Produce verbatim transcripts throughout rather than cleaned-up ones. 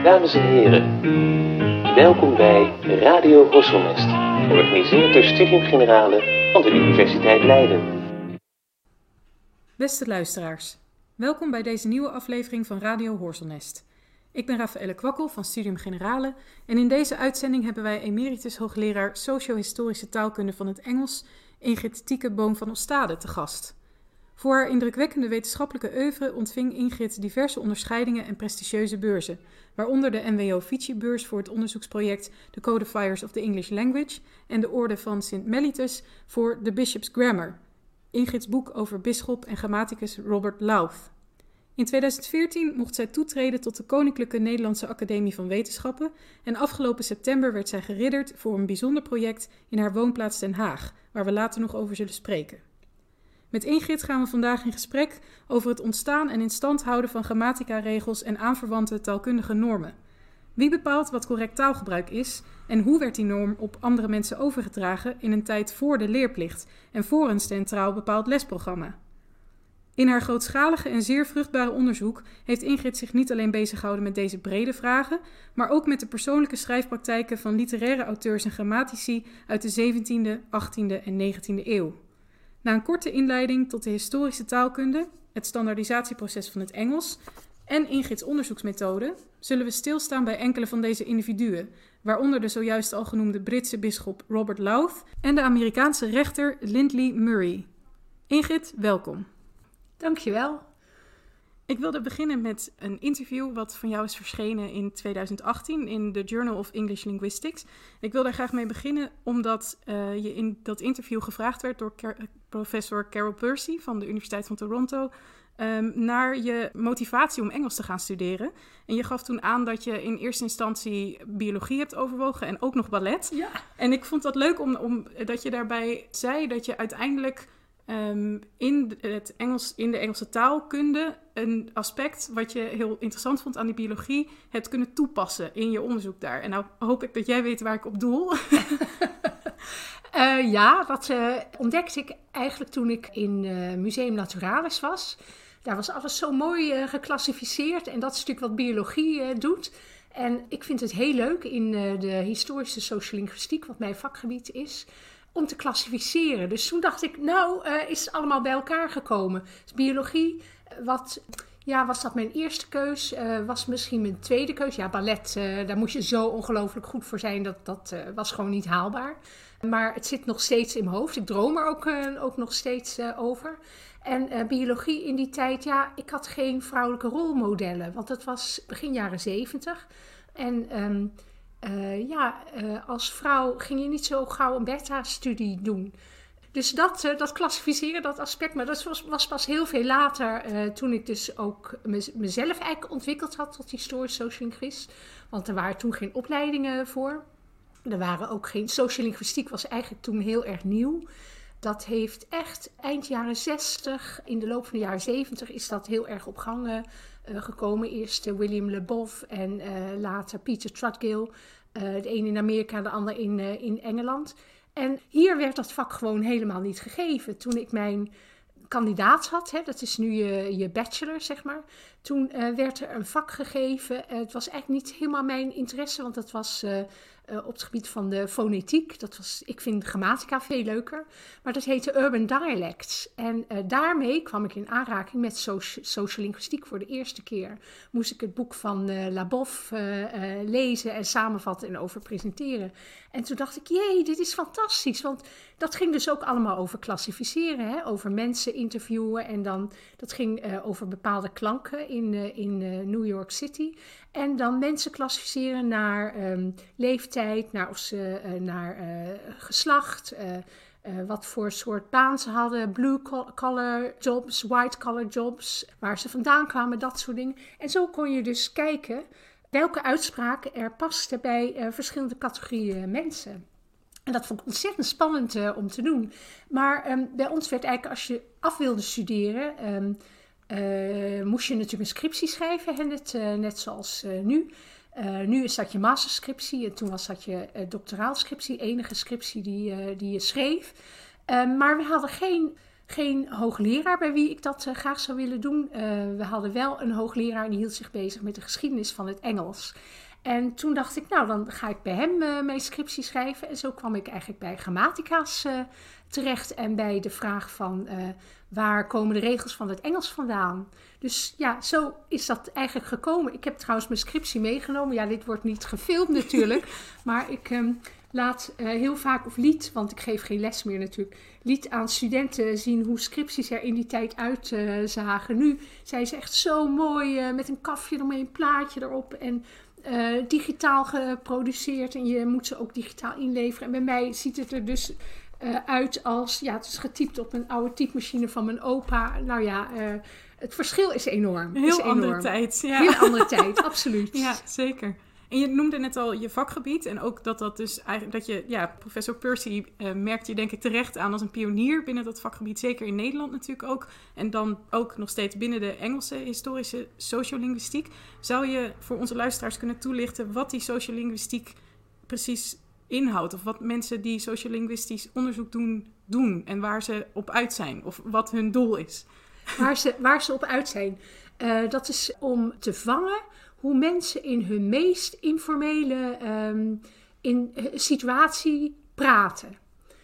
Dames en heren, welkom bij Radio Horselnest, georganiseerd door Studium Generale van de Universiteit Leiden. Beste luisteraars, welkom bij deze nieuwe aflevering van Radio Horselnest. Ik ben Rafaelle Kwakkel van Studium Generale en in deze uitzending hebben wij emeritus hoogleraar socio-historische taalkunde van het Engels, Ingrid Tieke Boom van Ostade, te gast. Voor haar indrukwekkende wetenschappelijke oeuvre ontving Ingrid diverse onderscheidingen en prestigieuze beurzen, waaronder de N W O Fici-beurs voor het onderzoeksproject The Codifiers of the English Language en de Orde van Sint Mellitus voor The Bishop's Grammar, Ingrid's boek over bisschop en grammaticus Robert Lowth. In tweeduizend veertien mocht zij toetreden tot de Koninklijke Nederlandse Academie van Wetenschappen en afgelopen september werd zij geridderd voor een bijzonder project in haar woonplaats Den Haag, waar we later nog over zullen spreken. Met Ingrid gaan we vandaag in gesprek over het ontstaan en in stand houden van grammatica-regels en aanverwante taalkundige normen. Wie bepaalt wat correct taalgebruik is en hoe werd die norm op andere mensen overgedragen in een tijd voor de leerplicht en voor een centraal bepaald lesprogramma? In haar grootschalige en zeer vruchtbare onderzoek heeft Ingrid zich niet alleen beziggehouden met deze brede vragen, maar ook met de persoonlijke schrijfpraktijken van literaire auteurs en grammatici uit de zeventiende, achttiende en negentiende eeuw. Na een korte inleiding tot de historische taalkunde, het standaardisatieproces van het Engels en Ingrid's onderzoeksmethode, zullen we stilstaan bij enkele van deze individuen, waaronder de zojuist al genoemde Britse bisschop Robert Lowth en de Amerikaanse rechter Lindley Murray. Ingrid, welkom. Dankjewel. Ik wilde beginnen met een interview wat van jou is verschenen in tweeduizend achttien in The Journal of English Linguistics. Ik wil daar graag mee beginnen omdat uh, je in dat interview gevraagd werd door Car- professor Carol Percy van de Universiteit van Toronto um, naar je motivatie om Engels te gaan studeren. En je gaf toen aan dat je in eerste instantie biologie hebt overwogen en ook nog ballet. Ja. En ik vond dat leuk om, om dat je daarbij zei dat je uiteindelijk Um, in, het Engels, in de Engelse taalkunde een aspect wat je heel interessant vond aan die biologie hebt kunnen toepassen in je onderzoek daar. En nou hoop ik dat jij weet waar ik op doel. uh, ja, dat uh, ontdekte ik eigenlijk toen ik in uh, Museum Naturalis was. Daar was alles zo mooi uh, geclassificeerd en dat stuk wat biologie uh, doet. En ik vind het heel leuk in uh, de historische sociolinguïstiek, wat mijn vakgebied is, om te klassificeren. Dus toen dacht ik, nou uh, is het allemaal bij elkaar gekomen. Dus biologie, wat, ja, was dat mijn eerste keus? Uh, was misschien mijn tweede keus? Ja, ballet, uh, daar moest je zo ongelooflijk goed voor zijn. Dat, dat uh, was gewoon niet haalbaar. Maar het zit nog steeds in mijn hoofd. Ik droom er ook, uh, ook nog steeds uh, over. En uh, biologie in die tijd, ja, ik had geen vrouwelijke rolmodellen. Want dat was begin jaren zeventig. En Um, Uh, ja, uh, als vrouw ging je niet zo gauw een beta-studie doen. Dus dat, uh, dat klassificeren, dat aspect, maar dat was, was pas heel veel later, uh, toen ik dus ook me, mezelf eigenlijk ontwikkeld had tot historisch sociolinguïst. Want er waren toen geen opleidingen voor. Er waren ook geen, sociolinguïstiek was eigenlijk toen heel erg nieuw. Dat heeft echt eind jaren zestig, in de loop van de jaren zeventig is dat heel erg op gang uh, gekomen. Eerst uh, William Labov en uh, later Peter Trudgill. Uh, de een in Amerika, de ander in, uh, in Engeland. En hier werd dat vak gewoon helemaal niet gegeven. Toen ik mijn kandidaat had, hè, dat is nu je, je bachelor, zeg maar. Toen uh, werd er een vak gegeven. Uh, het was eigenlijk niet helemaal mijn interesse, want dat was uh, uh, op het gebied van de fonetiek. Dat was, ik vind grammatica veel leuker. Maar dat heette Urban Dialects. En uh, daarmee kwam ik in aanraking met soci- sociolinguïstiek voor de eerste keer. Moest ik het boek van uh, Labov uh, uh, lezen en samenvatten en over presenteren. En toen dacht ik, jee, dit is fantastisch. Want dat ging dus ook allemaal over klassificeren, hè? Over mensen interviewen. En dan, dat ging uh, over bepaalde klanken in, uh, in uh, New York City. En dan mensen klassificeren naar um, leeftijd, naar, of ze, uh, naar uh, geslacht, uh, uh, wat voor soort baan ze hadden, blue collar jobs, white collar jobs, waar ze vandaan kwamen, dat soort dingen. En zo kon je dus kijken welke uitspraken er pasten bij uh, verschillende categorieën mensen. En dat vond ik ontzettend spannend uh, om te doen. Maar um, bij ons werd eigenlijk, als je af wilde studeren, um, uh, moest je natuurlijk een scriptie schrijven, hè, net, uh, net zoals uh, nu. Uh, nu is dat je masterscriptie en toen was dat je uh, doctoraalscriptie, enige scriptie die, uh, die je schreef. Uh, maar we hadden geen geen hoogleraar bij wie ik dat uh, graag zou willen doen. Uh, we hadden wel een hoogleraar en die hield zich bezig met de geschiedenis van het Engels. En toen dacht ik, nou dan ga ik bij hem uh, mijn scriptie schrijven. En zo kwam ik eigenlijk bij grammatica's uh, terecht en bij de vraag van uh, waar komen de regels van het Engels vandaan? Dus ja, zo is dat eigenlijk gekomen. Ik heb trouwens mijn scriptie meegenomen. Ja, dit wordt niet gefilmd natuurlijk, maar ik um, laat uh, heel vaak, of liet, want ik geef geen les meer natuurlijk, liet aan studenten zien hoe scripties er in die tijd uitzagen. Uh, nu zijn ze echt zo mooi uh, met een kafje eromheen, een plaatje erop en Uh, digitaal geproduceerd en je moet ze ook digitaal inleveren. En bij mij ziet het er dus uh, uit als, ja, het is getypt op een oude typemachine van mijn opa. Nou ja, uh, het verschil is enorm. Heel is andere enorm. tijd. Ja. Heel andere tijd, absoluut. Ja, zeker. En je noemde net al je vakgebied en ook dat dat dus eigenlijk, dat je, ja, professor Percy uh, merkt je denk ik terecht aan als een pionier binnen dat vakgebied, zeker in Nederland natuurlijk ook. En dan ook nog steeds binnen de Engelse historische sociolinguïstiek. Zou je voor onze luisteraars kunnen toelichten wat die sociolinguïstiek precies inhoudt? Of wat mensen die sociolinguïstisch onderzoek doen, doen en waar ze op uit zijn? Of wat hun doel is? Waar ze, waar ze op uit zijn. Uh, dat is om te vangen hoe mensen in hun meest informele um, in, uh, situatie praten.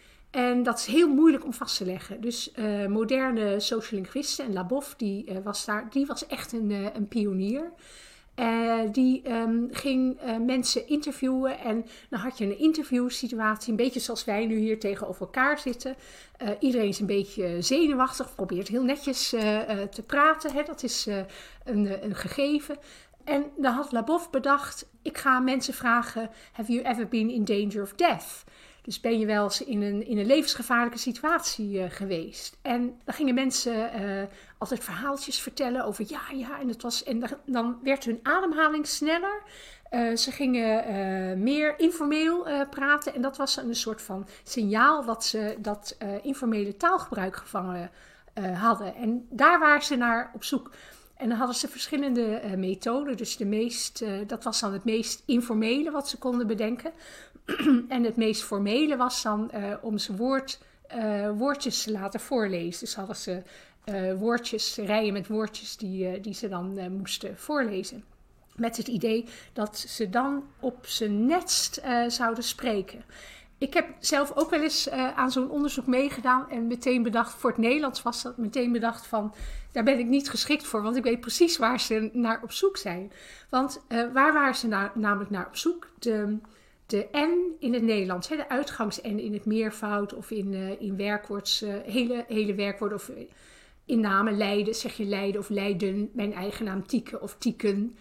En dat is heel moeilijk om vast te leggen. Dus uh, moderne sociolinguïsten, en Labov, die, uh, was, daar, die was echt een, uh, een pionier. Uh, die um, ging uh, mensen interviewen en dan had je een interviewsituatie, een beetje zoals wij nu hier tegenover elkaar zitten. Uh, iedereen is een beetje zenuwachtig, probeert heel netjes uh, uh, te praten, hè? Dat is uh, een, een gegeven. En dan had Labov bedacht, ik ga mensen vragen, have you ever been in danger of death? Dus ben je wel eens in een, in een levensgevaarlijke situatie uh, geweest? En dan gingen mensen uh, altijd verhaaltjes vertellen over ja, ja. En, het was, en dan, dan werd hun ademhaling sneller. Uh, ze gingen uh, meer informeel uh, praten. En dat was een soort van signaal dat ze dat uh, informele taalgebruik gevangen uh, hadden. En daar waren ze naar op zoek. En dan hadden ze verschillende uh, methoden. Dus de meest, uh, dat was dan het meest informele wat ze konden bedenken. En het meest formele was dan uh, om ze woord, uh, woordjes te laten voorlezen. Dus hadden ze uh, woordjes, rijen met woordjes die, uh, die ze dan uh, moesten voorlezen. Met het idee dat ze dan op zijn netst uh, zouden spreken. Ik heb zelf ook wel eens uh, aan zo'n onderzoek meegedaan en meteen bedacht, voor het Nederlands was dat meteen bedacht van, daar ben ik niet geschikt voor, want ik weet precies waar ze naar op zoek zijn. Want uh, waar waren ze na, namelijk naar op zoek? De, de N in het Nederlands, hè, de uitgangs-N in het meervoud of in, uh, in werkwoords, uh, hele, hele werkwoorden of in namen, Leiden, zeg je Leiden of Leiden, mijn eigen naam Tieke of Tieken.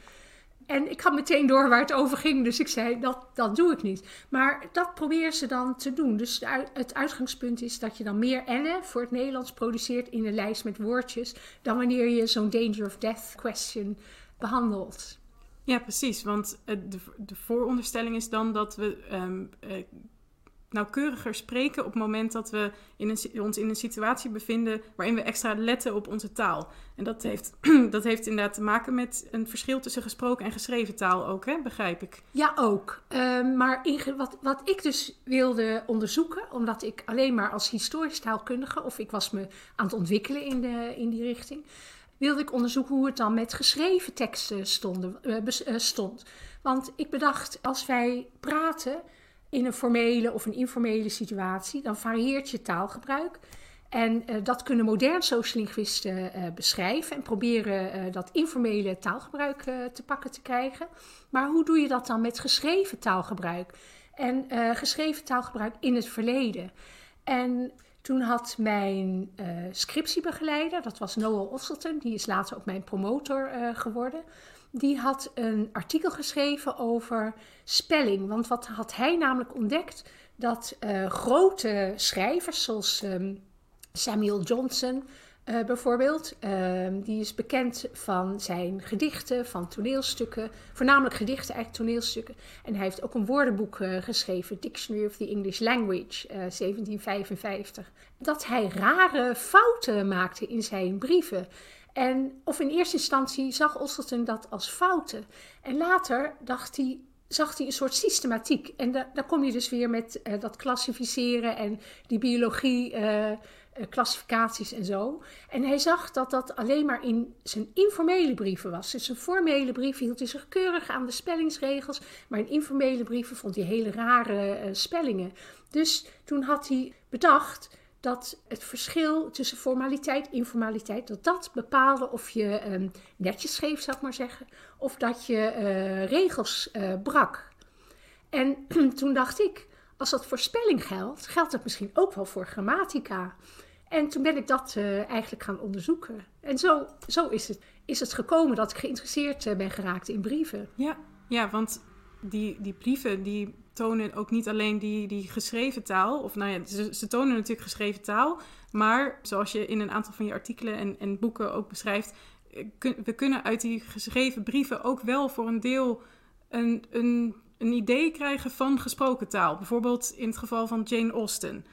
En ik had meteen door waar het over ging, dus ik zei, dat, dat doe ik niet. Maar dat proberen ze dan te doen. Dus de, het uitgangspunt is dat je dan meer N'en voor het Nederlands produceert in een lijst met woordjes, dan wanneer je zo'n danger of death question behandelt. Ja, precies. Want de, de vooronderstelling is dan dat we um, uh, nauwkeuriger spreken op het moment dat we in een, ons in een situatie bevinden waarin we extra letten op onze taal. En dat heeft, dat heeft inderdaad te maken met een verschil tussen gesproken en geschreven taal ook, hè? Begrijp ik. Ja, ook. Uh, maar in, wat, wat ik dus wilde onderzoeken, omdat ik alleen maar als historisch taalkundige, of ik was me aan het ontwikkelen in, de, in die richting, wilde ik onderzoeken hoe het dan met geschreven teksten stonden, uh, bes, uh, stond. Want ik bedacht, als wij praten in een formele of een informele situatie, dan varieert je taalgebruik. En uh, dat kunnen modern sociolinguïsten uh, beschrijven en proberen uh, dat informele taalgebruik uh, te pakken te krijgen. Maar hoe doe je dat dan met geschreven taalgebruik? En uh, geschreven taalgebruik in het verleden. En toen had mijn uh, scriptiebegeleider, dat was Noel Osselton, die is later ook mijn promotor uh, geworden. Die had een artikel geschreven over spelling. Want wat had hij namelijk ontdekt? Dat uh, grote schrijvers zoals um, Samuel Johnson uh, bijvoorbeeld, uh, die is bekend van zijn gedichten, van toneelstukken, voornamelijk gedichten, eigenlijk toneelstukken. En hij heeft ook een woordenboek uh, geschreven, Dictionary of the English Language, uh, zeventien vijfenvijftig. Dat hij rare fouten maakte in zijn brieven. En, of in eerste instantie zag Osselton dat als fouten. En later dacht hij, zag hij een soort systematiek. En da, daar kom je dus weer met uh, dat klassificeren en die biologie uh, klassificaties en zo. En hij zag dat dat alleen maar in zijn informele brieven was. Dus zijn formele brieven hield hij zich keurig aan de spellingsregels, maar in informele brieven vond hij hele rare uh, spellingen. Dus toen had hij bedacht dat het verschil tussen formaliteit en informaliteit, dat dat bepaalde of je um, netjes schreef, zou ik maar zeggen, of dat je uh, regels uh, brak. En toen dacht ik, als dat voor spelling geldt, geldt dat misschien ook wel voor grammatica. En toen ben ik dat uh, eigenlijk gaan onderzoeken. En zo, zo is, het, is het gekomen dat ik geïnteresseerd uh, ben geraakt in brieven. Ja, ja want die, die brieven die tonen ook niet alleen die, die geschreven taal. Of nou ja, ze, ze tonen natuurlijk geschreven taal. Maar zoals je in een aantal van je artikelen en, en boeken ook beschrijft, kun, we kunnen uit die geschreven brieven ook wel voor een deel een, een, een idee krijgen van gesproken taal. Bijvoorbeeld in het geval van Jane Austen.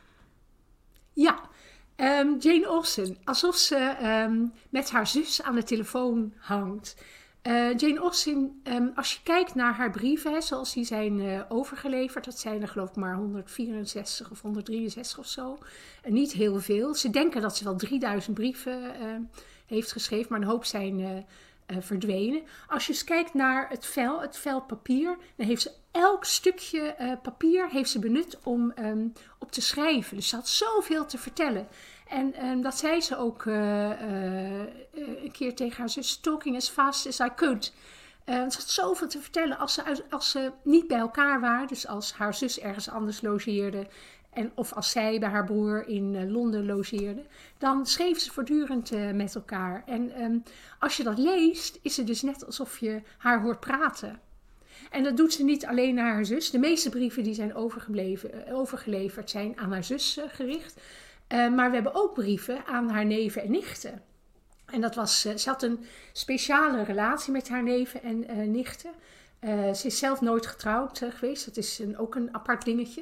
Ja, um, Jane Austen, alsof ze um, met haar zus aan de telefoon hangt. Uh, Jane Austen, um, als je kijkt naar haar brieven, hè, zoals die zijn uh, overgeleverd, dat zijn er geloof ik maar honderdvierenzestig of honderddrieënzestig of zo. En niet heel veel. Ze denken dat ze wel drieduizend brieven uh, heeft geschreven, maar een hoop zijn uh, uh, verdwenen. Als je eens kijkt naar het vel, het vel papier, dan heeft ze elk stukje uh, papier heeft ze benut om um, op te schrijven. Dus ze had zoveel te vertellen. En um, dat zei ze ook uh, uh, een keer tegen haar zus, talking as fast as I could. Uh, ze had zoveel te vertellen als ze, als ze niet bij elkaar waren. Dus als haar zus ergens anders logeerde. En, of als zij bij haar broer in uh, Londen logeerde. Dan schreef ze voortdurend uh, met elkaar. En um, als je dat leest, is het dus net alsof je haar hoort praten. En dat doet ze niet alleen naar haar zus. De meeste brieven die zijn overgebleven, overgeleverd zijn aan haar zus uh, gericht. Uh, maar we hebben ook brieven aan haar neven en nichten. En dat was, uh, ze had een speciale relatie met haar neven en uh, nichten. Uh, ze is zelf nooit getrouwd uh, geweest. Dat is een, ook een apart dingetje.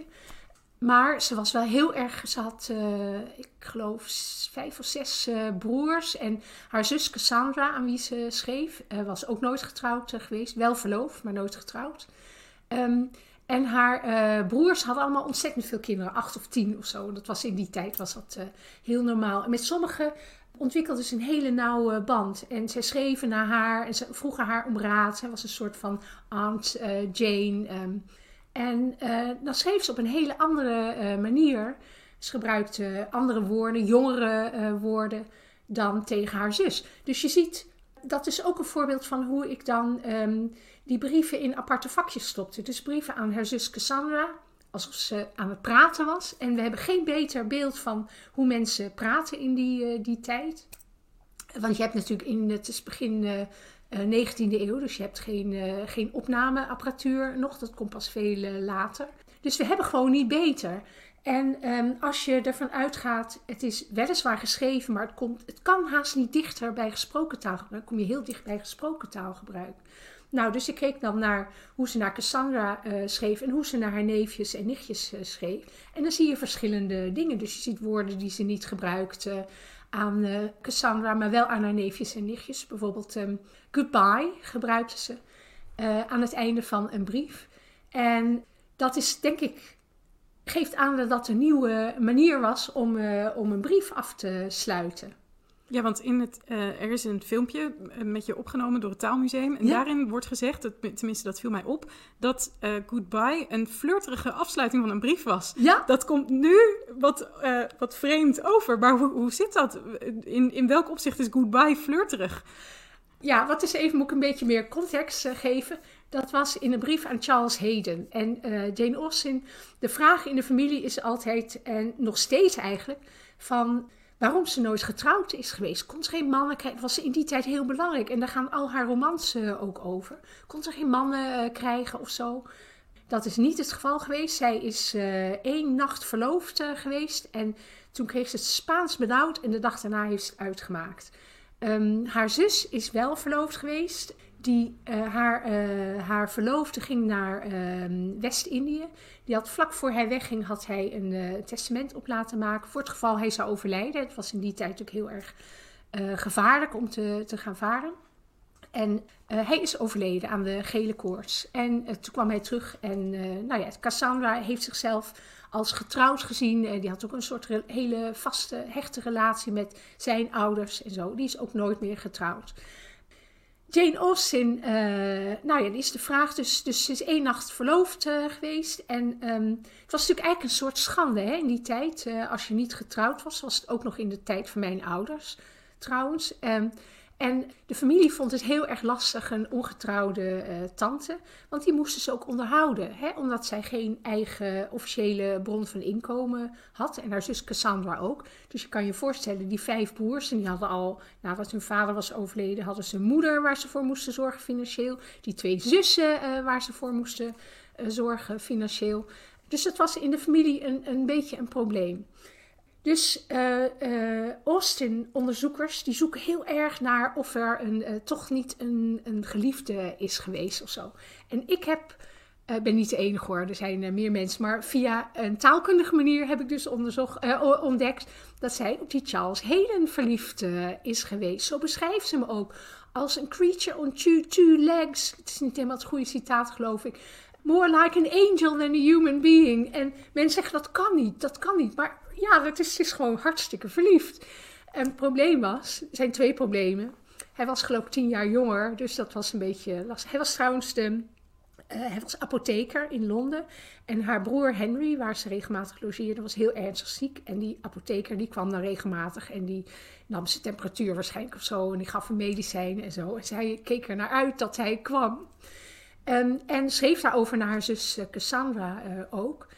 Maar ze was wel heel erg, ze had, uh, ik geloof, vijf of zes uh, broers. En haar zus Cassandra, aan wie ze schreef, uh, was ook nooit getrouwd uh, geweest. Wel verloofd, maar nooit getrouwd. Um, En haar uh, broers hadden allemaal ontzettend veel kinderen, acht of tien of zo. Dat was in die tijd was dat uh, heel normaal. En met sommigen ontwikkelde ze een hele nauwe band. En zij schreven naar haar en ze vroegen haar om raad. Zij was een soort van Aunt uh, Jane. Um, en uh, dan schreef ze op een hele andere uh, manier. Ze gebruikte andere woorden, jongere uh, woorden dan tegen haar zus. Dus je ziet, dat is ook een voorbeeld van hoe ik dan Um, die brieven in aparte vakjes stopte. Dus brieven aan haar zus Cassandra, alsof ze aan het praten was. En we hebben geen beter beeld van hoe mensen praten in die, uh, die tijd. Want je hebt natuurlijk in het is begin uh, uh, negentiende eeuw, dus je hebt geen, uh, geen opnameapparatuur nog. Dat komt pas veel uh, later. Dus we hebben gewoon niet beter. En um, als je ervan uitgaat, het is weliswaar geschreven, maar het, komt, het kan haast niet dichter bij gesproken taalgebruik. Dan kom je heel dicht bij gesproken taalgebruik. Nou, dus ik keek dan naar hoe ze naar Cassandra uh, schreef en hoe ze naar haar neefjes en nichtjes uh, schreef. En dan zie je verschillende dingen. Dus je ziet woorden die ze niet gebruikte aan uh, Cassandra, maar wel aan haar neefjes en nichtjes. Bijvoorbeeld um, goodbye gebruikte ze uh, aan het einde van een brief. En dat is, denk ik, geeft aan dat dat een nieuwe manier was om, uh, om een brief af te sluiten. Ja, want in het, uh, er is een filmpje met je opgenomen door het Taalmuseum. En ja. daarin wordt gezegd, dat, tenminste dat viel mij op, dat uh, goodbye een flirterige afsluiting van een brief was. Ja. Dat komt nu wat, uh, wat vreemd over. Maar hoe, hoe zit dat? In, in welk opzicht is goodbye flirterig? Ja, wat is even, moet ik een beetje meer context uh, geven. Dat was in een brief aan Charles Haddon. En uh, Jane Austen, de vraag in de familie is altijd, en nog steeds eigenlijk, van waarom ze nooit getrouwd is geweest. Kon ze geen mannen krijgen? Was ze in die tijd heel belangrijk. En daar gaan al haar romans uh, ook over. Kon ze geen mannen uh, krijgen of zo? Dat is niet het geval geweest. Zij is uh, één nacht verloofd uh, geweest. En toen kreeg ze het Spaans benauwd. En de dag daarna heeft ze het uitgemaakt. Um, haar zus is wel verloofd geweest. Die, uh, haar, uh, haar verloofde ging naar uh, West-Indië. Die had vlak voor hij wegging, had hij een uh, testament op laten maken. Voor het geval hij zou overlijden. Het was in die tijd natuurlijk heel erg uh, gevaarlijk om te, te gaan varen. En uh, hij is overleden aan de gele koorts. En uh, toen kwam hij terug en uh, nou ja, Cassandra heeft zichzelf als getrouwd gezien. Uh, die had ook een soort re- hele vaste, hechte relatie met zijn ouders en zo. Die is ook nooit meer getrouwd. Jane Austen, uh, nou ja, die is de vraag. Dus, dus ze is één nacht verloofd uh, geweest. En um, het was natuurlijk eigenlijk een soort schande hè, in die tijd. Uh, als je niet getrouwd was, was het ook nog in de tijd van mijn ouders trouwens. Um, En de familie vond het heel erg lastig, een ongetrouwde uh, tante. Want die moesten ze ook onderhouden. Hè? Omdat zij geen eigen officiële bron van inkomen had. En haar zus Cassandra ook. Dus je kan je voorstellen, die vijf broers. En die hadden al, nadat hun vader was overleden, hadden ze een moeder waar ze voor moesten zorgen financieel. Die twee zussen uh, waar ze voor moesten uh, zorgen financieel. Dus het was in de familie een, een beetje een probleem. Dus uh, uh, Austen-onderzoekers die zoeken heel erg naar of er een, uh, toch niet een, een geliefde is geweest of zo. En ik heb, uh, ben niet de enige hoor, er zijn uh, meer mensen, maar via een taalkundige manier heb ik dus onderzocht, uh, ontdekt dat zij op die Charles Haddon verliefd uh, is geweest. Zo beschrijft ze hem ook als een creature on two, two legs. Het is niet helemaal het goede citaat geloof ik. More like an angel than a human being. En mensen zeggen dat kan niet, dat kan niet, maar ja, het is, het is gewoon hartstikke verliefd. En het probleem was, er zijn twee problemen. Hij was geloof ik tien jaar jonger, dus dat was een beetje lastig. Hij was trouwens de, uh, hij was apotheker in Londen. En haar broer Henry, waar ze regelmatig logeerde, was heel ernstig ziek. En die apotheker die kwam dan regelmatig en die nam zijn temperatuur waarschijnlijk of zo. En die gaf hem medicijnen en zo. En zij keek er naar uit dat hij kwam. Um, en schreef daarover naar haar zus uh, Cassandra uh, ook.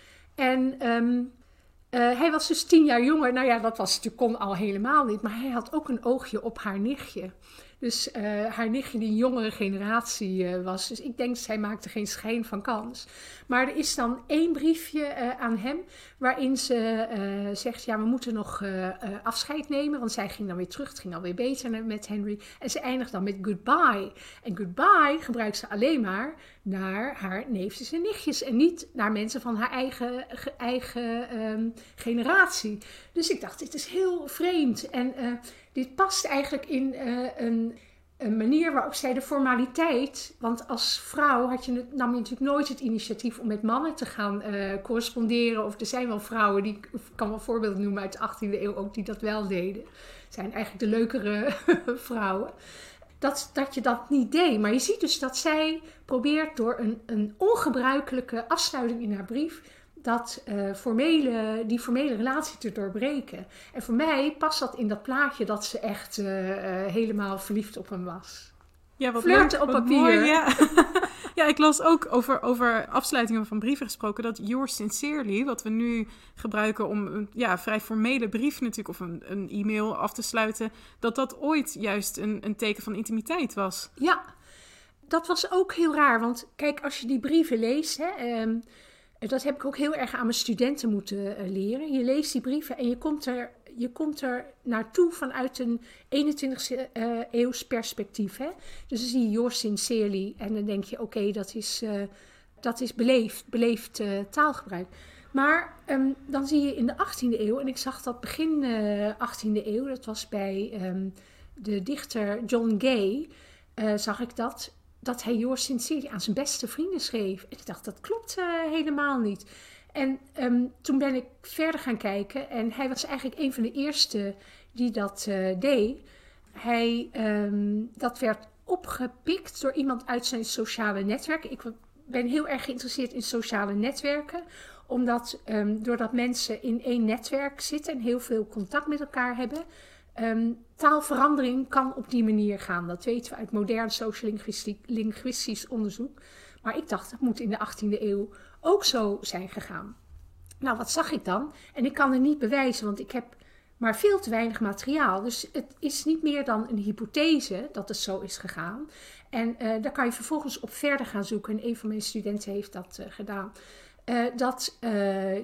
En Um, Uh, hij was dus tien jaar jonger. Nou ja, dat was natuurlijk kon al helemaal niet. Maar hij had ook een oogje op haar nichtje. Dus uh, haar nichtje die een jongere generatie uh, was. Dus ik denk, zij maakte geen schijn van kans. Maar er is dan één briefje uh, aan hem. Waarin ze uh, zegt, ja, we moeten nog uh, uh, afscheid nemen. Want zij ging dan weer terug. Het ging alweer beter met Henry. En ze eindigt dan met goodbye. En goodbye gebruikt ze alleen maar naar haar neefjes en nichtjes. En niet naar mensen van haar eigen, ge, eigen um, generatie. Dus ik dacht, dit is heel vreemd. En uh, dit past eigenlijk in uh, een, een manier waarop zij de formaliteit... Want als vrouw had je, nam je natuurlijk nooit het initiatief om met mannen te gaan uh, corresponderen. Of er zijn wel vrouwen, die, ik kan wel voorbeelden noemen uit de achttiende eeuw ook, die dat wel deden. Het zijn eigenlijk de leukere vrouwen. Dat, dat je dat niet deed. Maar je ziet dus dat zij probeert door een, een ongebruikelijke afsluiting in haar brief dat, uh, formele, die formele relatie te doorbreken. En voor mij past dat in dat plaatje dat ze echt uh, uh, helemaal verliefd op hem was. Ja, wat flirten leuk, op wat papier. Mooi, ja. Ja, ik las ook over, over afsluitingen van brieven gesproken, dat yours sincerely, wat we nu gebruiken om een ja, vrij formele brief natuurlijk, of een, een e-mail af te sluiten, dat dat ooit juist een, een teken van intimiteit was. Ja, dat was ook heel raar, want kijk, als je die brieven leest, hè, um, dat heb ik ook heel erg aan mijn studenten moeten uh, leren. Je leest die brieven en je komt er, je komt er naartoe vanuit een eenentwintigste uh, eeuws perspectief. Hè? Dus dan zie je yours sincerely en dan denk je, oké, okay, dat is, uh, dat is beleefd, beleefd uh, taalgebruik. Maar um, dan zie je in de achttiende eeuw, en ik zag dat begin uh, achttiende eeuw, dat was bij um, de dichter John Gay, uh, zag ik dat... dat hij yours sincerely aan zijn beste vrienden schreef. En ik dacht, dat klopt uh, helemaal niet. En um, toen ben ik verder gaan kijken. En hij was eigenlijk een van de eerste die dat uh, deed. Hij, um, dat werd opgepikt door iemand uit zijn sociale netwerk. Ik ben heel erg geïnteresseerd in sociale netwerken. Omdat um, doordat mensen in één netwerk zitten en heel veel contact met elkaar hebben... Um, taalverandering kan op die manier gaan. Dat weten we uit modern sociolinguïstisch onderzoek. Maar ik dacht, dat moet in de achttiende eeuw ook zo zijn gegaan. Nou, wat zag ik dan? En ik kan het niet bewijzen, want ik heb maar veel te weinig materiaal. Dus het is niet meer dan een hypothese dat het zo is gegaan. En uh, daar kan je vervolgens op verder gaan zoeken. En een van mijn studenten heeft dat uh, gedaan. Uh, dat uh,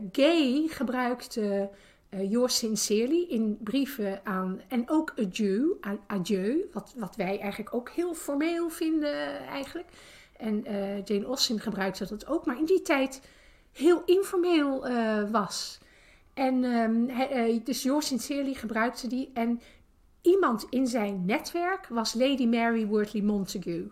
Gay gebruikte... Uh, yours sincerely in brieven aan, en ook adieu, aan adieu, wat, wat wij eigenlijk ook heel formeel vinden eigenlijk. En uh, Jane Austen gebruikte dat ook, maar in die tijd heel informeel uh, was. En um, hij, uh, dus yours sincerely gebruikte die en iemand in zijn netwerk was Lady Mary Wortley Montagu.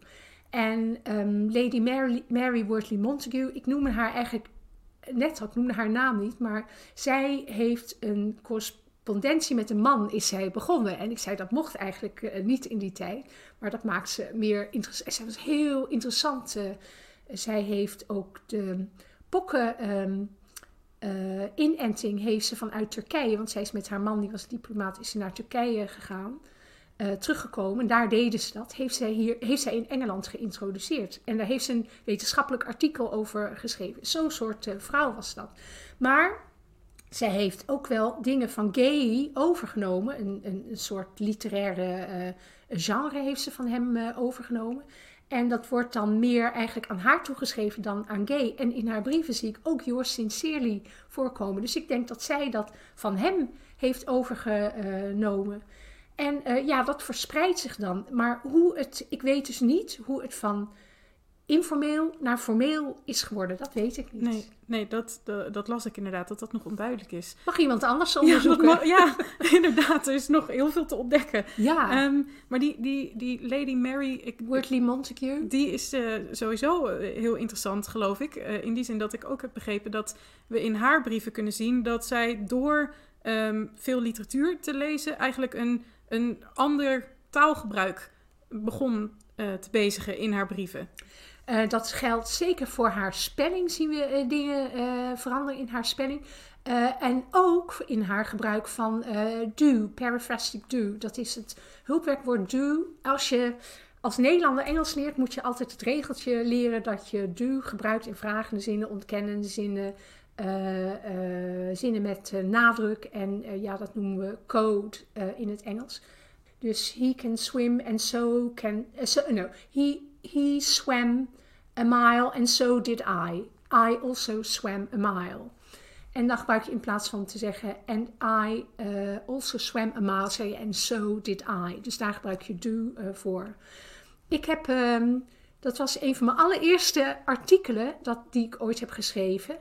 En um, Lady Mary, Mary Wortley Montagu, ik noemde haar eigenlijk net al, ik noemde haar naam niet, maar zij heeft een correspondentie met een man is zij begonnen. En ik zei dat mocht eigenlijk uh, niet in die tijd, maar dat maakt ze meer interessant. Zij was heel interessant. Uh, zij heeft ook de pokken um, uh, inenting heeft ze vanuit Turkije, want zij is met haar man, die was diplomaat, is ze naar Turkije gegaan. Uh, teruggekomen. En daar deden ze dat. Heeft zij, hier, heeft zij in Engeland geïntroduceerd. En daar heeft ze een wetenschappelijk artikel over geschreven. Zo'n soort uh, vrouw was dat. Maar zij heeft ook wel dingen van Gay overgenomen. Een, een, een soort literaire uh, genre heeft ze van hem uh, overgenomen. En dat wordt dan meer eigenlijk aan haar toegeschreven dan aan Gay. En in haar brieven zie ik ook yours sincerely voorkomen. Dus ik denk dat zij dat van hem heeft overgenomen. En uh, ja, dat verspreidt zich dan. Maar hoe het, ik weet dus niet hoe het van informeel naar formeel is geworden. Dat weet ik niet. Nee, nee dat, dat, dat las ik inderdaad, dat dat nog onduidelijk is. Mag iemand anders onderzoeken? Ja, mag, ja inderdaad, er is nog heel veel te ontdekken. Ja. Um, maar die, die, die Lady Mary... Ik, Wortley Montagu. Die is uh, sowieso heel interessant, geloof ik. Uh, in die zin dat ik ook heb begrepen dat we in haar brieven kunnen zien dat zij door um, veel literatuur te lezen eigenlijk een... een ander taalgebruik begon uh, te bezigen in haar brieven. Uh, dat geldt zeker voor haar spelling, zien we uh, dingen uh, veranderen in haar spelling. Uh, en ook in haar gebruik van uh, do, periphrastic do. Dat is het hulpwerkwoord do. Als je als Nederlander Engels leert, moet je altijd het regeltje leren dat je do gebruikt in vragende zinnen, ontkennende zinnen, Uh, uh, zinnen met uh, nadruk en uh, ja, dat noemen we code uh, in het Engels. Dus he can swim and so can... Uh, so, no, he, he swam a mile and so did I. I also swam a mile. En dan gebruik je in plaats van te zeggen and I uh, also swam a mile, zeg je and so did I. Dus daar gebruik je do uh, voor. Ik heb... Um, dat was een van mijn allereerste artikelen dat, die ik ooit heb geschreven.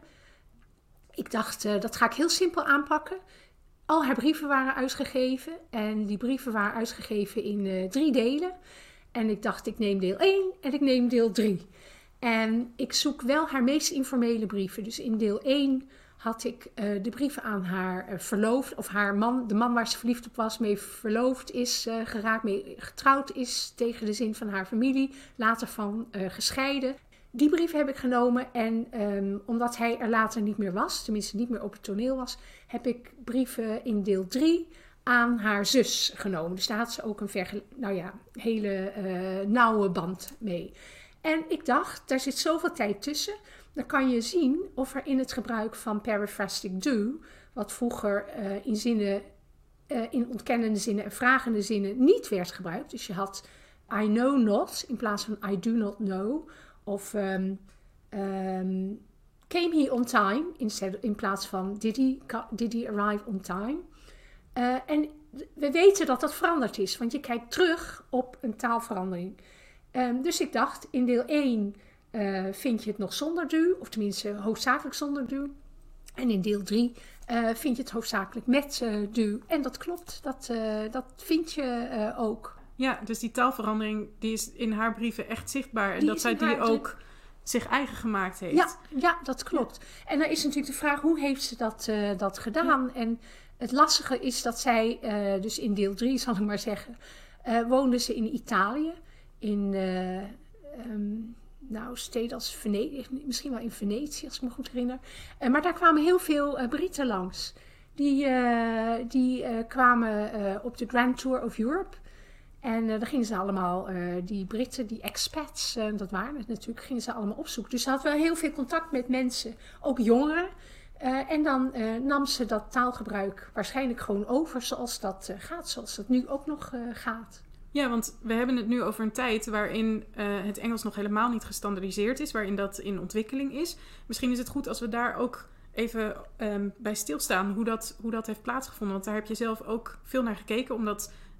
Ik dacht, uh, dat ga ik heel simpel aanpakken. Al haar brieven waren uitgegeven. En die brieven waren uitgegeven in uh, drie delen. En ik dacht, ik neem deel één en ik neem deel drie. En ik zoek wel haar meest informele brieven. Dus in deel één had ik uh, de brieven aan haar uh, verloofd. Of haar man, de man waar ze verliefd op was, mee verloofd is uh, geraakt. Mee getrouwd is tegen de zin van haar familie. Later van uh, gescheiden. Die brief heb ik genomen en um, omdat hij er later niet meer was, tenminste niet meer op het toneel was, heb ik brieven in deel drie aan haar zus genomen. Dus daar had ze ook een vergel- nou ja, hele uh, nauwe band mee. En ik dacht, daar zit zoveel tijd tussen, dan kan je zien of er in het gebruik van periphrastic do, wat vroeger uh, in zinnen, uh, in ontkennende zinnen en vragende zinnen niet werd gebruikt. Dus je had I know not in plaats van I do not know. Of um, um, came he on time instead, in plaats van did he, did he arrive on time. Uh, en we weten dat dat veranderd is, want je kijkt terug op een taalverandering. Um, dus ik dacht, in deel één uh, vind je het nog zonder do, of tenminste hoofdzakelijk zonder do. En in deel drie uh, vind je het hoofdzakelijk met uh, do. En dat klopt, dat, uh, dat vind je uh, ook. Ja, dus die taalverandering die is in haar brieven echt zichtbaar. En die dat zij die haar... ook zich eigen gemaakt heeft. Ja, ja dat klopt. Ja. En dan is natuurlijk de vraag, hoe heeft ze dat, uh, dat gedaan? Ja. En het lastige is dat zij, uh, dus in deel drie zal ik maar zeggen, uh, woonde ze in Italië. In, uh, um, nou, steden als Venetië, misschien wel in Venetië, als ik me goed herinner. Uh, maar daar kwamen heel veel uh, Britten langs. Die, uh, die uh, kwamen uh, op de Grand Tour of Europe. En uh, dan gingen ze allemaal, uh, die Britten, die expats, uh, dat waren het natuurlijk, gingen ze allemaal opzoeken. Dus ze had wel heel veel contact met mensen, ook jongeren. Uh, en dan uh, nam ze dat taalgebruik waarschijnlijk gewoon over zoals dat uh, gaat, zoals dat nu ook nog uh, gaat. Ja, want we hebben het nu over een tijd waarin uh, het Engels nog helemaal niet gestandaardiseerd is, waarin dat in ontwikkeling is. Misschien is het goed als we daar ook even um, bij stilstaan hoe dat, hoe dat heeft plaatsgevonden. Want daar heb je zelf ook veel naar gekeken, omdat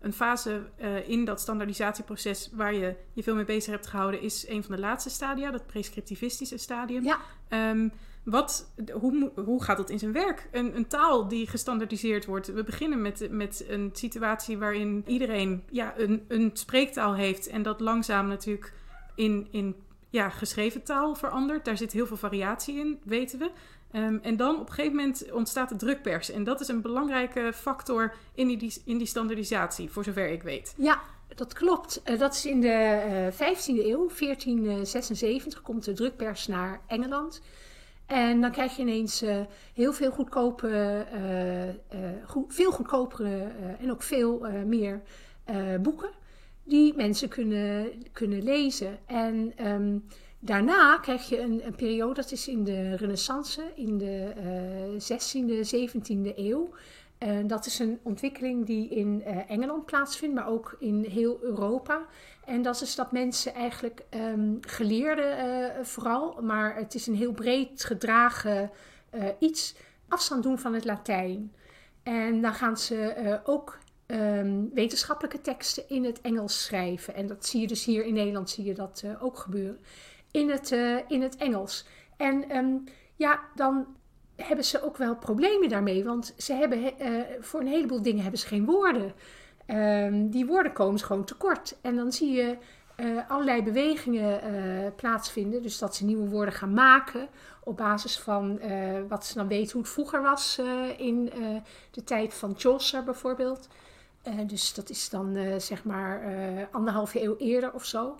een fase uh, in dat standaardisatieproces waar je je veel mee bezig hebt gehouden, is een van de laatste stadia, dat prescriptivistische stadium. Ja. Um, wat, hoe, hoe gaat dat in zijn werk? Een, een taal die gestandaardiseerd wordt. We beginnen met, met een situatie waarin iedereen ja, een, een spreektaal heeft en dat langzaam natuurlijk in, in ja, geschreven taal verandert. Daar zit heel veel variatie in, weten we. Um, en dan op een gegeven moment ontstaat de drukpers. En dat is een belangrijke factor in die, in die standaardisatie, voor zover ik weet. Ja, dat klopt. Uh, dat is in de uh, vijftiende eeuw, veertien zesenzeventig, komt de drukpers naar Engeland. En dan krijg je ineens uh, heel veel goedkope, uh, uh, goed, veel goedkopere uh, en ook veel uh, meer uh, boeken die mensen kunnen, kunnen lezen. En um, daarna krijg je een, een periode, dat is in de Renaissance, in de uh, zestiende, zeventiende eeuw. Uh, dat is een ontwikkeling die in uh, Engeland plaatsvindt, maar ook in heel Europa. En dat is dat mensen eigenlijk um, geleerden uh, vooral, maar het is een heel breed gedragen uh, iets, afstand doen van het Latijn. En dan gaan ze uh, ook um, wetenschappelijke teksten in het Engels schrijven. En dat zie je dus hier in Nederland, zie je dat uh, ook gebeuren. In het, uh, in het Engels. En um, ja, dan hebben ze ook wel problemen daarmee, want ze hebben uh, voor een heleboel dingen hebben ze geen woorden. Um, die woorden komen ze gewoon tekort. En dan zie je uh, allerlei bewegingen uh, plaatsvinden. Dus dat ze nieuwe woorden gaan maken op basis van uh, wat ze dan weten hoe het vroeger was uh, in uh, de tijd van Chaucer bijvoorbeeld. Uh, dus dat is dan uh, zeg maar uh, anderhalve eeuw eerder of zo.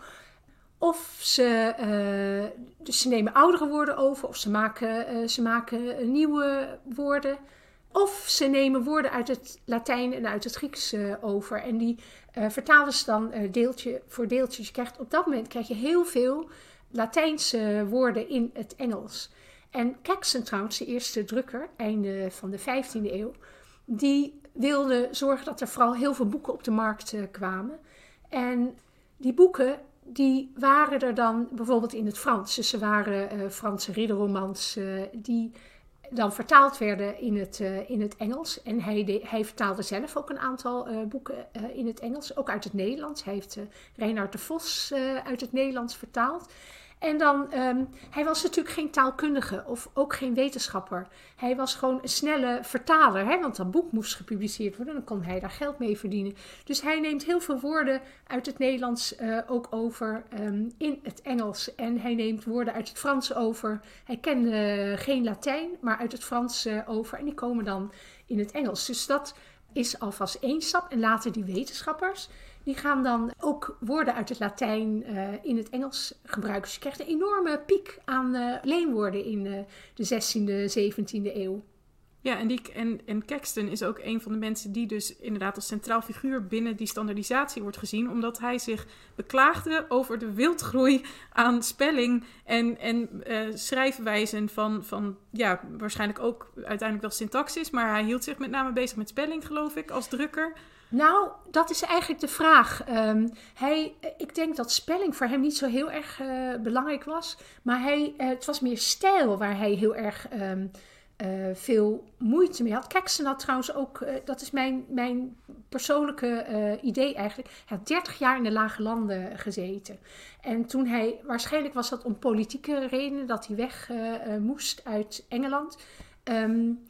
Of ze, uh, dus ze nemen oudere woorden over, of ze maken, uh, ze maken nieuwe woorden. Of ze nemen woorden uit het Latijn en uit het Grieks uh, over. En die uh, vertalen ze dan uh, deeltje voor deeltje. Je krijgt, op dat moment krijg je heel veel Latijnse woorden in het Engels. En Caxton trouwens, de eerste drukker, einde van de vijftiende eeuw, die wilde zorgen dat er vooral heel veel boeken op de markt uh, kwamen. En die boeken, die waren er dan bijvoorbeeld in het Frans. Dus ze waren uh, Franse ridderromans uh, die dan vertaald werden in het, uh, in het Engels. En hij, de, hij vertaalde zelf ook een aantal uh, boeken uh, in het Engels, ook uit het Nederlands. Hij heeft uh, Reinhard de Vos uh, uit het Nederlands vertaald. En dan, um, hij was natuurlijk geen taalkundige of ook geen wetenschapper. Hij was gewoon een snelle vertaler, hè, want dat boek moest gepubliceerd worden. Dan kon hij daar geld mee verdienen. Dus hij neemt heel veel woorden uit het Nederlands uh, ook over um, in het Engels. En hij neemt woorden uit het Frans over. Hij kende uh, geen Latijn, maar uit het Frans uh, over. En die komen dan in het Engels. Dus dat is alvast één stap. En later die wetenschappers, die gaan dan ook woorden uit het Latijn uh, in het Engels gebruiken. Dus je krijgt een enorme piek aan uh, leenwoorden in uh, de zestiende, zeventiende eeuw. Ja, en, die, en, en Caxton is ook een van de mensen die dus inderdaad als centraal figuur binnen die standaardisatie wordt gezien, omdat hij zich beklaagde over de wildgroei aan spelling en, en uh, schrijfwijzen van, van, ja, waarschijnlijk ook uiteindelijk wel syntaxis, maar hij hield zich met name bezig met spelling, geloof ik, als drukker. Nou, dat is eigenlijk de vraag. Um, hij, ik denk dat spelling voor hem niet zo heel erg uh, belangrijk was. Maar hij, uh, het was meer stijl waar hij heel erg um, uh, veel moeite mee had. Caxton had trouwens ook, uh, dat is mijn, mijn persoonlijke uh, idee eigenlijk. Hij had dertig jaar in de Lage Landen gezeten. En toen hij, waarschijnlijk was dat om politieke redenen, dat hij weg uh, uh, moest uit Engeland. Um,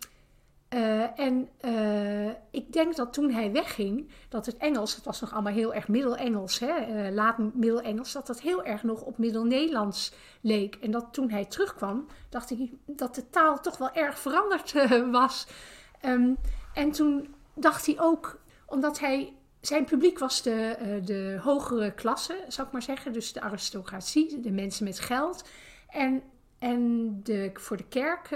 Uh, en uh, ik denk dat toen hij wegging, dat het Engels, het was nog allemaal heel erg Middel-Engels, hè, uh, laat Middel-Engels, dat dat heel erg nog op Middel-Nederlands leek. En dat toen hij terugkwam, dacht ik dat de taal toch wel erg veranderd uh, was. Um, en toen dacht hij ook, omdat hij, zijn publiek was de, uh, de hogere klasse, zou ik maar zeggen, dus de aristocratie, de mensen met geld. En En de, voor de kerk uh,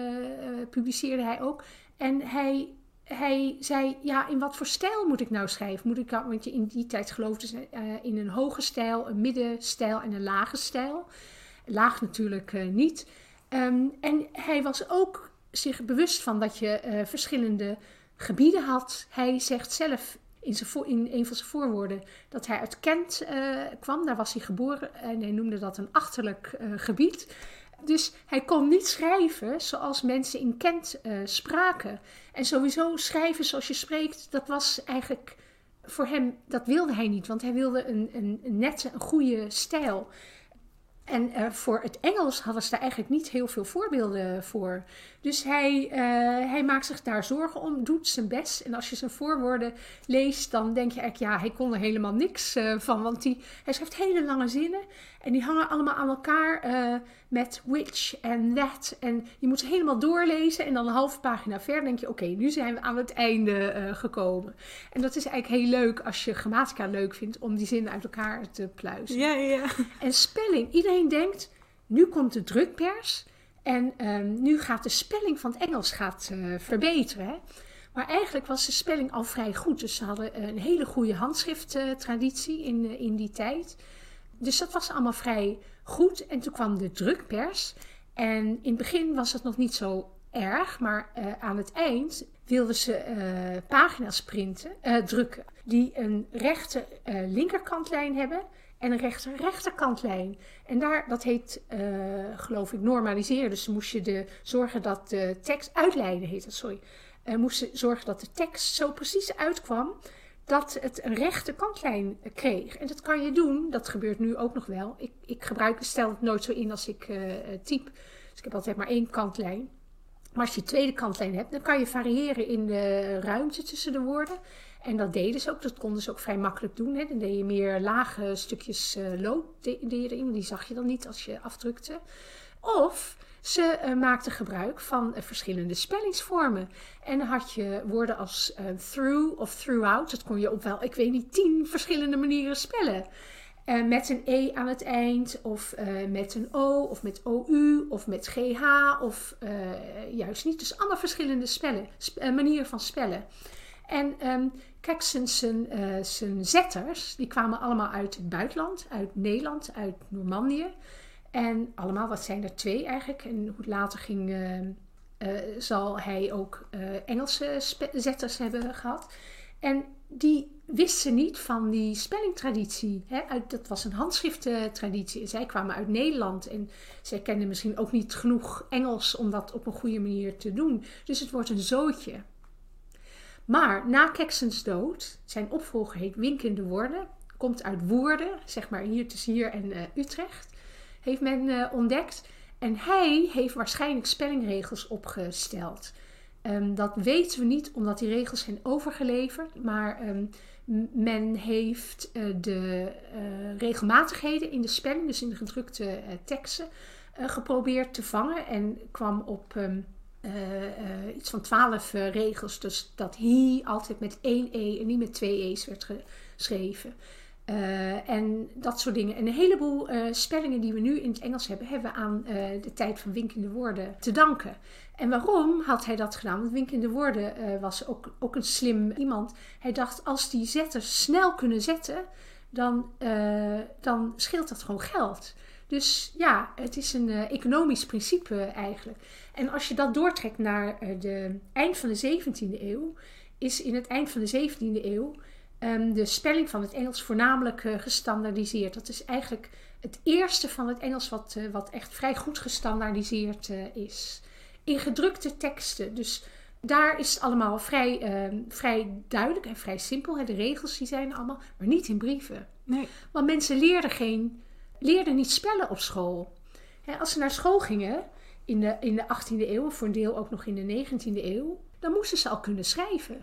uh, publiceerde hij ook. En hij, hij zei, ja, in wat voor stijl moet ik nou schrijven? Moet ik, want je in die tijd geloofde ze uh, in een hoge stijl, een middenstijl en een lage stijl. Laag natuurlijk uh, niet. Um, en hij was ook zich bewust van dat je uh, verschillende gebieden had. Hij zegt zelf in, zijn voor, in een van zijn voorwoorden dat hij uit Kent uh, kwam. Daar was hij geboren en hij noemde dat een achterlijk uh, gebied. Dus hij kon niet schrijven zoals mensen in Kent uh, spraken. En sowieso schrijven zoals je spreekt, dat was eigenlijk voor hem, dat wilde hij niet, want hij wilde een, een, een nette, een goede stijl. En uh, voor het Engels hadden ze daar eigenlijk niet heel veel voorbeelden voor. Dus hij, uh, hij maakt zich daar zorgen om, doet zijn best. En als je zijn voorwoorden leest, dan denk je eigenlijk, ja, hij kon er helemaal niks uh, van. Want die, hij schrijft hele lange zinnen en die hangen allemaal aan elkaar uh, met which en that. En je moet ze helemaal doorlezen en dan een halve pagina verder denk je, oké, okay, nu zijn we aan het einde uh, gekomen. En dat is eigenlijk heel leuk als je grammatica leuk vindt om die zinnen uit elkaar te pluizen. Ja, ja. En spelling, iedereen denkt, nu komt de drukpers en um, nu gaat de spelling van het Engels gaat, uh, verbeteren. Hè? Maar eigenlijk was de spelling al vrij goed. Dus ze hadden een hele goede handschrifttraditie in, uh, in die tijd. Dus dat was allemaal vrij goed. En toen kwam de drukpers. En in het begin was het nog niet zo erg, maar uh, aan het eind wilden ze uh, pagina's printen, uh, drukken, die een rechte uh, linkerkantlijn hebben en een rechter rechterkantlijn. En daar, dat heet, uh, geloof ik, normaliseren. Dus moest je de, zorgen dat de tekst, uitleiden heet het, sorry. Uh, moest je zorgen dat de tekst zo precies uitkwam dat het een rechte kantlijn kreeg. En dat kan je doen, dat gebeurt nu ook nog wel. Ik, ik gebruik, stel het nooit zo in als ik uh, type. Dus ik heb altijd maar één kantlijn. Maar als je tweede kantlijn hebt, dan kan je variëren in de ruimte tussen de woorden. En dat deden ze ook, dat konden ze ook vrij makkelijk doen. Hè. Dan deed je meer lage stukjes uh, loop deed je erin, die zag je dan niet als je afdrukte. Of ze uh, maakten gebruik van uh, verschillende spellingsvormen. En dan had je woorden als uh, through of throughout, dat kon je op wel, ik weet niet, tien verschillende manieren spellen. Uh, met een E aan het eind, of uh, met een O, of met O U, of met G H, of uh, juist niet. Dus allemaal verschillende spellen, sp- uh, manieren van spellen. En um, kijk, zijn, zijn, uh, zijn zetters, die kwamen allemaal uit het buitenland, uit Nederland, uit Normandië. En allemaal, wat zijn er twee eigenlijk? En hoe het later ging, uh, uh, zal hij ook uh, Engelse spe- zetters hebben gehad. En die wisten niet van die spellingtraditie. Hè? Uit, dat was een handschrifttraditie. Zij kwamen uit Nederland en zij kenden misschien ook niet genoeg Engels om dat op een goede manier te doen. Dus het wordt een zootje. Maar na Caxtons dood, zijn opvolger heet Wink in de Woorden, komt uit Woerden, zeg maar hier tussen hier en uh, Utrecht, heeft men uh, ontdekt. En hij heeft waarschijnlijk spellingregels opgesteld. Um, dat weten we niet, omdat die regels zijn overgeleverd. Maar um, men heeft uh, de uh, regelmatigheden in de spelling, dus in de gedrukte uh, teksten, uh, geprobeerd te vangen. En kwam op um, uh, uh, iets van twaalf uh, regels. Dus dat he altijd met één E en niet met twee E's werd geschreven. Uh, en dat soort dingen. En een heleboel uh, spellingen die we nu in het Engels hebben, hebben we aan uh, de tijd van Wink in de Woorden te danken. En waarom had hij dat gedaan? Want Wink in de Woorden uh, was ook, ook een slim iemand. Hij dacht, als die zetters snel kunnen zetten, dan, uh, dan scheelt dat gewoon geld. Dus ja, het is een uh, economisch principe eigenlijk. En als je dat doortrekt naar uh, de eind van de zeventiende eeuw, is in het eind van de zeventiende eeuw Um, de spelling van het Engels voornamelijk uh, gestandaardiseerd. Dat is eigenlijk het eerste van het Engels wat, uh, wat echt vrij goed gestandaardiseerd uh, is. In gedrukte teksten. Dus daar is het allemaal vrij, uh, vrij duidelijk en vrij simpel. Hè. De regels die zijn allemaal, maar niet in brieven. Nee. Want mensen leerden, geen, leerden niet spellen op school. Hè, als ze naar school gingen in de, in de achttiende eeuw, voor een deel ook nog in de negentiende eeuw, dan moesten ze al kunnen schrijven.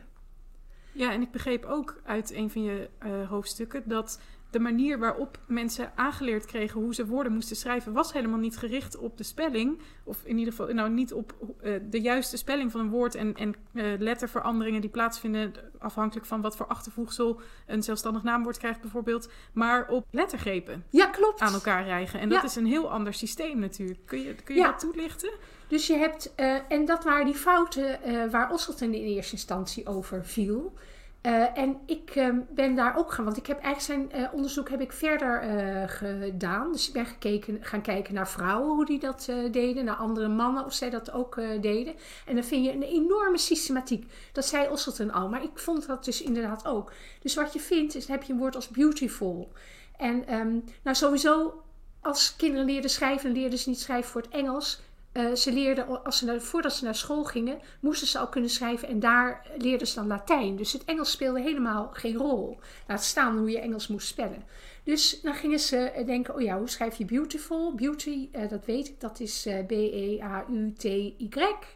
Ja, en ik begreep ook uit een van je uh, hoofdstukken dat de manier waarop mensen aangeleerd kregen hoe ze woorden moesten schrijven, was helemaal niet gericht op de spelling. Of in ieder geval nou niet op uh, de juiste spelling van een woord en, en uh, letterveranderingen die plaatsvinden afhankelijk van wat voor achtervoegsel een zelfstandig naamwoord krijgt bijvoorbeeld. Maar op lettergrepen. Ja, klopt. Aan elkaar rijgen. En dat ja. is een heel ander systeem natuurlijk. Kun je, kun je ja. dat toelichten? Dus je hebt, uh, en dat waren die fouten uh, waar Osselten in eerste instantie over viel. Uh, en ik uh, ben daar ook gaan, want ik heb eigenlijk zijn uh, onderzoek heb ik verder uh, gedaan. Dus ik ben gekeken, gaan kijken naar vrouwen, hoe die dat uh, deden, naar andere mannen, of zij dat ook uh, deden. En dan vind je een enorme systematiek. Dat zei Osselten al, maar ik vond dat dus inderdaad ook. Dus wat je vindt, is dan heb je een woord als beautiful. En um, nou sowieso, als kinderen leerden schrijven, leerden ze niet schrijven voor het Engels. Uh, ze leerden, als ze naar, voordat ze naar school gingen, moesten ze al kunnen schrijven en daar leerden ze dan Latijn. Dus het Engels speelde helemaal geen rol. Laat staan hoe je Engels moest spellen. Dus dan gingen ze denken, oh ja, hoe schrijf je beautiful? Beauty, uh, dat weet ik, dat is uh, B E A U T Y.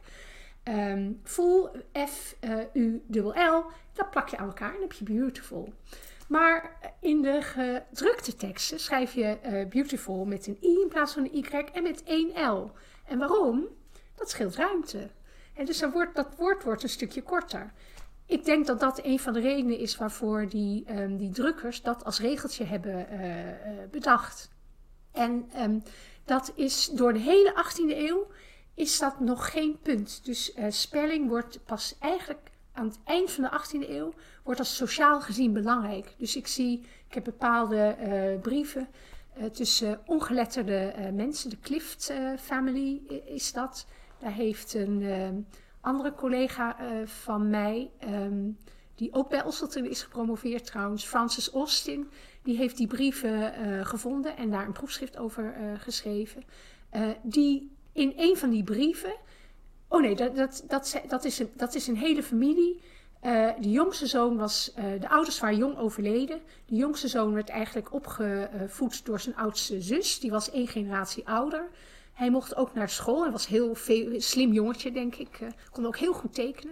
Um, full, F U L L. Dat plak je aan elkaar en dan heb je beautiful. Maar in de gedrukte teksten schrijf je uh, beautiful met een I in plaats van een Y en met één L. En waarom? Dat scheelt ruimte. En dus dan wordt, dat woord wordt een stukje korter. Ik denk dat dat een van de redenen is waarvoor die, um, die drukkers dat als regeltje hebben uh, uh, bedacht. En um, dat is door de hele achttiende eeuw is dat nog geen punt. Dus uh, spelling wordt pas eigenlijk aan het eind van de achttiende eeuw wordt als sociaal gezien belangrijk. Dus ik zie, ik heb bepaalde uh, brieven uh, tussen ongeletterde uh, mensen. De Clift uh, family is dat. Daar heeft een uh, andere collega uh, van mij, um, die ook bij Osselten is gepromoveerd trouwens, Francis Austin, die heeft die brieven uh, gevonden en daar een proefschrift over uh, geschreven. Uh, die in een van die brieven, oh nee, dat, dat, dat, dat, is, een, dat is een hele familie. Uh, de jongste zoon was, uh, de ouders waren jong overleden. De jongste zoon werd eigenlijk opgevoed door zijn oudste zus. Die was één generatie ouder. Hij mocht ook naar school. Hij was een heel veel, slim jongetje, denk ik. Uh, kon ook heel goed tekenen.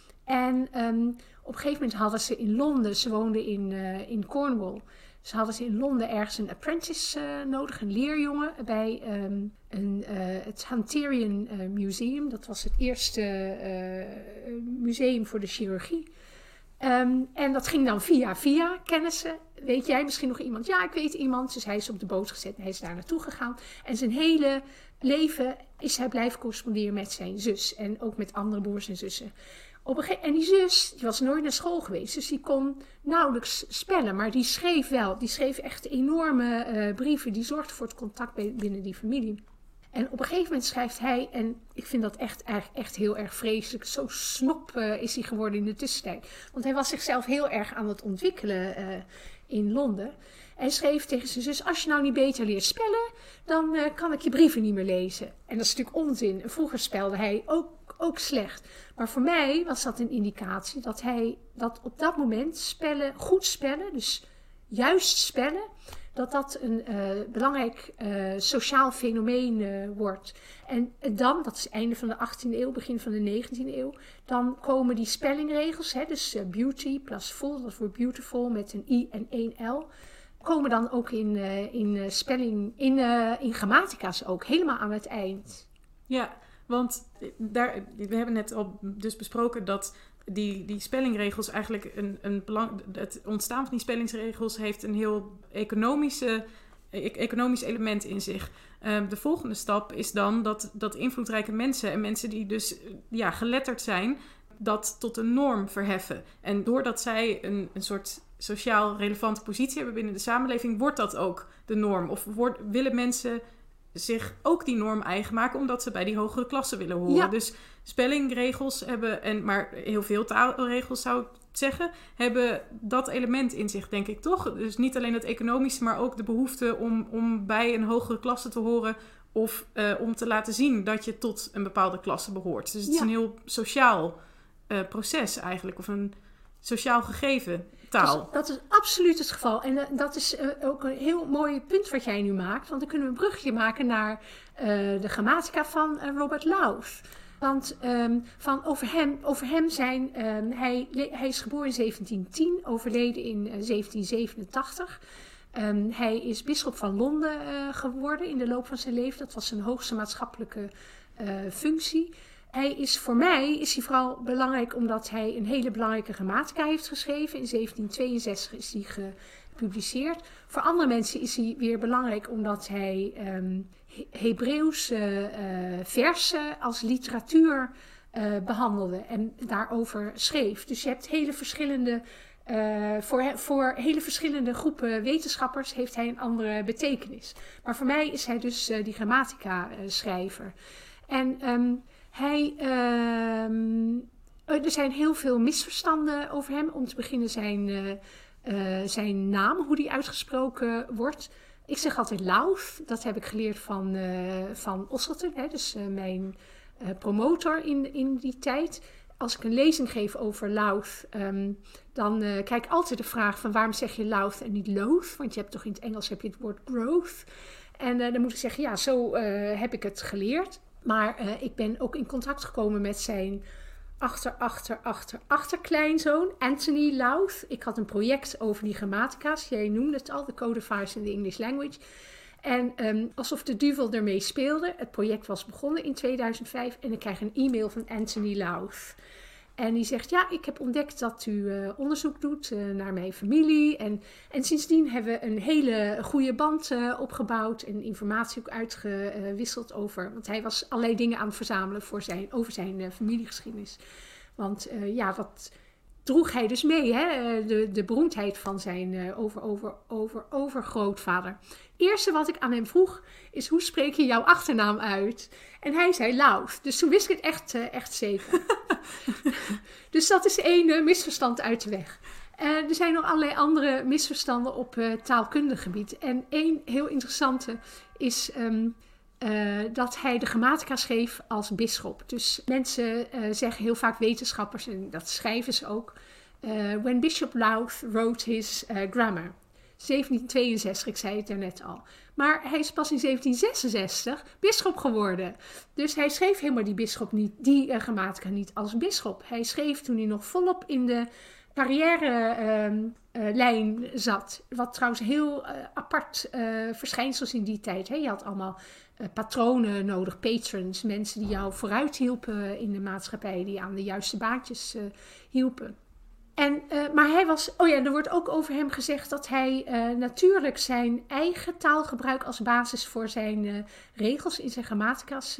En um, op een gegeven moment hadden ze in Londen, ze woonden in, uh, in Cornwall. Ze hadden ze in Londen ergens een apprentice uh, nodig, een leerjongen, bij um, een, uh, het Hunterian uh, Museum. Dat was het eerste uh, museum voor de chirurgie. Um, en dat ging dan via via kennissen. Weet jij misschien nog iemand? Ja, ik weet iemand. Dus hij is op de boot gezet en hij is daar naartoe gegaan. En zijn hele leven is hij blijven corresponderen met zijn zus. En ook met andere broers en zussen. Op een ge- en die zus, die was nooit naar school geweest, dus die kon nauwelijks spellen. Maar die schreef wel, die schreef echt enorme uh, brieven, die zorgde voor het contact be- binnen die familie. En op een gegeven moment schrijft hij, en ik vind dat echt, eigenlijk echt heel erg vreselijk, zo snop uh, is hij geworden in de tussentijd. Want hij was zichzelf heel erg aan het ontwikkelen uh, in Londen. Hij schreef tegen zijn zus, als je nou niet beter leert spellen, dan uh, kan ik je brieven niet meer lezen. En dat is natuurlijk onzin. Vroeger spelde hij ook, ook slecht. Maar voor mij was dat een indicatie dat hij dat op dat moment spellen, goed spellen, dus juist spellen, dat dat een uh, belangrijk uh, sociaal fenomeen uh, wordt. En dan, dat is het einde van de achttiende eeuw, begin van de negentiende eeuw, dan komen die spellingregels, hè, dus uh, beauty plus full, dat wordt beautiful met een i en één l, komen dan ook in, uh, in uh, spelling, in, uh, in grammatica's ook, helemaal aan het eind. Ja, want daar, we hebben net al dus besproken dat die, die spellingregels eigenlijk een, een belang, het ontstaan van die spellingsregels heeft een heel economische, e- economisch element in zich. Um, de volgende stap is dan dat, dat invloedrijke mensen en mensen die dus ja, geletterd zijn, dat tot een norm verheffen. En doordat zij een, een soort sociaal relevante positie hebben binnen de samenleving, wordt dat ook de norm. Of wordt, willen mensen zich ook die norm eigen maken, omdat ze bij die hogere klasse willen horen. Ja. Dus spellingregels hebben, en maar heel veel taalregels zou ik zeggen, hebben dat element in zich, denk ik toch? Dus niet alleen het economische, maar ook de behoefte om, om bij een hogere klasse te horen of uh, om te laten zien dat je tot een bepaalde klasse behoort. Dus het is ja. een heel sociaal uh, proces eigenlijk, of een sociaal gegeven taal. Dat is, dat is absoluut het geval. En uh, dat is uh, ook een heel mooi punt wat jij nu maakt. Want dan kunnen we een brugje maken naar uh, de grammatica van uh, Robert Lowth. Want um, van over, hem, over hem zijn... Um, hij, hij is geboren in zeventien tien, overleden in uh, zeventien zevenentachtig. Um, hij is bisschop van Londen uh, geworden in de loop van zijn leven. Dat was zijn hoogste maatschappelijke uh, functie. Hij is, voor mij is hij vooral belangrijk omdat hij een hele belangrijke grammatica heeft geschreven. In zeventien tweeënzestig is hij gepubliceerd. Voor andere mensen is hij weer belangrijk omdat hij um, Hebreeuwse uh, versen als literatuur uh, behandelde en daarover schreef. Dus je hebt hele verschillende, uh, voor, voor hele verschillende groepen wetenschappers heeft hij een andere betekenis. Maar voor mij is hij dus uh, die grammatica uh, schrijver. En um, Hij, uh, er zijn heel veel misverstanden over hem. Om te beginnen zijn, uh, uh, zijn naam, hoe die uitgesproken wordt. Ik zeg altijd Louth. Dat heb ik geleerd van, uh, van Osselton, hè, dus uh, mijn uh, promotor in, in die tijd. Als ik een lezing geef over Louth, um, dan uh, kijk ik altijd de vraag van waarom zeg je Louth en niet Loath? Want je hebt toch in het Engels heb je het woord growth. En uh, dan moet ik zeggen, ja, zo uh, heb ik het geleerd. Maar uh, ik ben ook in contact gekomen met zijn achter, achter, achter, achterkleinzoon, Anthony Louth. Ik had een project over die grammatica's. Jij noemde het al, de codifiers in the English language. En um, alsof de duivel ermee speelde. Het project was begonnen in tweeduizend vijf en ik krijg een e-mail van Anthony Louth. En die zegt, ja, ik heb ontdekt dat u uh, onderzoek doet uh, naar mijn familie. En, en sindsdien hebben we een hele goede band uh, opgebouwd en informatie ook uitgewisseld over. Want hij was allerlei dingen aan het verzamelen voor zijn, over zijn uh, familiegeschiedenis. Want uh, ja, dat droeg hij dus mee, hè? De, de beroemdheid van zijn uh, over, over, over, overgrootvader. Het eerste wat ik aan hem vroeg is, hoe spreek je jouw achternaam uit? En hij zei Louth. Dus toen wist ik het echt, uh, echt zeker. Dus dat is één uh, misverstand uit de weg. Uh, er zijn nog allerlei andere misverstanden op uh, taalkundig gebied. En één heel interessante is um, uh, dat hij de grammatica schreef als bisschop. Dus mensen uh, zeggen heel vaak, wetenschappers, en dat schrijven ze ook, uh, when Bishop Louth wrote his uh, grammar. zeventien tweeënzestig, ik zei het daarnet al. Maar hij is pas in zeventien zesenzestig bisschop geworden. Dus hij schreef helemaal die bisschop niet, die uh, grammatica niet als bisschop. Hij schreef toen hij nog volop in de carrière-lijn uh, uh, zat. Wat trouwens heel uh, apart uh, verschijnsels in die tijd. Hè? Je had allemaal uh, patronen nodig, patrons, mensen die jou vooruit hielpen in de maatschappij, die aan de juiste baantjes uh, hielpen. En, uh, maar hij was, oh ja, er wordt ook over hem gezegd dat hij uh, natuurlijk zijn eigen taalgebruik als basis voor zijn uh, regels in zijn grammatica's uh,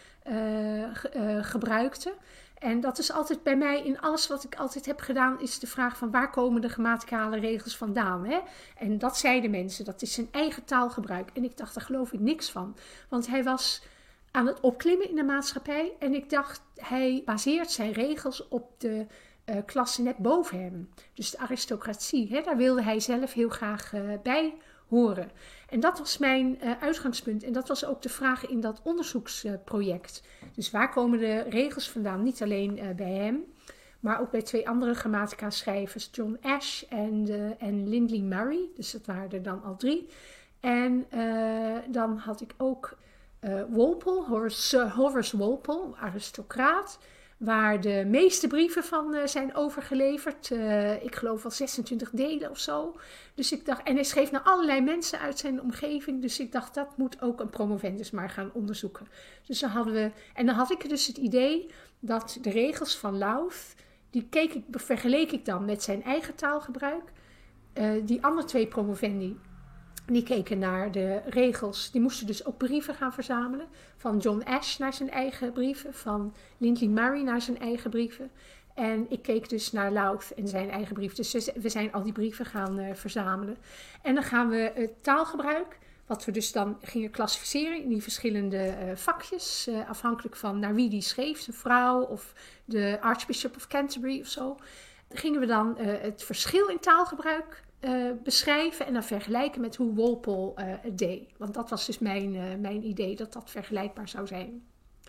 uh, ge, uh, gebruikte. En dat is altijd bij mij, in alles wat ik altijd heb gedaan, is de vraag van waar komen de grammaticale regels vandaan? Hè? En dat zeiden mensen, dat is zijn eigen taalgebruik. En ik dacht, daar geloof ik niks van. Want hij was aan het opklimmen in de maatschappij en ik dacht, hij baseert zijn regels op de Uh, klasse net boven hem. Dus de aristocratie, hè, daar wilde hij zelf heel graag uh, bij horen. En dat was mijn uh, uitgangspunt. En dat was ook de vraag in dat onderzoeksproject. Uh, dus waar komen de regels vandaan? Niet alleen uh, bij hem, maar ook bij twee andere grammatica-schrijvers, John Ash en, uh, en Lindley Murray. Dus dat waren er dan al drie. En uh, dan had ik ook uh, Walpole, Horace, Horace Walpole, aristocraat, waar de meeste brieven van uh, zijn overgeleverd. Uh, ik geloof wel zesentwintig delen of zo. Dus ik dacht, en hij schreef naar allerlei mensen uit zijn omgeving. Dus ik dacht, dat moet ook een promovendus maar gaan onderzoeken. Dus dan hadden we, en dan had ik dus het idee dat de regels van Louth, die keek ik, vergeleek ik dan met zijn eigen taalgebruik. Uh, die andere twee promovendi, die keken naar de regels. Die moesten dus ook brieven gaan verzamelen. Van John Ash naar zijn eigen brieven. Van Lindley Murray naar zijn eigen brieven. En ik keek dus naar Louth en zijn eigen brief. Dus we zijn al die brieven gaan uh, verzamelen. En dan gaan we het taalgebruik, wat we dus dan gingen klassificeren in die verschillende uh, vakjes. Uh, afhankelijk van naar wie die schreef. Zijn vrouw of de Archbishop of Canterbury of zo. Gingen we dan uh, het verschil in taalgebruik Uh, beschrijven en dan vergelijken met hoe Walpole uh, het deed. Want dat was dus mijn, uh, mijn idee, dat dat vergelijkbaar zou zijn.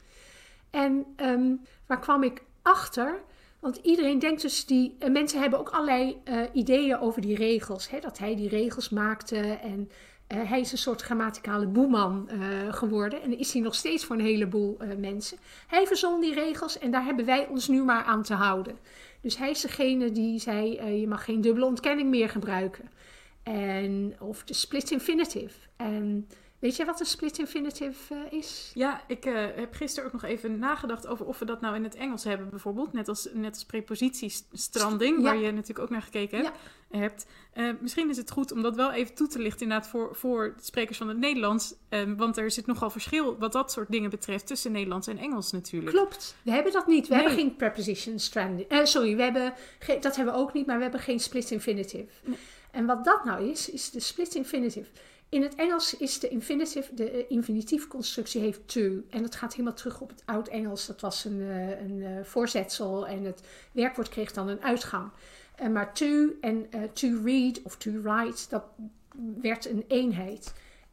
En um, waar kwam ik achter? Want iedereen denkt dus, die uh, mensen hebben ook allerlei uh, ideeën over die regels. Hè? Dat hij die regels maakte en uh, hij is een soort grammaticale boeman uh, geworden. En dat is hij nog steeds voor een heleboel uh, mensen. Hij verzon die regels en daar hebben wij ons nu maar aan te houden. Dus hij is degene die zei, uh, je mag geen dubbele ontkenning meer gebruiken. En, of de split infinitive. En weet jij wat een split infinitive uh, is? Ja, ik uh, heb gisteren ook nog even nagedacht over of we dat nou in het Engels hebben bijvoorbeeld. Net als, net als prepositiestranding, ja, waar je natuurlijk ook naar gekeken hebt. Ja. hebt. Uh, misschien is het goed om dat wel even toe te lichten inderdaad voor, voor de sprekers van het Nederlands. Um, want er zit nogal verschil wat dat soort dingen betreft tussen Nederlands en Engels natuurlijk. Klopt, we hebben dat niet. We nee. hebben geen preposition stranding. Uh, sorry, we hebben ge- dat hebben we ook niet, maar we hebben geen split infinitive. Nee. En wat dat nou is, is de split infinitive. In het Engels is de infinitive, de infinitiefconstructie heeft to. En dat gaat helemaal terug op het Oud-Engels. Dat was een, een, een voorzetsel en het werkwoord kreeg dan een uitgang. Uh, maar to en uh, to read of to write, dat werd een eenheid.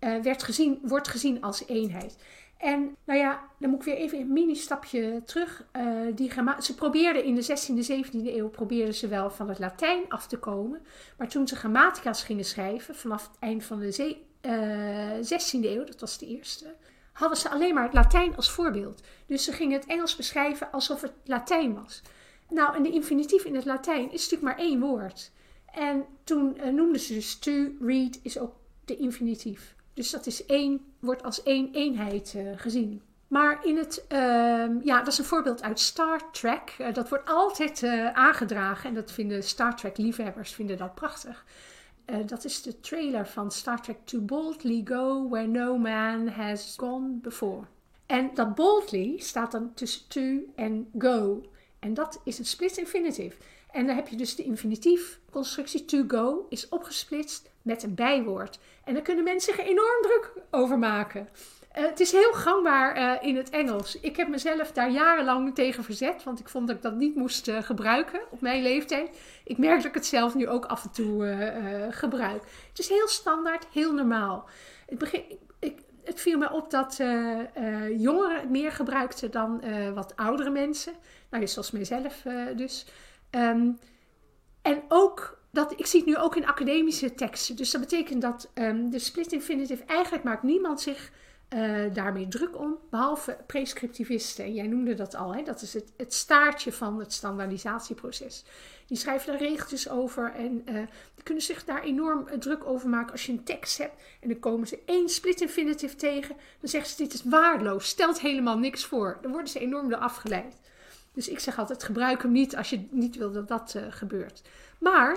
uh, werd gezien, wordt gezien als eenheid. En nou ja, dan moet ik weer even een mini-stapje terug. Uh, die gramma- ze probeerden in de zestiende, zeventiende eeuw probeerden ze wel van het Latijn af te komen. Maar toen ze grammatica's gingen schrijven, vanaf het eind van de ze- uh, zestiende eeuw, dat was de eerste, hadden ze alleen maar het Latijn als voorbeeld. Dus ze gingen het Engels beschrijven alsof het Latijn was. Nou, en de infinitief in het Latijn is natuurlijk maar één woord. En toen uh, noemden ze dus to, read, is ook de infinitief. Dus dat is één, wordt als één eenheid uh, gezien. Maar in het, uh, ja, dat is een voorbeeld uit Star Trek. Uh, dat wordt altijd uh, aangedragen en dat vinden Star Trek liefhebbers vinden dat prachtig. Uh, dat is de trailer van Star Trek To Boldly Go Where No Man Has Gone Before. En dat boldly staat dan tussen to en go. En dat is een split infinitive. En dan heb je dus de infinitief constructie to go is opgesplitst met een bijwoord. En daar kunnen mensen zich enorm druk over maken. Uh, het is heel gangbaar uh, in het Engels. Ik heb mezelf daar jarenlang tegen verzet, want ik vond dat ik dat niet moest uh, gebruiken op mijn leeftijd. Ik merk dat ik het zelf nu ook af en toe uh, uh, gebruik. Het is heel standaard, heel normaal. Het, begin, ik, het viel me op dat uh, uh, jongeren het meer gebruikten dan uh, wat oudere mensen. Nou, zoals mijzelf uh, dus. Um, en ook, dat, ik zie het nu ook in academische teksten. Dus dat betekent dat um, de split infinitive, eigenlijk maakt niemand zich uh, daarmee druk om, behalve prescriptivisten. En jij noemde dat al, hè? Dat is het, het staartje van het standaardisatieproces. Die schrijven daar regeltjes over en uh, die kunnen zich daar enorm uh, druk over maken. Als je een tekst hebt en dan komen ze één split infinitive tegen, dan zeggen ze dit is waardeloos, stelt helemaal niks voor. Dan worden ze enorm door afgeleid. Dus ik zeg altijd, gebruik hem niet als je niet wil dat dat uh, gebeurt. Maar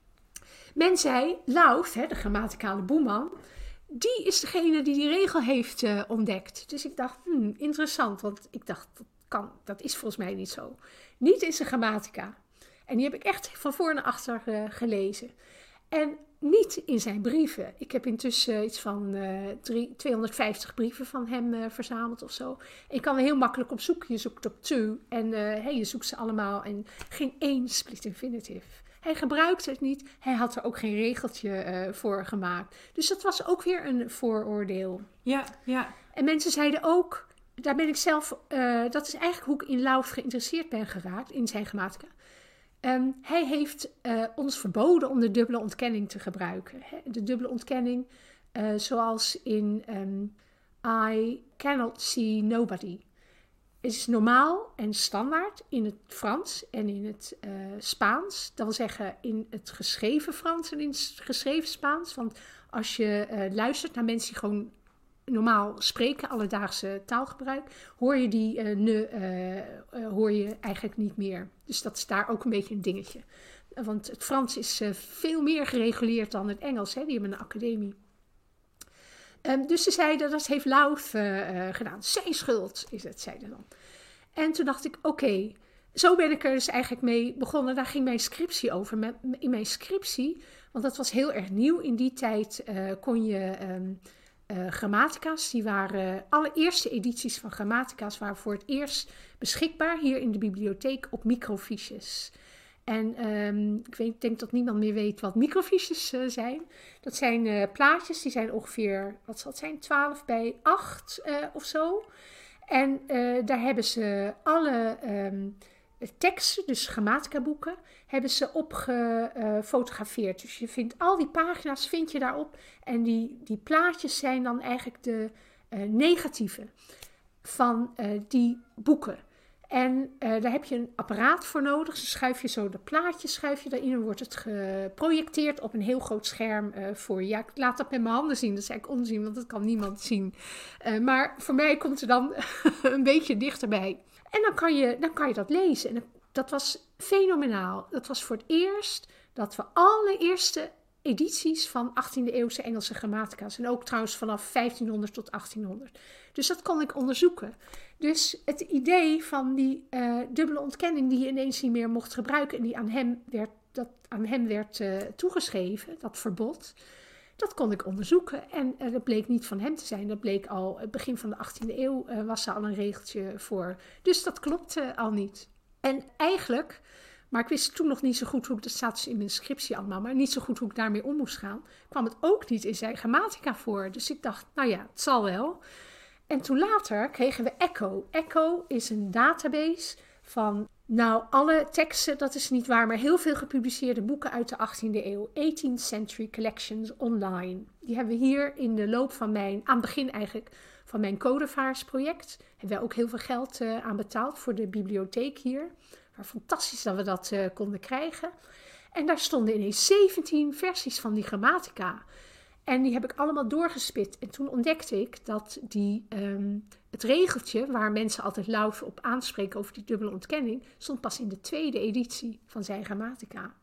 men zei, Lauf, hè, de grammaticale boeman, die is degene die die regel heeft uh, ontdekt. Dus ik dacht, hmm, interessant, want ik dacht, dat, kan, dat is volgens mij niet zo. Niet in zijn grammatica. En die heb ik echt van voor naar achter uh, gelezen. En niet in zijn brieven. Ik heb intussen iets van uh, drie, tweehonderdvijftig brieven van hem uh, verzameld of zo. En je kan er heel makkelijk op zoeken. Je zoekt op to en uh, hey, je zoekt ze allemaal. En geen één split infinitive. Hij gebruikte het niet. Hij had er ook geen regeltje uh, voor gemaakt. Dus dat was ook weer een vooroordeel. Ja, ja. En mensen zeiden ook, daar ben ik zelf, uh, dat is eigenlijk hoe ik in Lauf geïnteresseerd ben geraakt, in zijn grammatica. Um, hij heeft uh, ons verboden om de dubbele ontkenning te gebruiken. Hè? De dubbele ontkenning uh, zoals in um, I cannot see nobody. Het is normaal en standaard in het Frans en in het uh, Spaans. Dat wil zeggen in het geschreven Frans en in het geschreven Spaans. Want als je uh, luistert naar mensen die gewoon normaal spreken, alledaagse taalgebruik, hoor je die uh, ne, uh, uh, hoor je eigenlijk niet meer. Dus dat is daar ook een beetje een dingetje. Want het Frans is uh, veel meer gereguleerd dan het Engels. Hè? Die hebben een academie. Um, dus ze zeiden, dat heeft Lauf uh, uh, gedaan. Zijn schuld is het, zeiden dan. En toen dacht ik, oké, okay, zo ben ik er dus eigenlijk mee begonnen. Daar ging mijn scriptie over. In mijn scriptie, want dat was heel erg nieuw. In die tijd uh, kon je um, uh, grammatica's, die waren, alle eerste edities van grammatica's waren voor het eerst beschikbaar hier in de bibliotheek op microfiches. En um, ik weet, denk dat niemand meer weet wat microfiches uh, zijn. Dat zijn uh, plaatjes, die zijn ongeveer, wat zal het zijn, twaalf bij acht uh, of zo. En uh, daar hebben ze alle um, teksten, dus grammatica boeken, hebben ze op gefotografeerd. Dus je vindt al die pagina's, vind je daarop. En die, die plaatjes zijn dan eigenlijk de uh, negatieve van uh, die boeken. En uh, daar heb je een apparaat voor nodig. Dus schuif je zo de plaatjes schuif je daarin en wordt het geprojecteerd op een heel groot scherm uh, voor je. Ja, ik laat dat met mijn handen zien. Dat is eigenlijk onzin, want dat kan niemand zien. Uh, maar voor mij komt er dan een beetje dichterbij. En dan kan je, dan kan je dat lezen. En dat was fenomenaal. Dat was voor het eerst dat we allereerste edities van achttiende eeuwse Engelse grammatica's. En ook trouwens vanaf vijftienhonderd tot achttienhonderd. Dus dat kon ik onderzoeken. Dus het idee van die uh, dubbele ontkenning die je ineens niet meer mocht gebruiken en die aan hem werd, dat aan hem werd uh, toegeschreven, dat verbod, dat kon ik onderzoeken. En uh, dat bleek niet van hem te zijn. Dat bleek al, het begin van de achttiende eeuw uh, was er al een regeltje voor. Dus dat klopte al niet. En eigenlijk Maar ik wist toen nog niet zo goed hoe ik, dat staat dus in mijn scriptie allemaal, maar niet zo goed hoe ik daarmee om moest gaan. Kwam het ook niet in zijn grammatica voor. Dus ik dacht, nou ja, het zal wel. En toen later kregen we Echo. Echo is een database van, nou, alle teksten, dat is niet waar, maar heel veel gepubliceerde boeken uit de achttiende eeuw. eighteenth Century Collections online. Die hebben we hier in de loop van mijn, aan het begin eigenlijk, van mijn codevaarsproject. Hebben we ook heel veel geld uh, aan betaald voor de bibliotheek hier. Maar fantastisch dat we dat uh, konden krijgen. En daar stonden ineens zeventien versies van die grammatica. En die heb ik allemaal doorgespit. En toen ontdekte ik dat die, um, het regeltje waar mensen altijd lauw op aanspreken over die dubbele ontkenning, stond pas in de tweede editie van zijn grammatica.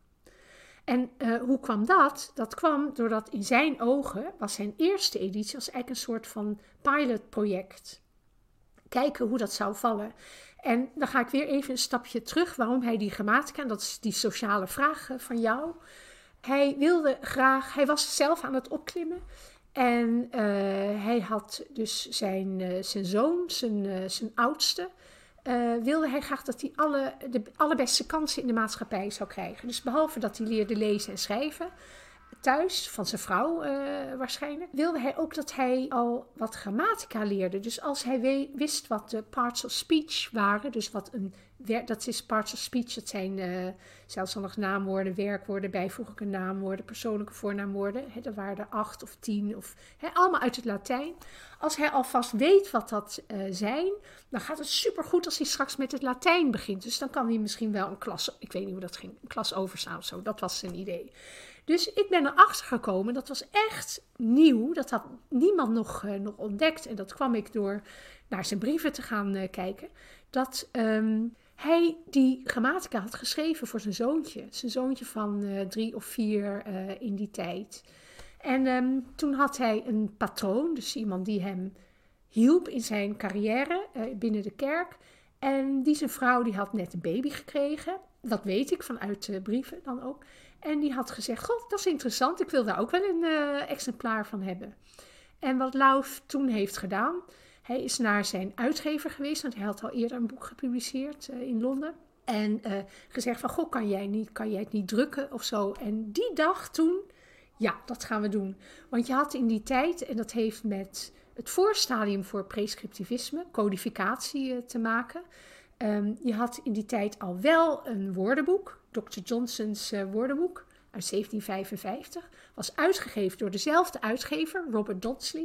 En uh, hoe kwam dat? Dat kwam doordat in zijn ogen was zijn eerste editie was eigenlijk een soort van pilotproject. Kijken hoe dat zou vallen. En dan ga ik weer even een stapje terug waarom hij die grammatica, en dat is die sociale vraag van jou. Hij wilde graag, hij was zelf aan het opklimmen en uh, hij had dus zijn, uh, zijn zoon, zijn, uh, zijn oudste, uh, wilde hij graag dat hij alle, de allerbeste kansen in de maatschappij zou krijgen. Dus behalve dat hij leerde lezen en schrijven, thuis, van zijn vrouw uh, waarschijnlijk, wilde hij ook dat hij al wat grammatica leerde. Dus als hij we- wist wat de parts of speech waren, dus wat een, dat is parts of speech, dat zijn uh, zelfstandige naamwoorden, werkwoorden, bijvoeglijke naamwoorden, persoonlijke voornaamwoorden, hè, dat waren er acht of tien, of, hè, allemaal uit het Latijn. Als hij alvast weet wat dat uh, zijn, dan gaat het supergoed als hij straks met het Latijn begint. Dus dan kan hij misschien wel een klas, ik weet niet hoe dat ging, een klas overstaan of zo, dat was zijn idee. Dus ik ben erachter gekomen, dat was echt nieuw, dat had niemand nog, uh, nog ontdekt. En dat kwam ik door naar zijn brieven te gaan uh, kijken, dat um, hij die grammatica had geschreven voor zijn zoontje. Zijn zoontje van uh, drie of vier uh, in die tijd. En um, toen had hij een patroon, dus iemand die hem hielp in zijn carrière uh, binnen de kerk. En die zijn vrouw die had net een baby gekregen, dat weet ik vanuit de brieven dan ook. En die had gezegd, goh, dat is interessant, ik wil daar ook wel een uh, exemplaar van hebben. En wat Lauf toen heeft gedaan, hij is naar zijn uitgever geweest, want hij had al eerder een boek gepubliceerd uh, in Londen. En uh, gezegd van, goh, kan jij, niet, kan jij het niet drukken of zo? En die dag toen, ja, dat gaan we doen. Want je had in die tijd, en dat heeft met het voorstadium voor prescriptivisme, codificatie uh, te maken. Um, je had in die tijd al wel een woordenboek, dokter Johnson's uh, woordenboek uit zeventien vijfenvijftig. Was uitgegeven door dezelfde uitgever, Robert Dodsley.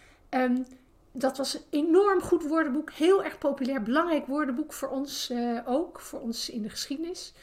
Um, dat was een enorm goed woordenboek, heel erg populair, belangrijk woordenboek voor ons uh, ook, voor ons in de geschiedenis.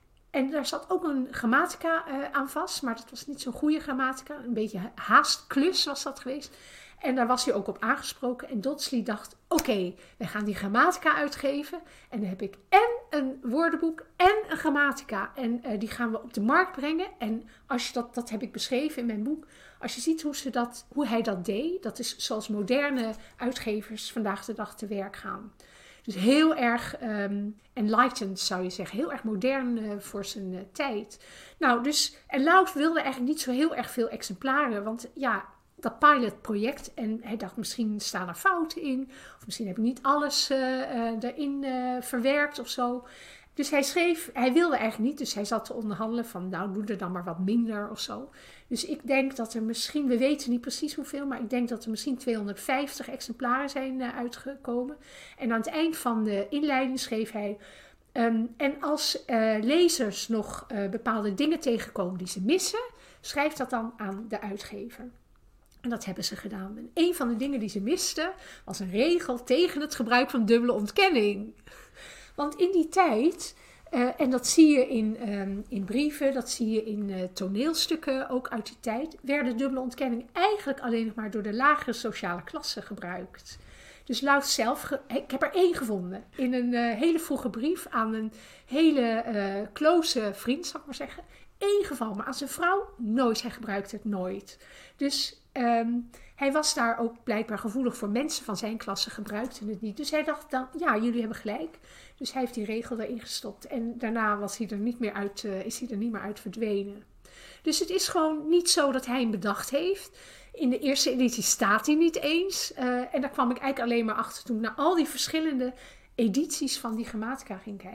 En daar zat ook een grammatica uh, aan vast, maar dat was niet zo'n goede grammatica, een beetje haastklus was dat geweest. En daar was hij ook op aangesproken. En Dodsley dacht, oké, okay, wij gaan die grammatica uitgeven. En dan heb ik en een woordenboek en een grammatica. En uh, die gaan we op de markt brengen. En als je dat, dat heb ik beschreven in mijn boek. Als je ziet hoe, ze dat, hoe hij dat deed, dat is zoals moderne uitgevers vandaag de dag te werk gaan. Dus heel erg um, enlightened zou je zeggen. Heel erg modern uh, voor zijn uh, tijd. Nou, dus, en Lauf wilde eigenlijk niet zo heel erg veel exemplaren. Want ja, dat pilotproject. En hij dacht, misschien staan er fouten in. Of misschien heb ik niet alles uh, uh, erin uh, verwerkt of zo. Dus hij schreef, hij wilde eigenlijk niet. Dus hij zat te onderhandelen van, nou, doe er dan maar wat minder of zo. Dus ik denk dat er misschien, we weten niet precies hoeveel, maar ik denk dat er misschien tweehonderdvijftig exemplaren zijn uh, uitgekomen. En aan het eind van de inleiding schreef hij, um, en als uh, lezers nog uh, bepaalde dingen tegenkomen die ze missen, schrijf dat dan aan de uitgever. En dat hebben ze gedaan. En een van de dingen die ze misten was een regel tegen het gebruik van dubbele ontkenning. Want in die tijd, uh, en dat zie je in, um, in brieven, dat zie je in uh, toneelstukken ook uit die tijd, werden dubbele ontkenning eigenlijk alleen nog maar door de lagere sociale klasse gebruikt. Dus Lauf zelf, ge- ik heb er één gevonden in een uh, hele vroege brief aan een hele uh, close vriend, zal ik maar zeggen. Eén geval, maar aan zijn vrouw nooit, hij gebruikte het nooit. Dus um, hij was daar ook blijkbaar gevoelig voor. Mensen van zijn klasse gebruikten het niet. Dus hij dacht dan, ja, jullie hebben gelijk. Dus hij heeft die regel erin gestopt. En daarna was hij er niet meer uit, uh, is hij er niet meer uit verdwenen. Dus het is gewoon niet zo dat hij hem bedacht heeft. In de eerste editie staat hij niet eens. Uh, en daar kwam ik eigenlijk alleen maar achter toen ik naar al die verschillende edities van die grammatica ging kijken.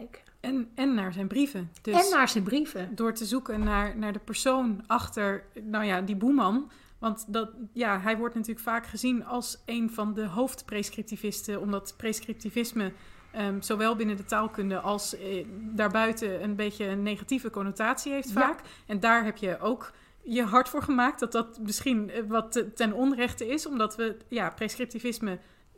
En, en naar zijn brieven. Dus en naar zijn brieven. Door te zoeken naar, naar de persoon achter, nou ja, die Boeman. Want dat, ja, hij wordt natuurlijk vaak gezien als een van de hoofdprescriptivisten, omdat prescriptivisme um, zowel binnen de taalkunde als eh, daarbuiten een beetje een negatieve connotatie heeft vaak. Ja. En daar heb je ook je hard voor gemaakt dat dat misschien wat ten onrechte is, omdat we, ja, prescriptivisme...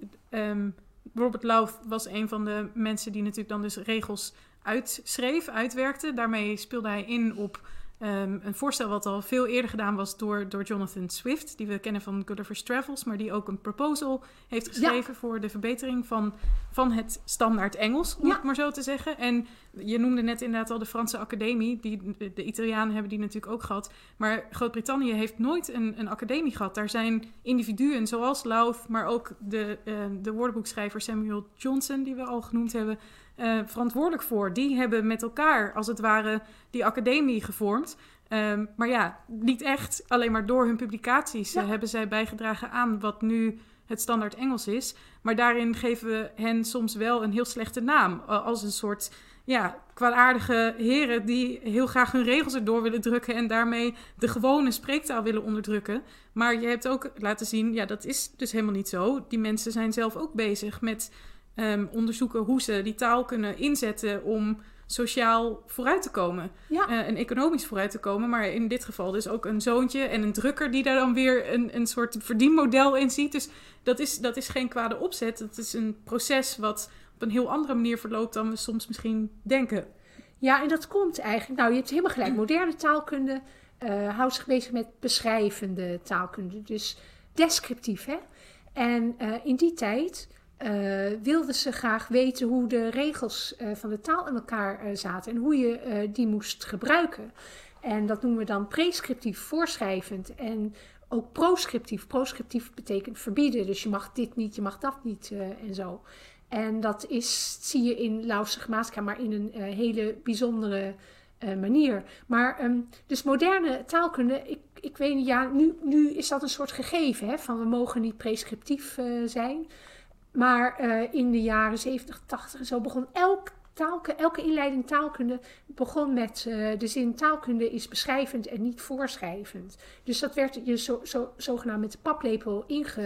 Um, Robert Lowth was een van de mensen die natuurlijk dan dus regels uitschreef, uitwerkte. Daarmee speelde hij in op um, een voorstel wat al veel eerder gedaan was door, door Jonathan Swift, die we kennen van Gulliver's Travels, maar die ook een proposal heeft geschreven ja. voor de verbetering van, van het standaard Engels, om ja. het maar zo te zeggen. En je noemde net inderdaad al de Franse Academie, die, de Italianen hebben die natuurlijk ook gehad. Maar Groot-Brittannië heeft nooit een, een academie gehad. Daar zijn individuen zoals Lowth, maar ook de, uh, de woordenboekschrijver Samuel Johnson, die we al genoemd hebben, uh, verantwoordelijk voor. Die hebben met elkaar, als het ware, die academie gevormd. Um, maar ja, niet echt, alleen maar door hun publicaties ja. uh, hebben zij bijgedragen aan wat nu het standaard Engels is. Maar daarin geven we hen soms wel een heel slechte naam. Uh, als een soort ja, kwaadaardige heren die heel graag hun regels erdoor willen drukken en daarmee de gewone spreektaal willen onderdrukken. Maar je hebt ook laten zien, ja, dat is dus helemaal niet zo. Die mensen zijn zelf ook bezig met um, onderzoeken hoe ze die taal kunnen inzetten om sociaal vooruit te komen. Ja. Uh, en economisch vooruit te komen. Maar in dit geval dus ook een zoontje en een drukker die daar dan weer een, een soort verdienmodel in ziet. Dus dat is, dat is geen kwade opzet. Dat is een proces wat op een heel andere manier verloopt dan we soms misschien denken. Ja, en dat komt eigenlijk... Nou, je hebt helemaal gelijk. Moderne taalkunde uh, houdt zich bezig met beschrijvende taalkunde. Dus descriptief, hè. En uh, in die tijd uh, wilden ze graag weten hoe de regels uh, van de taal in elkaar uh, zaten en hoe je uh, die moest gebruiken. En dat noemen we dan prescriptief, voorschrijvend en ook proscriptief. Proscriptief betekent verbieden, dus je mag dit niet, je mag dat niet uh, en zo. En dat is, zie je in Lowth's grammatica, maar in een uh, hele bijzondere uh, manier. Maar um, dus moderne taalkunde, ik, ik weet niet, ja, nu, nu is dat een soort gegeven, hè, van we mogen niet prescriptief uh, zijn. Maar uh, in de jaren zeventig, tachtig en zo begon elk taalkunde, elke inleiding taalkunde begon met uh, de zin taalkunde is beschrijvend en niet voorschrijvend. Dus dat werd je zo, zo, zogenaamd met de paplepel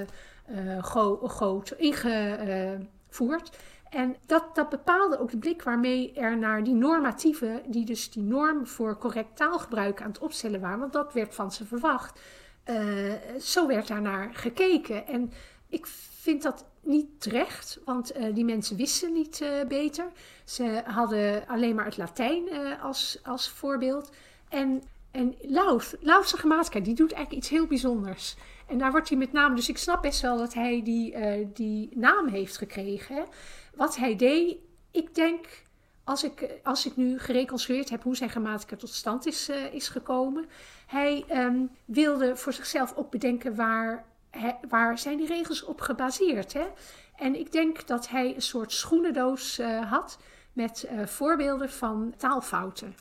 ingegoten, uh, ingevoerd. En dat, dat bepaalde ook de blik waarmee er naar die normatieve, die dus die norm voor correct taalgebruik aan het opstellen waren, want dat werd van ze verwacht. Uh, zo werd daarnaar gekeken. En ik vind dat niet terecht, want uh, die mensen wisten niet uh, beter. Ze hadden alleen maar het Latijn uh, als, als voorbeeld. En, en Lowth, Lowth's grammatica, die doet eigenlijk iets heel bijzonders. En daar wordt hij met name, dus ik snap best wel dat hij die, uh, die naam heeft gekregen. Hè. Wat hij deed, ik denk, als ik, als ik nu gereconstrueerd heb hoe zijn grammatica tot stand is, uh, is gekomen. Hij um, wilde voor zichzelf ook bedenken waar, he, waar zijn die regels op gebaseerd. Hè? En ik denk dat hij een soort schoenendoos uh, had met uh, voorbeelden van taalfouten.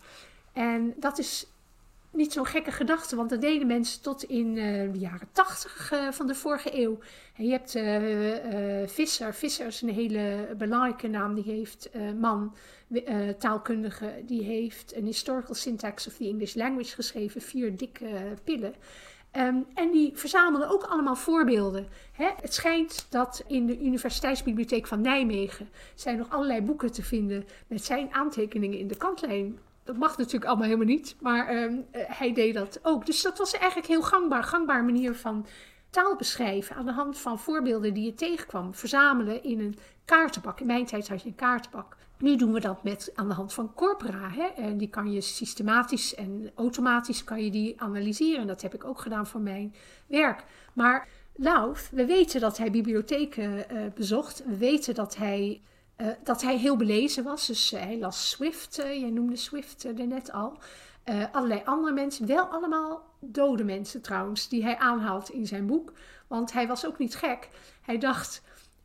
En dat is niet zo'n gekke gedachte, want dat deden mensen tot in uh, de jaren tachtig uh, van de vorige eeuw. En je hebt uh, uh, Visser. Visser is een hele belangrijke naam. Die heeft uh, man, uh, taalkundige, die heeft een Historical Syntax of the English Language geschreven. Vier dikke uh, pillen. Um, en die verzamelden ook allemaal voorbeelden. Hè? Het schijnt dat in de Universiteitsbibliotheek van Nijmegen zijn nog allerlei boeken te vinden met zijn aantekeningen in de kantlijn. Dat mag natuurlijk allemaal helemaal niet, maar um, uh, hij deed dat ook. Dus dat was eigenlijk heel gangbaar, gangbaar manier van taal beschrijven aan de hand van voorbeelden die je tegenkwam. Verzamelen in een kaartenbak. In mijn tijd had je een kaartenbak. Nu doen we dat met aan de hand van corpora. Hè? En die kan je systematisch en automatisch kan je die analyseren. Dat heb ik ook gedaan voor mijn werk. Maar Lowth, we weten dat hij bibliotheken uh, bezocht. We weten dat hij, uh, dat hij heel belezen was. Dus uh, hij las Swift. Uh, jij noemde Swift uh, net al. Uh, allerlei andere mensen. Wel allemaal dode mensen trouwens. Die hij aanhaalt in zijn boek. Want hij was ook niet gek. Hij dacht,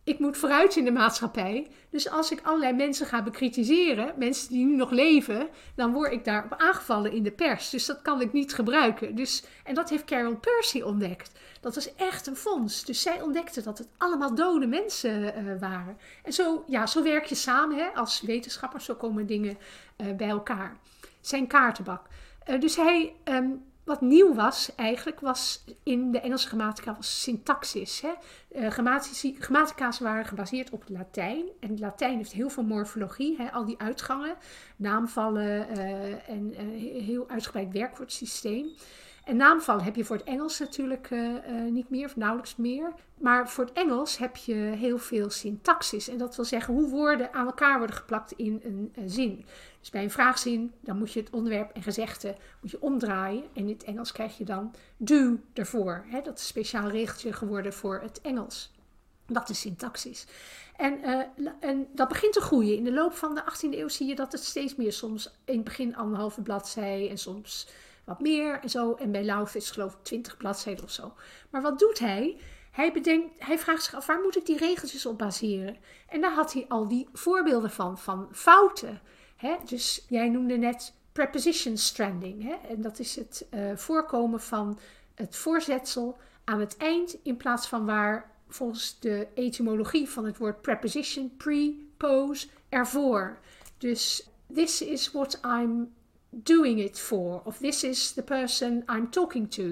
ik moet vooruit in de maatschappij. Dus als ik allerlei mensen ga bekritiseren, mensen die nu nog leven, dan word ik daarop aangevallen in de pers. Dus dat kan ik niet gebruiken. Dus, en dat heeft Carol Percy ontdekt. Dat was echt een fonds. Dus zij ontdekte dat het allemaal dode mensen uh, waren. En zo, ja, zo werk je samen hè, als wetenschappers. Zo komen dingen uh, bij elkaar. Zijn kaartenbak. Uh, dus hij... Um, Wat nieuw was eigenlijk, was in de Engelse grammatica, was syntaxis. Hè? Uh, grammatici, grammatica's waren gebaseerd op het Latijn. En het Latijn heeft heel veel morfologie, hè? Al die uitgangen, naamvallen uh, en een uh, heel uitgebreid werkwoordsysteem. En naamvallen heb je voor het Engels natuurlijk uh, uh, niet meer, of nauwelijks meer. Maar voor het Engels heb je heel veel syntaxis. En dat wil zeggen hoe woorden aan elkaar worden geplakt in een uh, zin. Dus bij een vraagzin, dan moet je het onderwerp en gezegde moet je omdraaien. En in het Engels krijg je dan do ervoor. Hè? Dat is een speciaal regeltje geworden voor het Engels. Dat is syntaxis. En, uh, en dat begint te groeien. In de loop van de achttiende eeuw zie je dat het steeds meer, soms in het begin anderhalve bladzij en soms wat meer en zo. En bij Lauf is het geloof ik twintig bladzijden of zo. Maar wat doet hij? Hij, bedenkt, hij vraagt zich af, waar moet ik die regeltjes op baseren? En daar had hij al die voorbeelden van, van fouten. Hè? Dus jij noemde net preposition stranding. Hè? En dat is het uh, voorkomen van het voorzetsel aan het eind in plaats van waar volgens de etymologie van het woord preposition, pre, pose, ervoor. Dus this is what I'm doing it for. Of this is the person I'm talking to.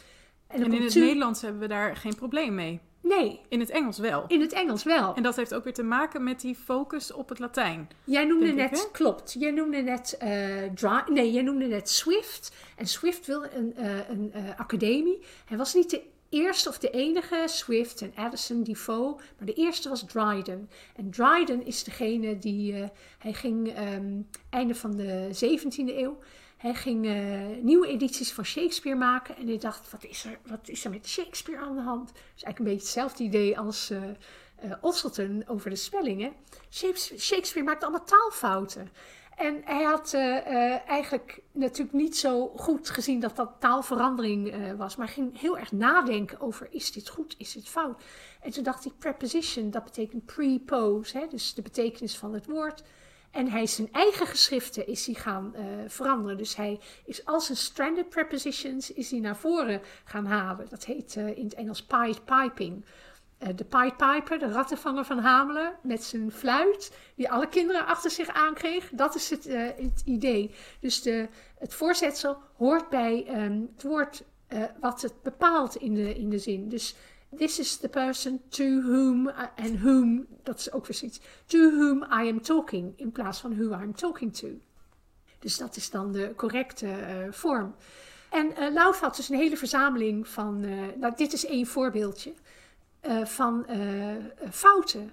En, en in het to... Nederlands hebben we daar geen probleem mee. Nee. In het Engels wel. In het Engels wel. En dat heeft ook weer te maken met die focus op het Latijn. Jij noemde net, ik, klopt, jij noemde net, uh, dry, nee, jij noemde net Swift. En Swift wilde een, uh, een uh, academie. Hij was niet de eerste of de enige, Swift en Addison, Defoe. Maar de eerste was Dryden. En Dryden is degene die, uh, hij ging um, einde van de zeventiende eeuw. Hij ging uh, nieuwe edities van Shakespeare maken. En hij dacht, wat is er, wat is er met Shakespeare aan de hand? Dat is eigenlijk een beetje hetzelfde idee als uh, uh, Osselton over de spellingen. Shakespeare, Shakespeare maakt allemaal taalfouten. En hij had uh, uh, eigenlijk natuurlijk niet zo goed gezien dat dat taalverandering uh, was. Maar hij ging heel erg nadenken over, is dit goed, is dit fout? En toen dacht hij, preposition, dat betekent pre-pose. Hè? Dus de betekenis van het woord. En hij is zijn eigen geschriften is hij gaan uh, veranderen. Dus hij is al zijn stranded prepositions is hij naar voren gaan halen. Dat heet uh, in het Engels pied piping. Uh, de Pied Piper, de rattenvanger van Hamelin, met zijn fluit, die alle kinderen achter zich aankreeg. Dat is het, uh, het idee. Dus de, het voorzetsel hoort bij um, het woord uh, wat het bepaalt in de, in de zin. Dus this is the person to whom, en uh, whom, dat is ook weer zoiets, to whom I am talking, in plaats van who I'm talking to. Dus dat is dan de correcte uh, vorm. En uh, Lauf had dus een hele verzameling van, uh, nou dit is één voorbeeldje, uh, van uh, fouten,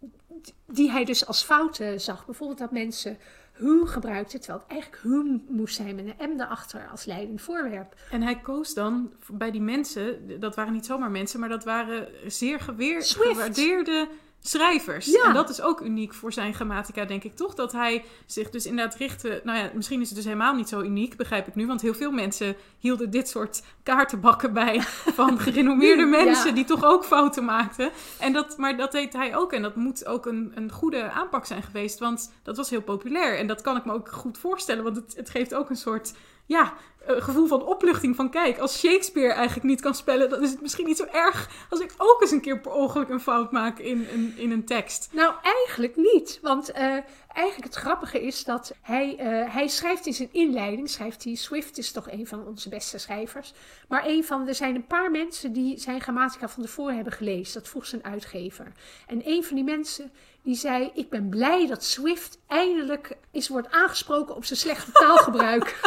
die hij dus als fouten zag. Bijvoorbeeld dat mensen who gebruikten, terwijl het eigenlijk whom moest zijn met een m erachter als leidend voorwerp. En hij koos dan bij die mensen, dat waren niet zomaar mensen, maar dat waren zeer geweer, gewaardeerde schrijvers. Ja. En dat is ook uniek voor zijn grammatica, denk ik toch? Dat hij zich dus inderdaad richtte... Nou ja, misschien is het dus helemaal niet zo uniek, begrijp ik nu. Want heel veel mensen hielden dit soort kaartenbakken bij van gerenommeerde mensen ja. die toch ook fouten maakten. En dat, maar dat deed hij ook. En dat moet ook een, een goede aanpak zijn geweest. Want dat was heel populair. En dat kan ik me ook goed voorstellen. Want het, het geeft ook een soort... Ja, een gevoel van opluchting van kijk, als Shakespeare eigenlijk niet kan spellen, dan is het misschien niet zo erg als ik ook eens een keer per ongeluk een fout maak in een, in een tekst. Nou, eigenlijk niet. Want uh, eigenlijk het grappige is dat hij, uh, hij schrijft in zijn inleiding, schrijft hij, Swift is toch een van onze beste schrijvers, maar een van, er zijn een paar mensen die zijn grammatica van tevoren hebben gelezen. Dat vroeg zijn uitgever. En een van die mensen die zei, ik ben blij dat Swift eindelijk eens wordt aangesproken op zijn slechte taalgebruik.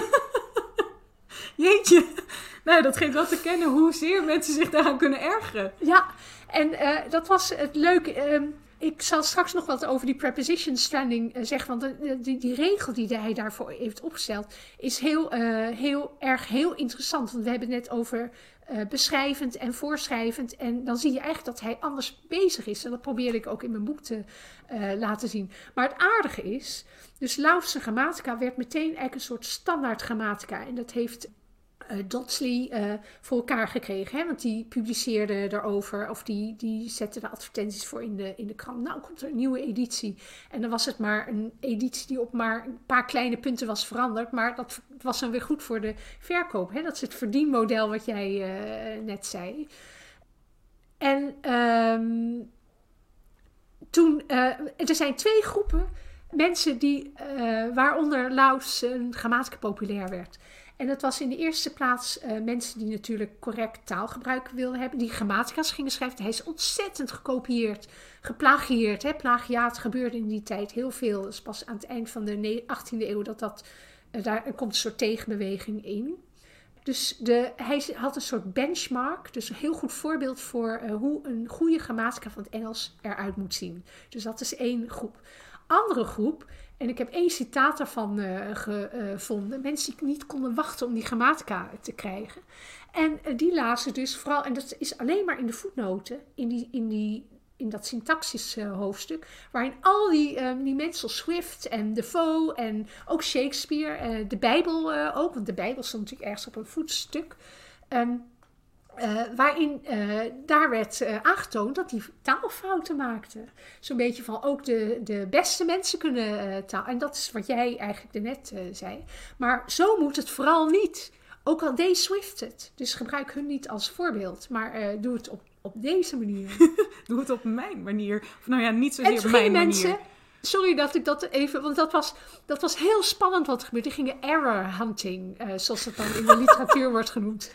Jeetje, nou dat geeft wel te kennen hoezeer mensen zich daaraan kunnen ergeren. Ja, en uh, dat was het leuke. Uh, ik zal straks nog wat over die preposition stranding uh, zeggen, want de, die, die regel die hij daarvoor heeft opgesteld is heel, uh, heel erg heel interessant. Want we hebben het net over uh, beschrijvend en voorschrijvend en dan zie je eigenlijk dat hij anders bezig is. En dat probeerde ik ook in mijn boek te uh, laten zien. Maar het aardige is, dus Lauf's grammatica werd meteen eigenlijk een soort standaard grammatica en dat heeft... uh, Dodsley uh, voor elkaar gekregen. Hè? Want die publiceerde daarover, of die, die zette de advertenties voor in de, in de krant. Nou, komt er een nieuwe editie. En dan was het maar een editie die op maar een paar kleine punten was veranderd. Maar dat was dan weer goed voor de verkoop. Hè? Dat is het verdienmodel wat jij uh, net zei. En um, toen, uh, er zijn twee groepen mensen die, uh, waaronder Laus een grammatica populair werd. En dat was in de eerste plaats uh, mensen die natuurlijk correct taalgebruik wilden hebben. Die grammatica's gingen schrijven. Hij is ontzettend gekopieerd, geplagieerd. Hè? Plagiaat gebeurde in die tijd heel veel. Dat is pas aan het eind van de achttiende eeuw dat dat... Uh, daar er komt een soort tegenbeweging in. Dus de, hij had een soort benchmark. Dus een heel goed voorbeeld voor uh, hoe een goede grammatica van het Engels eruit moet zien. Dus dat is één groep. Andere groep... En ik heb één citaat daarvan uh, gevonden. Mensen die niet konden wachten om die grammatica te krijgen. En uh, die lazen dus vooral, en dat is alleen maar in de voetnoten, in, die, in, die, in dat syntaxisch uh, hoofdstuk, waarin al die, um, die mensen zoals Swift en Defoe en ook Shakespeare, uh, de Bijbel uh, ook, want de Bijbel stond natuurlijk ergens op een voetstuk, um, Uh, waarin uh, daar werd uh, aangetoond dat die taalfouten maakte. Zo'n beetje van ook de, de beste mensen kunnen uh, taal. En dat is wat jij eigenlijk daarnet uh, zei. Maar zo moet het vooral niet. Ook al deed Swift het. Dus gebruik hun niet als voorbeeld. Maar uh, doe het op, op deze manier. Doe het op mijn manier. Of nou ja, niet zozeer en op mijn mensen, manier. Sorry dat ik dat even... Want dat was, dat was heel spannend wat er gebeurde. Die gingen error hunting. Uh, zoals het dan in de literatuur wordt genoemd.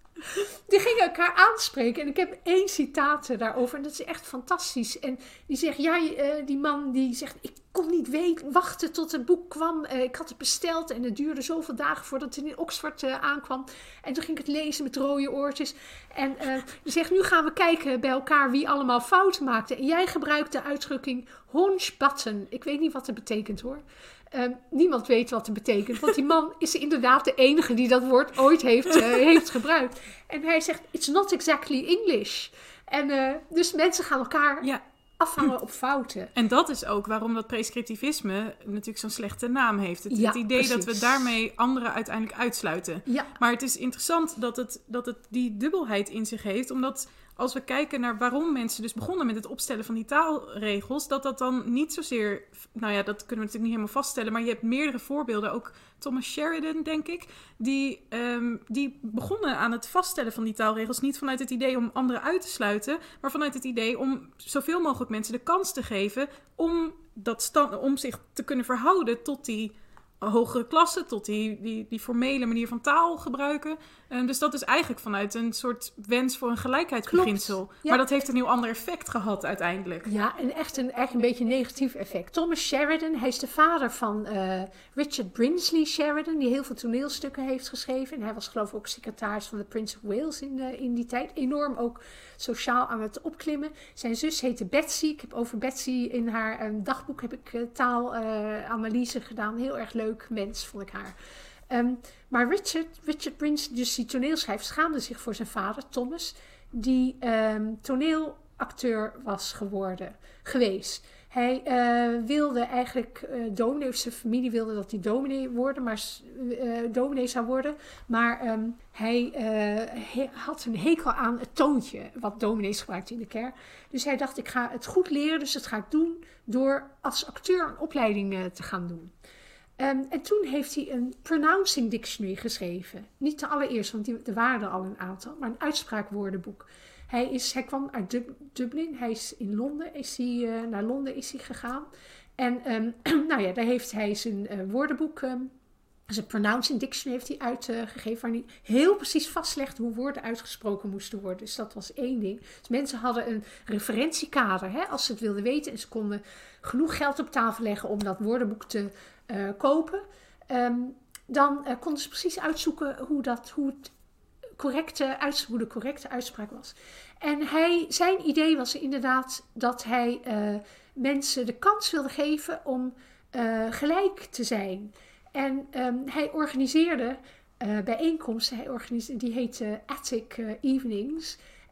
Die gingen elkaar aanspreken. En ik heb één citaat daarover. En dat is echt fantastisch. En die zegt, ja, uh, die man die zegt, ik kon niet weten, wachten tot het boek kwam. Uh, ik had het besteld en het duurde zoveel dagen voordat het in Oxford uh, aankwam. En toen ging ik het lezen met rode oortjes. En uh, die zegt, nu gaan we kijken bij elkaar wie allemaal fouten maakte. En jij gebruikt de uitdrukking hunch button. Ik weet niet wat dat betekent hoor. Um, niemand weet wat het betekent. Want die man is inderdaad de enige die dat woord ooit heeft, uh, heeft gebruikt. En hij zegt, it's not exactly English. En uh, dus mensen gaan elkaar ja. afhangen op fouten. En dat is ook waarom dat prescriptivisme natuurlijk zo'n slechte naam heeft. Het, ja, het idee precies. dat we daarmee anderen uiteindelijk uitsluiten. Ja. Maar het is interessant dat het, dat het die dubbelheid in zich heeft. Omdat als we kijken naar waarom mensen dus begonnen met het opstellen van die taalregels, dat dat dan niet zozeer, nou ja, dat kunnen we natuurlijk niet helemaal vaststellen, maar je hebt meerdere voorbeelden, ook Thomas Sheridan, denk ik, die, um, die begonnen aan het vaststellen van die taalregels niet vanuit het idee om anderen uit te sluiten, maar vanuit het idee om zoveel mogelijk mensen de kans te geven om, dat stand, om zich te kunnen verhouden tot die hogere klassen, tot die, die, die formele manier van taal gebruiken. Um, dus dat is eigenlijk vanuit een soort wens voor een gelijkheidsbeginsel. Ja. Maar dat heeft een heel ander effect gehad uiteindelijk. Ja, en echt een, echt een beetje een negatief effect. Thomas Sheridan, hij is de vader van uh, Richard Brinsley Sheridan, die heel veel toneelstukken heeft geschreven. En hij was geloof ik ook secretaris van de Prince of Wales in, uh, in die tijd. Enorm ook sociaal aan het opklimmen. Zijn zus heette Betsy. Ik heb over Betsy in haar um, dagboek heb ik uh, taalanalyse uh, gedaan. Heel erg leuk mens, vond ik haar. Um, maar Richard, Richard Brinsley, dus die toneelschrijver, schaamde zich voor zijn vader, Thomas, die um, toneelacteur was geworden, geweest. Hij uh, wilde eigenlijk, uh, dominee, of zijn familie wilde dat hij dominee worden, maar uh, dominee zou worden. Maar um, hij uh, he, had een hekel aan het toontje wat dominees gebruikten in de kerk. Dus hij dacht, ik ga het goed leren, dus dat ga ik doen door als acteur een opleiding uh, te gaan doen. Um, en toen heeft hij een pronouncing dictionary geschreven. Niet de allereerste, want die, er waren er al een aantal, maar een uitspraakwoordenboek. Hij, is, hij kwam uit Dub- Dublin, hij is in Londen, is hij, uh, naar Londen is hij gegaan. En um, nou ja, daar heeft hij zijn uh, woordenboek, um, zijn pronouncing dictionary heeft hij uitgegeven, uh, waarin hij heel precies vastlegde hoe woorden uitgesproken moesten worden. Dus dat was één ding. Dus mensen hadden een referentiekader, hè, als ze het wilden weten. En ze konden genoeg geld op tafel leggen om dat woordenboek te uh, kopen. Um, dan uh, konden ze precies uitzoeken hoe, dat, hoe, het correcte uits- hoe de correcte uitspraak was. En hij, zijn idee was inderdaad dat hij uh, mensen de kans wilde geven om uh, gelijk te zijn. En um, hij organiseerde uh, bijeenkomsten, hij organiseerde, die heette Attic uh, Evenings.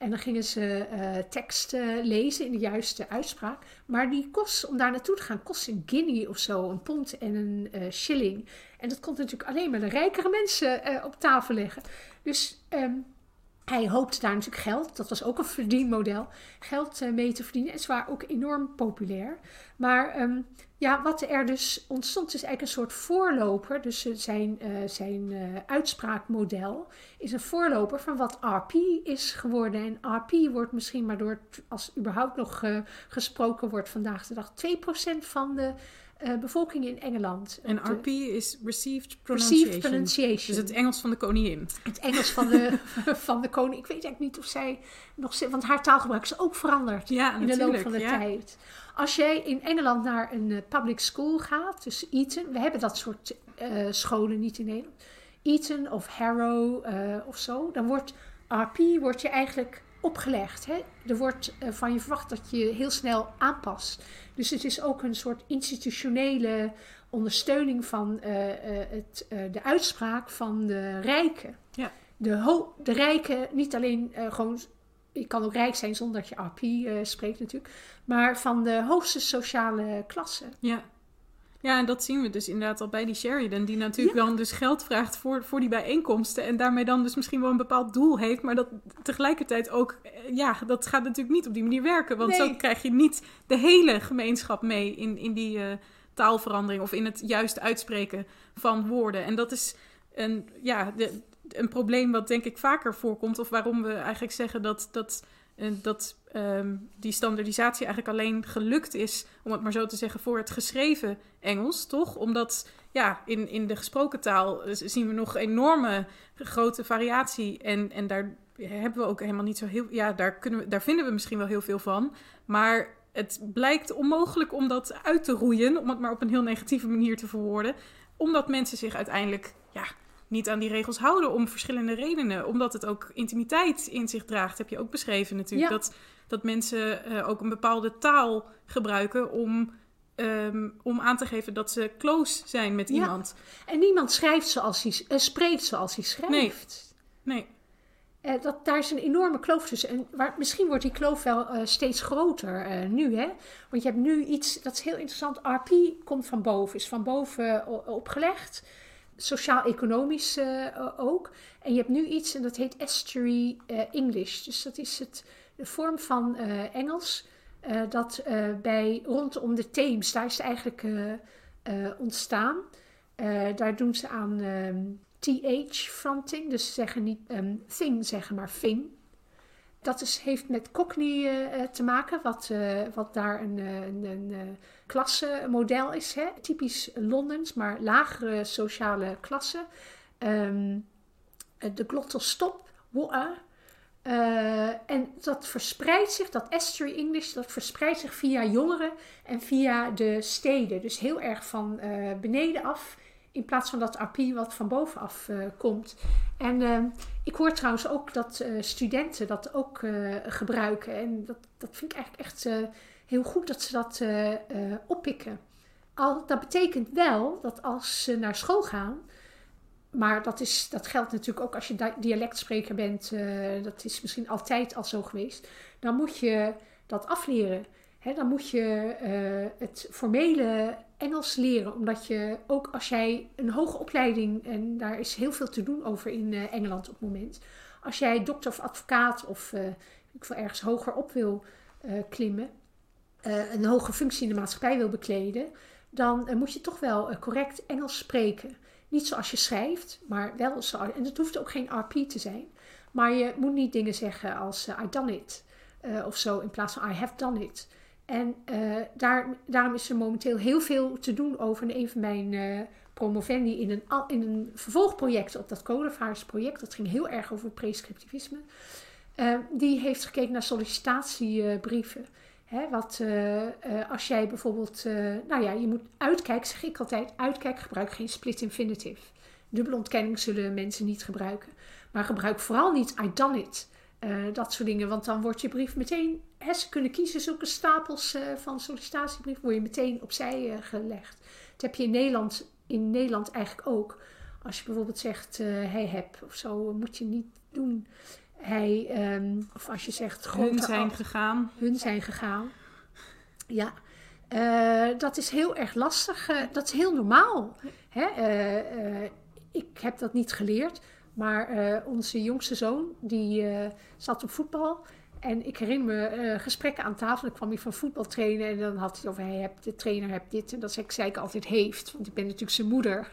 En dan gingen ze uh, tekst uh, lezen in de juiste uitspraak. Maar die kost, om daar naartoe te gaan, kost een guinea of zo, een pond en een uh, shilling. En dat kon natuurlijk alleen maar de rijkere mensen uh, op tafel leggen. Dus um, hij hoopte daar natuurlijk geld, dat was ook een verdienmodel, geld uh, mee te verdienen. En ze waren ook enorm populair. Maar um, ja, wat er dus ontstond is eigenlijk een soort voorloper. Dus uh, zijn, uh, zijn uh, uitspraakmodel is een voorloper van wat R P is geworden. En R P wordt misschien maar door, als überhaupt nog uh, gesproken wordt vandaag de dag, twee procent van de uh, bevolking in Engeland. En R P is Received Pronunciation. Received Pronunciation. Dus het Engels van de koningin. Het Engels van de, van de koning. Ik weet eigenlijk niet of zij nog... Want haar taalgebruik is ook veranderd ja, in de loop van de ja. tijd. Als jij in Engeland naar een uh, public school gaat, dus Eton... We hebben dat soort uh, scholen niet in Nederland. Eton of Harrow uh, of zo. Dan wordt R P wordt je eigenlijk opgelegd. Hè? Er wordt uh, van je verwacht dat je heel snel aanpast. Dus het is ook een soort institutionele ondersteuning van uh, uh, het, uh, de uitspraak van de rijken. Ja. De, ho- de rijken, niet alleen uh, gewoon... Je kan ook rijk zijn zonder dat je R P uh, spreekt natuurlijk. Maar van de hoogste sociale klasse. Ja. Ja, en dat zien we dus inderdaad al bij die Sheridan. Die natuurlijk ja. dan dus geld vraagt voor, voor die bijeenkomsten. En daarmee dan dus misschien wel een bepaald doel heeft. Maar dat tegelijkertijd ook... Ja, dat gaat natuurlijk niet op die manier werken. Want nee. Zo krijg je niet de hele gemeenschap mee in, in die uh, taalverandering. Of in het juist uitspreken van woorden. En dat is een... Ja, de, een probleem wat denk ik vaker voorkomt. Of waarom we eigenlijk zeggen dat, dat, uh, dat um, die standaardisatie eigenlijk alleen gelukt is, om het maar zo te zeggen, voor het geschreven Engels, toch? Omdat ja, in, in de gesproken taal zien we nog enorme grote variatie. En, en daar hebben we ook helemaal niet zo heel... Ja, daar, kunnen we, daar vinden we misschien wel heel veel van. Maar het blijkt onmogelijk om dat uit te roeien, om het maar op een heel negatieve manier te verwoorden. Omdat mensen zich uiteindelijk... ja. niet aan die regels houden om verschillende redenen. Omdat het ook intimiteit in zich draagt, heb je ook beschreven natuurlijk. Ja. Dat, dat mensen uh, ook een bepaalde taal gebruiken om, um, om aan te geven dat ze close zijn met ja. iemand. En niemand schrijft zoals hij, uh, spreekt zoals hij schrijft. Nee, nee. Uh, dat, daar is een enorme kloof tussen. En waar, misschien wordt die kloof wel uh, steeds groter uh, nu, hè? Want je hebt nu iets, dat is heel interessant. R P komt van boven, is van boven uh, opgelegd. Sociaal-economisch uh, ook. En je hebt nu iets en dat heet Estuary uh, English. Dus dat is het, de vorm van uh, Engels uh, dat uh, bij rondom de Theems, daar is het eigenlijk uh, uh, ontstaan. Uh, daar doen ze aan um, T H fronting, dus ze zeggen niet um, thing, zeggen maar thing. Dat is, heeft met Cockney uh, te maken, wat, uh, wat daar een, een, een uh, klassenmodel is. Hè? Typisch Londens, maar lagere sociale klasse. Um, de glottalstop, woa. Uh, en dat verspreidt zich, dat Estuary English, dat verspreidt zich via jongeren en via de steden. Dus heel erg van uh, beneden af. In plaats van dat R P wat van bovenaf uh, komt. En uh, ik hoor trouwens ook dat uh, studenten dat ook uh, gebruiken. En dat, dat vind ik eigenlijk echt uh, heel goed dat ze dat uh, uh, oppikken. Al, dat betekent wel dat als ze naar school gaan... Maar dat, is, dat geldt natuurlijk ook als je di- dialectspreker bent. Uh, dat is misschien altijd al zo geweest. Dan moet je dat afleren. He, dan moet je uh, het formele Engels leren. Omdat je ook als jij een hoge opleiding... en daar is heel veel te doen over in uh, Engeland op het moment. Als jij dokter of advocaat of uh, ik wil ergens hoger op wil uh, klimmen... Uh, een hoge functie in de maatschappij wil bekleden... dan uh, moet je toch wel uh, correct Engels spreken. Niet zoals je schrijft, maar wel zo. En het hoeft ook geen R P te zijn. Maar je moet niet dingen zeggen als uh, I done it. Uh, of zo in plaats van I have done it. En uh, daar, daarom is er momenteel heel veel te doen over. En een van mijn uh, promovendi in een, in een vervolgproject op dat codevaarsproject. Dat ging heel erg over prescriptivisme. Uh, die heeft gekeken naar sollicitatiebrieven. Hè, wat uh, uh, als jij bijvoorbeeld... Uh, nou ja, je moet uitkijken, zeg ik altijd. Uitkijk, gebruik geen split infinitive. Dubbele ontkenning zullen mensen niet gebruiken. Maar gebruik vooral niet I done it. Uh, dat soort dingen, want dan wordt je brief meteen... Hè, ze kunnen kiezen, zulke stapels uh, van sollicitatiebrief... word je meteen opzij uh, gelegd. Dat heb je in Nederland, in Nederland eigenlijk ook. Als je bijvoorbeeld zegt, uh, hey heb of zo, moet je niet doen. hij, um, of als je zegt... Hun zijn af, gegaan. Hun zijn gegaan. Ja, uh, dat is heel erg lastig. Uh, dat is heel normaal. Hè? Uh, uh, ik heb dat niet geleerd. Maar uh, onze jongste zoon, die uh, zat op voetbal... En ik herinner me uh, gesprekken aan tafel. Dan kwam hij van voetbal trainen. En dan had hij over, hij hebt de trainer hebt dit. En dat zei ik, zei ik altijd heeft. Want ik ben natuurlijk zijn moeder.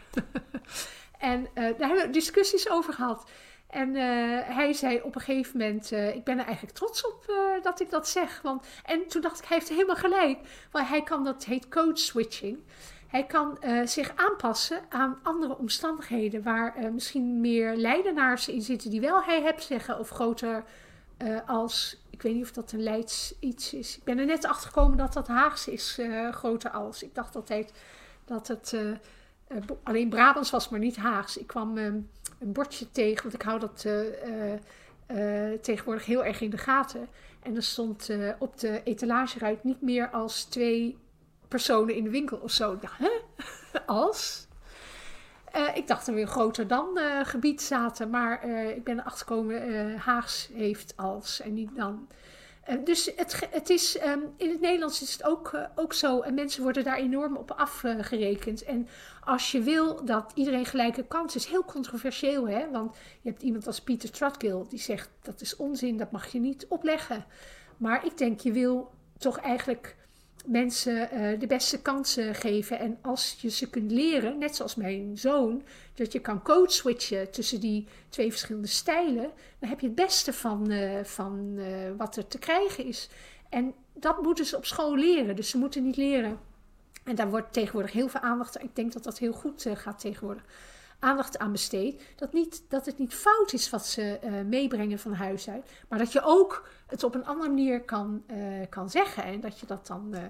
en uh, daar hebben we discussies over gehad. En uh, hij zei op een gegeven moment... Uh, ik ben er eigenlijk trots op uh, dat ik dat zeg. Want, en toen dacht ik, hij heeft helemaal gelijk. Want hij kan, dat heet code switching. Hij kan uh, zich aanpassen aan andere omstandigheden. Waar uh, misschien meer Leidenaars in zitten. Die wel hij hebt zeggen. Of groter... Uh, als, ik weet niet of dat een Leids iets is. Ik ben er net achter gekomen dat dat Haags is, uh, groter als. Ik dacht altijd dat het uh, uh, alleen Brabants was, maar niet Haags. Ik kwam um, een bordje tegen, want ik hou dat uh, uh, uh, tegenwoordig heel erg in de gaten. En er stond uh, op de etalageruit niet meer als twee personen in de winkel of zo. Ik dacht, hè? Als... Uh, ik dacht dat we in groter dan uh, gebied zaten, maar uh, ik ben erachter gekomen, uh, Haags heeft als en niet dan. Uh, dus het, het is, um, in het Nederlands is het ook, uh, ook zo en mensen worden daar enorm op afgerekend. Uh, en als je wil dat iedereen gelijke kans is, heel controversieel, hè? Want je hebt iemand als Peter Trudgill die zegt dat is onzin, dat mag je niet opleggen. Maar ik denk je wil toch eigenlijk... mensen uh, de beste kansen geven. En als je ze kunt leren, net zoals mijn zoon, dat je kan code switchen tussen die twee verschillende stijlen, dan heb je het beste van, uh, van uh, wat er te krijgen is. En dat moeten ze op school leren. Dus ze moeten niet leren. En daar wordt tegenwoordig heel veel aandacht. Ik denk dat dat heel goed uh, gaat tegenwoordig. Aandacht aan besteed. Dat, niet, dat het niet fout is wat ze uh, meebrengen van huis uit. Maar dat je ook het op een andere manier kan, uh, kan zeggen. En dat je dat dan... Uh,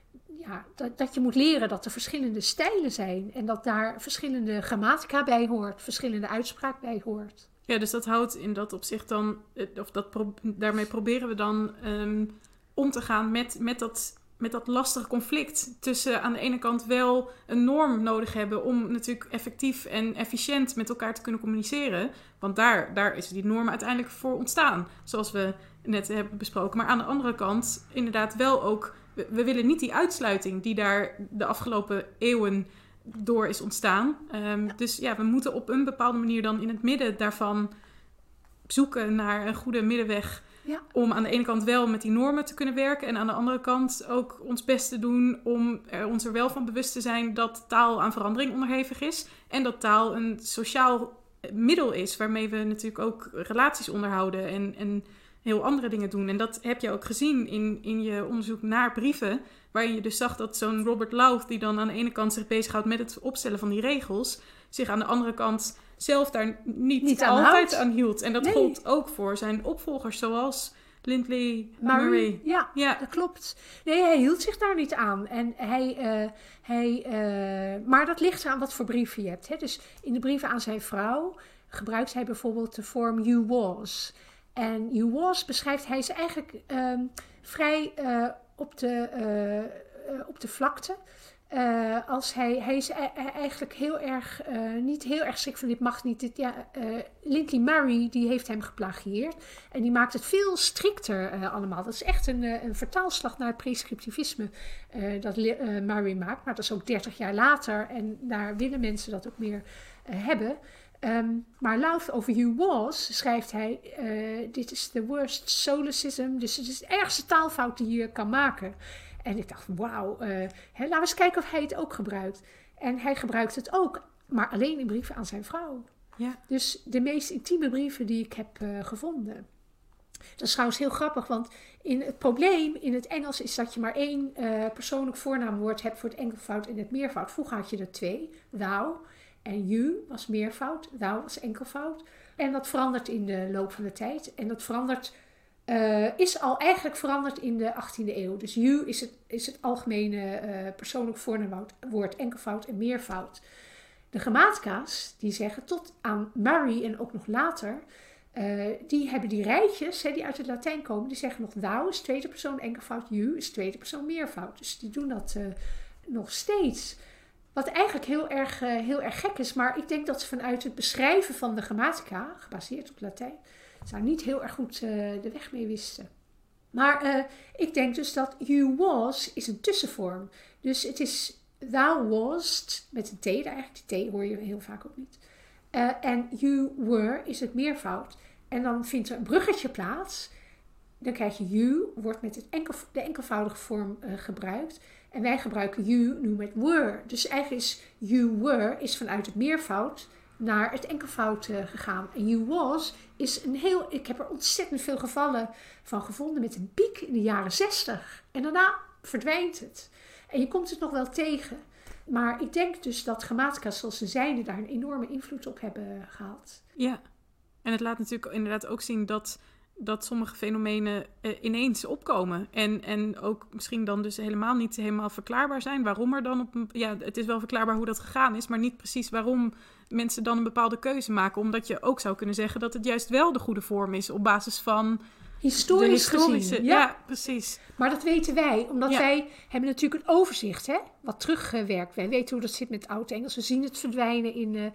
ja, dat, dat je moet leren dat er verschillende stijlen zijn. En dat daar verschillende grammatica bij hoort. Verschillende uitspraak bij hoort. Ja, dus dat houdt in dat opzicht dan... Of dat pro- daarmee proberen we dan um, om te gaan met, met dat... met dat lastige conflict tussen aan de ene kant wel een norm nodig hebben om natuurlijk effectief en efficiënt met elkaar te kunnen communiceren. Want daar, daar is die norm uiteindelijk voor ontstaan, zoals we net hebben besproken. Maar aan de andere kant inderdaad wel ook, we, we willen niet die uitsluiting die daar de afgelopen eeuwen door is ontstaan. Um, ja. Dus ja, we moeten op een bepaalde manier dan in het midden daarvan zoeken naar een goede middenweg. Ja. Om aan de ene kant wel met die normen te kunnen werken. En aan de andere kant ook ons best te doen om er ons er wel van bewust te zijn dat taal aan verandering onderhevig is. En dat taal een sociaal middel is waarmee we natuurlijk ook relaties onderhouden en, en heel andere dingen doen. En dat heb je ook gezien in, in je onderzoek naar brieven. Waarin je dus zag dat zo'n Robert Louth, die dan aan de ene kant zich bezighoudt met het opstellen van die regels, zich aan de andere kant zelf daar niet, niet aan altijd aan hield. En dat nee. gold ook voor zijn opvolgers, zoals Lindley Murray. Murray. Ja, ja, dat klopt. Nee, hij hield zich daar niet aan. En hij, uh, hij, uh, maar dat ligt eraan wat voor brieven je hebt. Hè? Dus in de brieven aan zijn vrouw gebruikt hij bijvoorbeeld de vorm you was. En you was beschrijft, hij is eigenlijk um, vrij uh, op, de, uh, uh, op de vlakte. Uh, als hij, hij is eigenlijk heel erg, uh, niet heel erg schrik van dit mag niet. Dit, ja, uh, Lindley Murray die heeft hem geplagieerd. En die maakt het veel strikter uh, allemaal. Dat is echt een, uh, een vertaalslag naar het prescriptivisme uh, dat uh, Murray maakt. Maar dat is ook dertig jaar later. En daar willen mensen dat ook meer uh, hebben. Um, maar Louth over You Was schrijft hij, uh, dit is the worst solecism. Dus het is de ergste taalfout die je kan maken. En ik dacht, wauw, uh, hè, laten we eens kijken of hij het ook gebruikt. En hij gebruikt het ook, maar alleen in brieven aan zijn vrouw. Ja. Dus de meest intieme brieven die ik heb uh, gevonden. Dat is trouwens heel grappig, want in het probleem in het Engels is dat je maar één uh, persoonlijk voornaamwoord hebt voor het enkelvoud en het meervoud. Vroeger had je er twee, thou en you was meervoud, thou was enkelvoud. En dat verandert in de loop van de tijd. En dat verandert... Uh, is al eigenlijk veranderd in de achttiende eeuw. Dus you is het, is het algemene uh, persoonlijk voornaamwoord enkelvoud en meervoud. De grammatica's die zeggen tot aan Murray en ook nog later, uh, die hebben die rijtjes hè, die uit het Latijn komen, die zeggen nog thou is tweede persoon enkelvoud, you is tweede persoon meervoud. Dus die doen dat uh, nog steeds. Wat eigenlijk heel erg, uh, heel erg gek is, maar ik denk dat ze vanuit het beschrijven van de grammatica, gebaseerd op Latijn, ze daar niet heel erg goed uh, de weg mee wisten. Maar uh, ik denk dus dat you was is een tussenvorm. Dus het is thou wast, met een t, eigenlijk die t hoor je heel vaak ook niet. Uh, en you were is het meervoud. En dan vindt er een bruggetje plaats. Dan krijg je you, wordt met het enkel, de enkelvoudige vorm uh, gebruikt. En wij gebruiken you nu met were. Dus eigenlijk is you were is vanuit het meervoud naar het enkelvoud uh, gegaan. En you was is een heel... Ik heb er ontzettend veel gevallen van gevonden met een piek in de jaren zestig. En daarna verdwijnt het. En je komt het nog wel tegen. Maar ik denk dus dat grammatica zoals ze zijn daar een enorme invloed op hebben gehad. Ja, en het laat natuurlijk inderdaad ook zien dat... dat sommige fenomenen uh, ineens opkomen. En, en ook misschien dan dus helemaal niet helemaal verklaarbaar zijn. Waarom er dan op... Een, ja, het is wel verklaarbaar hoe dat gegaan is, maar niet precies waarom mensen dan een bepaalde keuze maken. Omdat je ook zou kunnen zeggen dat het juist wel de goede vorm is op basis van... Historisch historische, gezien. Ja. ja, precies. Maar dat weten wij, omdat ja. wij hebben natuurlijk een overzicht, hè, wat terugwerkt. Wij weten hoe dat zit met Oud-Engels. We zien het verdwijnen in uh,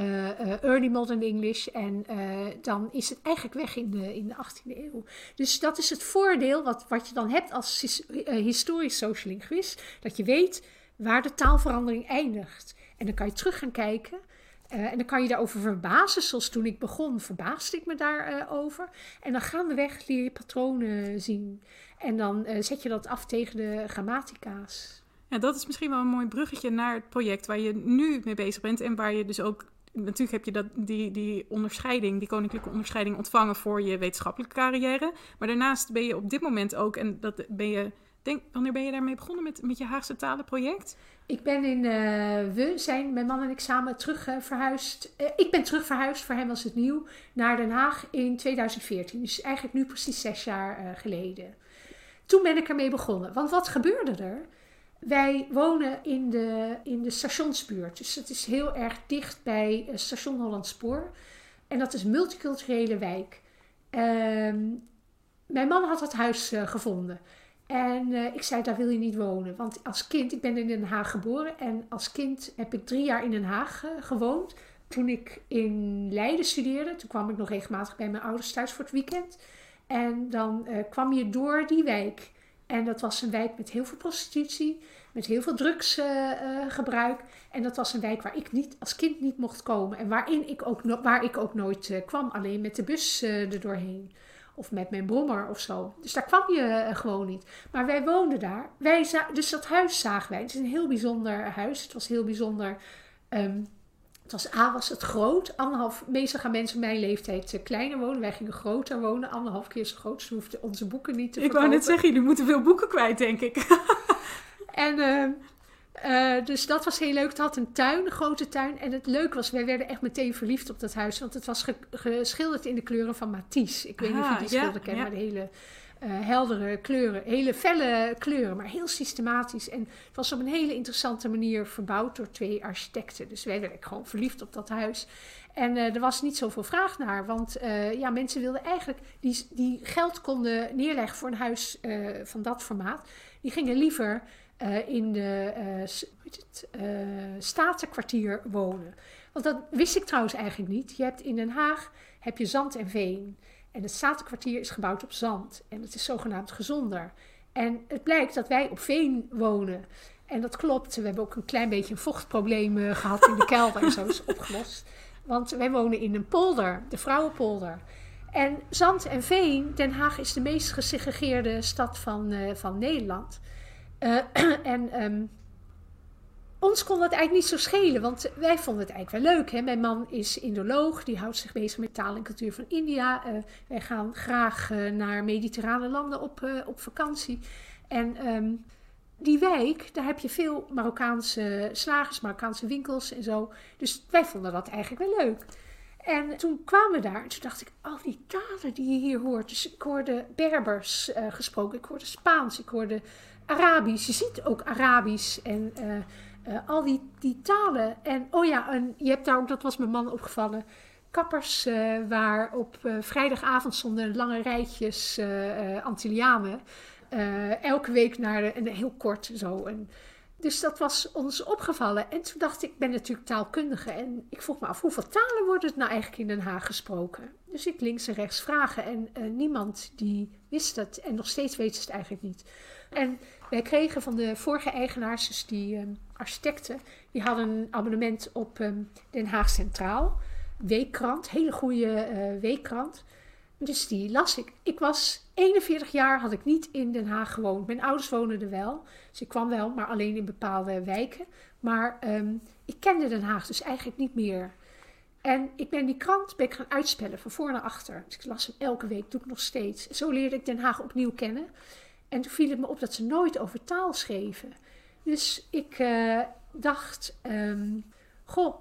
uh, Early Modern English. En uh, dan is het eigenlijk weg in de, in de achttiende eeuw. Dus dat is het voordeel wat, wat je dan hebt als his, uh, historisch sociolinguïst. Dat je weet waar de taalverandering eindigt. En dan kan je terug gaan kijken... Uh, en dan kan je daarover verbazen, zoals toen ik begon, verbaasde ik me daarover. Uh, en dan gaandeweg leer je patronen zien. En dan uh, zet je dat af tegen de grammatica's. Ja, dat is misschien wel een mooi bruggetje naar het project waar je nu mee bezig bent. En waar je dus ook, natuurlijk heb je dat, die, die onderscheiding, die koninklijke onderscheiding ontvangen voor je wetenschappelijke carrière. Maar daarnaast ben je op dit moment ook, en dat ben je... Denk, wanneer ben je daarmee begonnen met, met je Haagse talenproject? Ik ben in, uh, we zijn, mijn man en ik samen terug uh, verhuisd. Uh, ik ben terug verhuisd, voor hem was het nieuw, naar Den Haag in tweeduizend veertien. Dus eigenlijk nu precies zes jaar uh, geleden. Toen ben ik ermee begonnen. Want wat gebeurde er? Wij wonen in de, in de stationsbuurt. Dus het is heel erg dicht bij uh, station Hollandspoor. En dat is een multiculturele wijk. Uh, mijn man had het huis uh, gevonden. En uh, ik zei, daar wil je niet wonen. Want als kind, ik ben in Den Haag geboren. En als kind heb ik drie jaar in Den Haag uh, gewoond. Toen ik in Leiden studeerde. Toen kwam ik nog regelmatig bij mijn ouders thuis voor het weekend. En dan uh, kwam je door die wijk. En dat was een wijk met heel veel prostitutie. Met heel veel drugsgebruik. Uh, uh, en dat was een wijk waar ik niet, als kind niet mocht komen. En waarin ik ook no- waar ik ook nooit uh, kwam. Alleen met de bus uh, er doorheen. Of met mijn brommer of zo. Dus daar kwam je uh, gewoon niet. Maar wij woonden daar. Wij za- dus dat huis zagen wij. Het is een heel bijzonder huis. Het was heel bijzonder. Um, het was, A, was het groot. Anderhalf, meestal gaan mensen mijn leeftijd uh, kleiner wonen. Wij gingen groter wonen. Anderhalf keer zo groot. Dus we hoefden onze boeken niet te ik verkopen. Ik wou net zeggen, jullie moeten veel boeken kwijt, denk ik. en... Uh, Uh, dus dat was heel leuk. Het had een tuin, een grote tuin. En het leuke was, wij werden echt meteen verliefd op dat huis. Want het was ge- geschilderd in de kleuren van Matisse. Ik weet ah, niet of je die schilder ja, kent, ja. maar de hele uh, heldere kleuren. Hele felle kleuren, maar heel systematisch. En het was op een hele interessante manier verbouwd door twee architecten. Dus wij werden gewoon verliefd op dat huis. En uh, er was niet zoveel vraag naar. Want uh, ja, mensen wilden eigenlijk, die, die geld konden neerleggen voor een huis uh, van dat formaat. Die gingen liever... Uh, in de uh, weet het, uh, Statenkwartier wonen. Want dat wist ik trouwens eigenlijk niet. Je hebt in Den Haag heb je zand en veen. En het Statenkwartier is gebouwd op zand. En het is zogenaamd gezonder. En het blijkt dat wij op veen wonen. En dat klopt. We hebben ook een klein beetje een vochtprobleem uh, gehad in de kelder. En zo is opgelost. Want wij wonen in een polder. De Vrouwenpolder. En zand en veen. Den Haag is de meest gesegregeerde stad van, uh, van Nederland. Uh, en um, ons kon dat eigenlijk niet zo schelen, want wij vonden het eigenlijk wel leuk. Hè? Mijn man is Indoloog, die houdt zich bezig met taal en cultuur van India. Uh, wij gaan graag uh, naar mediterrane landen op, uh, op vakantie. En um, die wijk, daar heb je veel Marokkaanse slagers, Marokkaanse winkels en zo. Dus wij vonden dat eigenlijk wel leuk. En toen kwamen we daar en toen dacht ik, al die talen die je hier hoort. Dus ik hoorde Berbers uh, gesproken, ik hoorde Spaans, ik hoorde... Arabisch, je ziet ook Arabisch en uh, uh, al die, die talen. En oh ja, en je hebt daar ook, dat was mijn man opgevallen, kappers uh, waar op uh, vrijdagavond stonden lange rijtjes uh, uh, Antillianen. Uh, elke week naar de, en heel kort zo. En Dus dat was ons opgevallen. En toen dacht ik, ik ben natuurlijk taalkundige. En ik vroeg me af, hoeveel talen worden het nou eigenlijk in Den Haag gesproken? Dus ik links en rechts vragen. En uh, niemand die wist het. En nog steeds weten ze het eigenlijk niet. En wij kregen van de vorige eigenaars, dus die um, architecten, die hadden een abonnement op um, Den Haag Centraal. Weekkrant, hele goede uh, weekkrant. Dus die las ik. Ik was eenenveertig jaar, had ik niet in Den Haag gewoond. Mijn ouders woonden er wel. Dus ik kwam wel, maar alleen in bepaalde wijken. Maar um, ik kende Den Haag dus eigenlijk niet meer. En ik ben die krant ben ik gaan uitspellen, van voor naar achter. Dus ik las hem elke week, doe ik nog steeds. Zo leerde ik Den Haag opnieuw kennen. En toen viel het me op dat ze nooit over taal schreven. Dus ik uh, dacht, um, goh...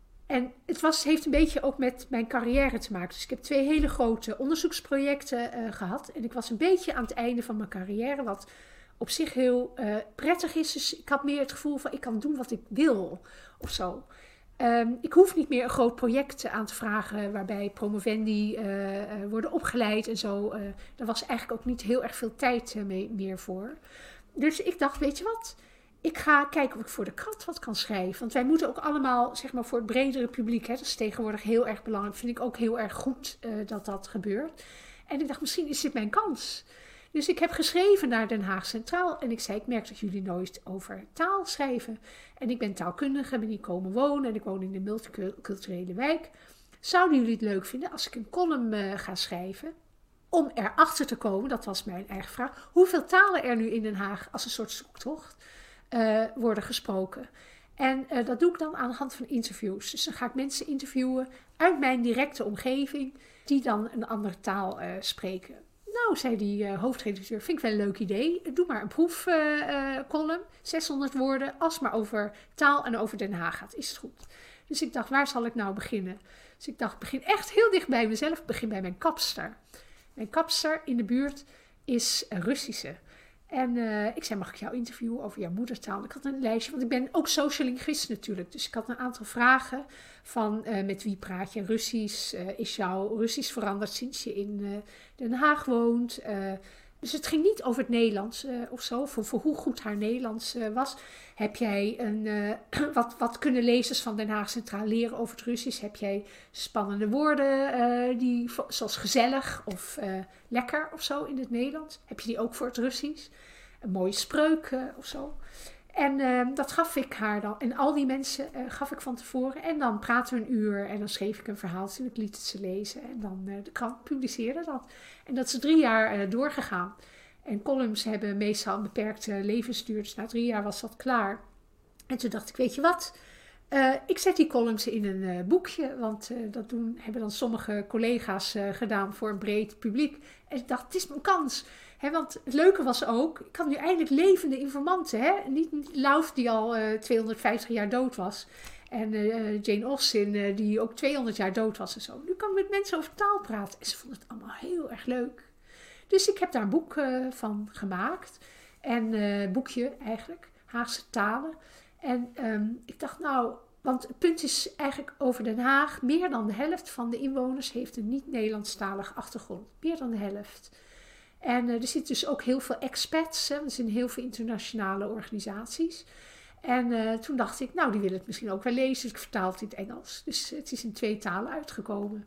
En het was, heeft een beetje ook met mijn carrière te maken. Dus ik heb twee hele grote onderzoeksprojecten uh, gehad. En ik was een beetje aan het einde van mijn carrière. Wat op zich heel uh, prettig is. Dus ik had meer het gevoel van ik kan doen wat ik wil. Of zo. Um, ik hoef niet meer een groot project aan te vragen. Waarbij promovendi uh, uh, worden opgeleid en zo. Uh, daar was eigenlijk ook niet heel erg veel tijd uh, mee, meer voor. Dus ik dacht, weet je wat... Ik ga kijken of ik voor de krant wat kan schrijven. Want wij moeten ook allemaal, zeg maar, voor het bredere publiek. Hè, dat is tegenwoordig heel erg belangrijk. Vind ik ook heel erg goed uh, dat dat gebeurt. En ik dacht, misschien is dit mijn kans. Dus ik heb geschreven naar Den Haag Centraal. En ik zei, ik merk dat jullie nooit over taal schrijven. En ik ben taalkundige, ben hier komen wonen. En ik woon in de multiculturele wijk. Zouden jullie het leuk vinden als ik een column uh, ga schrijven? Om erachter te komen, dat was mijn eigen vraag. Hoeveel talen er nu in Den Haag als een soort zoektocht Uh, worden gesproken. En uh, dat doe ik dan aan de hand van interviews. Dus dan ga ik mensen interviewen uit mijn directe omgeving die dan een andere taal uh, spreken. Nou, zei die uh, hoofdredacteur, vind ik wel een leuk idee. Doe maar een proefcolumn, uh, uh, zeshonderd woorden. Als het maar over taal en over Den Haag gaat, is het goed. Dus ik dacht, waar zal ik nou beginnen? Dus ik dacht, ik begin echt heel dicht bij mezelf. Ik begin bij mijn kapster. Mijn kapster in de buurt is uh, Russische. En uh, ik zei, mag ik jou interviewen over jouw moedertaal? Ik had een lijstje, want ik ben ook sociolinguïst natuurlijk. Dus ik had een aantal vragen van uh, met wie praat je Russisch? Uh, is jouw Russisch veranderd sinds je in uh, Den Haag woont? Uh, dus het ging niet over het Nederlands uh, of zo, voor, voor hoe goed haar Nederlands uh, was. Heb jij een, uh, wat, wat kunnen lezers van Den Haag Centraal leren over het Russisch? Heb jij spannende woorden, uh, die, zoals gezellig of uh, lekker of zo in het Nederlands? Heb je die ook voor het Russisch? Een mooie spreuk uh, of zo. En uh, dat gaf ik haar dan. En al die mensen uh, gaf ik van tevoren. En dan praten we een uur. En dan schreef ik een verhaaltje en ik liet het ze lezen. En dan uh, de krant publiceerde dat. En dat is drie jaar uh, doorgegaan. En columns hebben meestal een beperkte levensduur. Dus na drie jaar was dat klaar. En toen dacht ik, weet je wat? Uh, ik zet die columns in een uh, boekje. Want uh, dat doen, hebben dan sommige collega's uh, gedaan voor een breed publiek. En ik dacht, het is mijn kans. He, want het leuke was ook, ik had nu eindelijk levende informanten. Hè? Niet, niet Lauf die al uh, tweehonderdvijftig jaar dood was. En uh, Jane Austen uh, die ook tweehonderd jaar dood was en zo. Nu kan ik met mensen over taal praten. En ze vonden het allemaal heel erg leuk. Dus ik heb daar een boek uh, van gemaakt. En een uh, boekje eigenlijk, Haagse talen. En um, ik dacht nou, want het punt is eigenlijk over Den Haag. Meer dan de helft van de inwoners heeft een niet-Nederlandstalige achtergrond. Meer dan de helft. En uh, er zitten dus ook heel veel expats. Hè, er zijn heel veel internationale organisaties. En uh, toen dacht ik, nou die willen het misschien ook wel lezen. Dus ik vertaal het in het Engels. Dus het is in twee talen uitgekomen.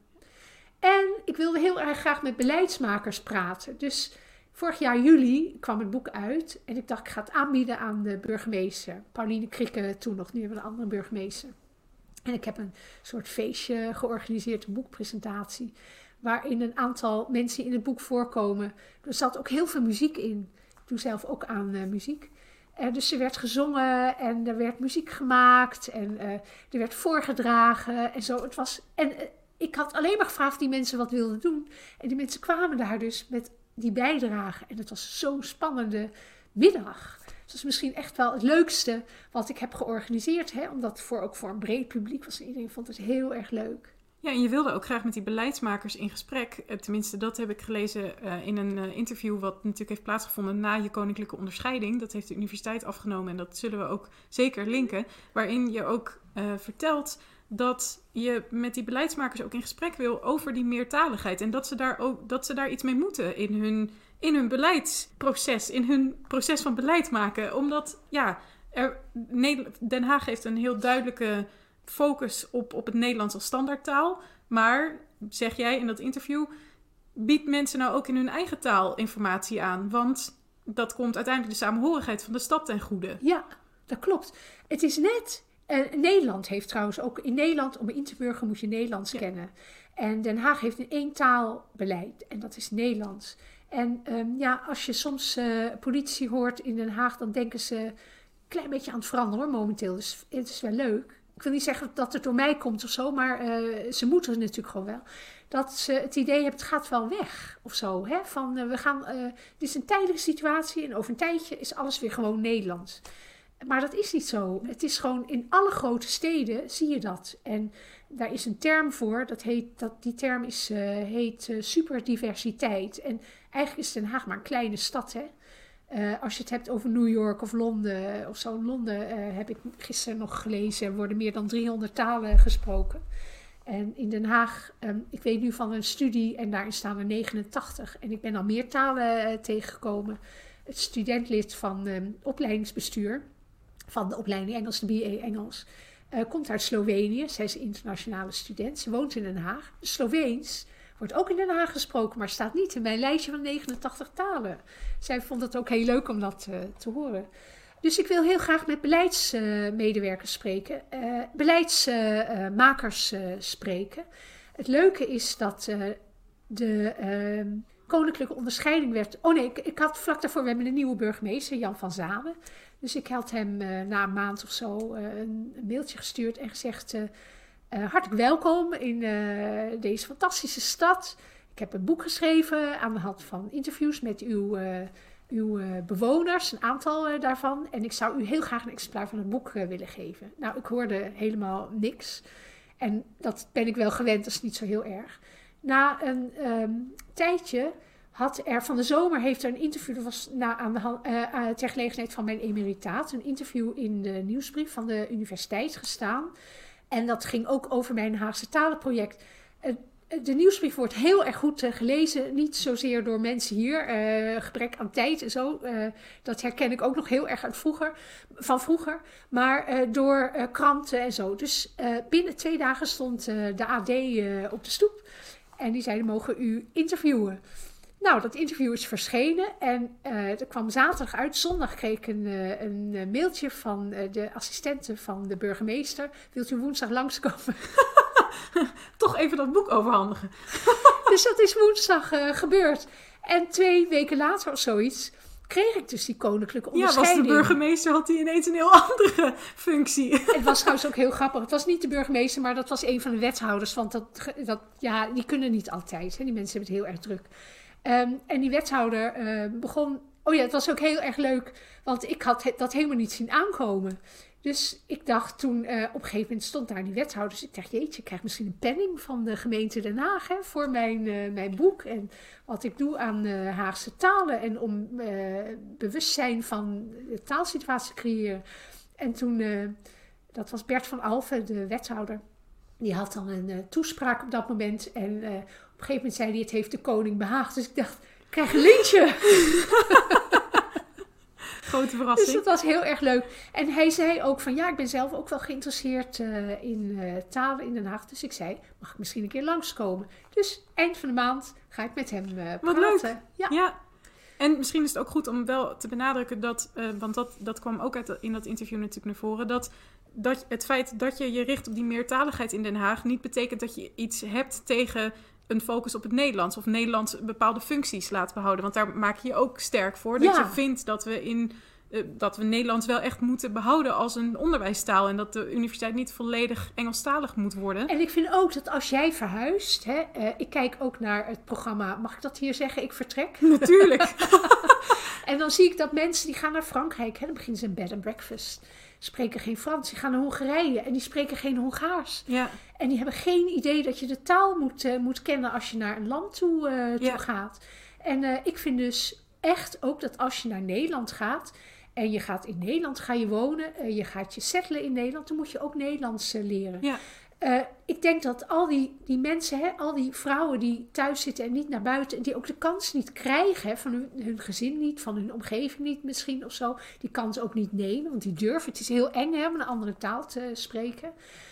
En ik wilde heel erg graag met beleidsmakers praten. Dus vorig jaar juli kwam het boek uit. En ik dacht, ik ga het aanbieden aan de burgemeester. Pauline Krikke toen nog, nu hebben we een andere burgemeester. En ik heb een soort feestje georganiseerd, een boekpresentatie. Waarin een aantal mensen in het boek voorkomen. Er zat ook heel veel muziek in. Ik doe zelf ook aan uh, muziek. Uh, dus er werd gezongen en er werd muziek gemaakt. En uh, er werd voorgedragen en zo. Het was, en uh, ik had alleen maar gevraagd of die mensen wat wilden doen. En die mensen kwamen daar dus met die bijdrage. En het was zo'n spannende middag. Dus dat is misschien echt wel het leukste wat ik heb georganiseerd. Hè? Omdat voor, ook voor een breed publiek was. Iedereen vond het heel erg leuk. Ja, en je wilde ook graag met die beleidsmakers in gesprek. Tenminste, dat heb ik gelezen uh, in een uh, interview wat natuurlijk heeft plaatsgevonden na je koninklijke onderscheiding. Dat heeft de universiteit afgenomen en dat zullen we ook zeker linken. Waarin je ook uh, vertelt dat je met die beleidsmakers ook in gesprek wil over die meertaligheid. En dat ze daar ook dat ze daar iets mee moeten in hun, in hun beleidsproces, in hun proces van beleid maken. Omdat, ja, er, Den Haag heeft een heel duidelijke focus op, op het Nederlands als standaardtaal. Maar, zeg jij in dat interview, biedt mensen nou ook in hun eigen taal informatie aan? Want dat komt uiteindelijk de samenhorigheid van de stad ten goede. Ja, dat klopt. Het is net... Uh, Nederland heeft trouwens ook... In Nederland, om in te burgeren moet je Nederlands ja. kennen. En Den Haag heeft een ééntaalbeleid. En dat is Nederlands. En um, ja, als je soms uh, politici hoort in Den Haag, dan denken ze een klein beetje aan het veranderen hoor, momenteel. Dus het is wel leuk. Ik wil niet zeggen dat het door mij komt of zo, maar uh, ze moeten het natuurlijk gewoon wel. Dat ze het idee hebben, het gaat wel weg of zo. Hè? Van, uh, we gaan, uh, dit is een tijdelijke situatie en over een tijdje is alles weer gewoon Nederlands. Maar dat is niet zo. Het is gewoon in alle grote steden zie je dat. En daar is een term voor, dat heet, dat, die term is, uh, heet uh, superdiversiteit. En eigenlijk is Den Haag maar een kleine stad, hè. Uh, als je het hebt over New York of Londen of zo. In Londen uh, heb ik gisteren nog gelezen, er worden meer dan driehonderd talen gesproken. En in Den Haag, um, ik weet nu van een studie en daarin staan er negenentachtig. En ik ben al meer talen uh, tegengekomen. Het studentlid van um, opleidingsbestuur van de opleiding Engels, de B A Engels, uh, komt uit Slovenië. Zij is een internationale student. Ze woont in Den Haag. De Sloveens wordt ook in Den Haag gesproken, maar staat niet in mijn lijstje van negenentachtig talen. Zij vond het ook heel leuk om dat uh, te horen. Dus ik wil heel graag met beleidsmedewerkers uh, spreken, uh, beleidsmakers uh, uh, spreken. Het leuke is dat uh, de uh, koninklijke onderscheiding werd... Oh nee, ik, ik had vlak daarvoor, we hebben een nieuwe burgemeester, Jan van Zanen. Dus ik had hem uh, na een maand of zo uh, een, een mailtje gestuurd en gezegd... Uh, uh, hartelijk welkom in uh, deze fantastische stad. Ik heb een boek geschreven aan de hand van interviews met uw... Uh, uw uh, bewoners, een aantal uh, daarvan. En ik zou u heel graag een exemplaar van het boek uh, willen geven. Nou, ik hoorde helemaal niks. En dat ben ik wel gewend, dat is niet zo heel erg. Na een um, tijdje had er van de zomer heeft er een interview, dat was na, aan de hand, uh, uh, ter gelegenheid van mijn emeritaat, een interview in de nieuwsbrief van de universiteit gestaan. En dat ging ook over mijn Haagse talenproject. Uh, De nieuwsbrief wordt heel erg goed uh, gelezen. Niet zozeer door mensen hier. Uh, gebrek aan tijd en zo. Uh, dat herken ik ook nog heel erg uit vroeger, van vroeger. Maar uh, door uh, kranten en zo. Dus uh, binnen twee dagen stond uh, de A D uh, op de stoep. En die zeiden, mogen u interviewen? Nou, dat interview is verschenen. En uh, er kwam zaterdag uit. Zondag kreeg ik een, uh, een mailtje van uh, de assistente van de burgemeester. Wilt u woensdag langskomen? Toch even dat boek overhandigen. Dus dat is woensdag uh, gebeurd. En twee weken later of zoiets kreeg ik dus die koninklijke onderscheiding. Ja, was de burgemeester, had hij ineens een heel andere functie. Het was trouwens ook heel grappig. Het was niet de burgemeester, maar dat was een van de wethouders. Want dat, dat, ja, die kunnen niet altijd. Hè. Die mensen hebben het heel erg druk. Um, en die wethouder uh, begon... Oh ja, het was ook heel erg leuk. Want ik had dat helemaal niet zien aankomen. Dus ik dacht toen, uh, op een gegeven moment stond daar die wethouder. Dus ik dacht, jeetje, ik krijg misschien een penning van de gemeente Den Haag hè, voor mijn, uh, mijn boek. En wat ik doe aan uh, Haagse talen en om uh, bewustzijn van de taalsituatie te creëren. En toen, uh, dat was Bert van Alphen, de wethouder. Die had dan een uh, toespraak op dat moment. En uh, op een gegeven moment zei hij, het heeft de koning behaagd. Dus ik dacht, ik krijg een lintje. Grote verrassing. Dus dat was heel erg leuk. En hij zei ook van, ja, ik ben zelf ook wel geïnteresseerd uh, in uh, talen in Den Haag. Dus ik zei, mag ik misschien een keer langskomen? Dus eind van de maand ga ik met hem uh, praten. Wat leuk. Ja. ja. En misschien is het ook goed om wel te benadrukken dat, uh, want dat, dat kwam ook uit, in dat interview natuurlijk naar voren, dat, dat het feit dat je je richt op die meertaligheid in Den Haag niet betekent dat je iets hebt tegen een focus op het Nederlands of Nederlands bepaalde functies laat behouden. Want daar maak je je ook sterk voor. Dat ja. je vindt dat we in uh, dat we Nederlands wel echt moeten behouden als een onderwijstaal en dat de universiteit niet volledig Engelstalig moet worden. En ik vind ook dat als jij verhuist, hè, uh, ik kijk ook naar het programma, mag ik dat hier zeggen, Ik Vertrek? Natuurlijk. En dan zie ik dat mensen die gaan naar Frankrijk, hè, dan beginnen ze een bed and breakfast. Spreken geen Frans. Die gaan naar Hongarije en die spreken geen Hongaars. Ja. En die hebben geen idee dat je de taal moet, uh, moet kennen als je naar een land toe, uh, toe ja. gaat. En uh, ik vind dus echt ook dat als je naar Nederland gaat en je gaat in Nederland ga je wonen, uh, je gaat je settelen in Nederland, dan moet je ook Nederlands uh, leren. Ja. Uh, ik denk dat al die, die mensen, hè, al die vrouwen die thuis zitten en niet naar buiten, die ook de kans niet krijgen, hè, van hun, hun gezin niet, van hun omgeving niet misschien of zo, die kans ook niet nemen, want die durven. Het is heel eng, hè, om een andere taal te spreken.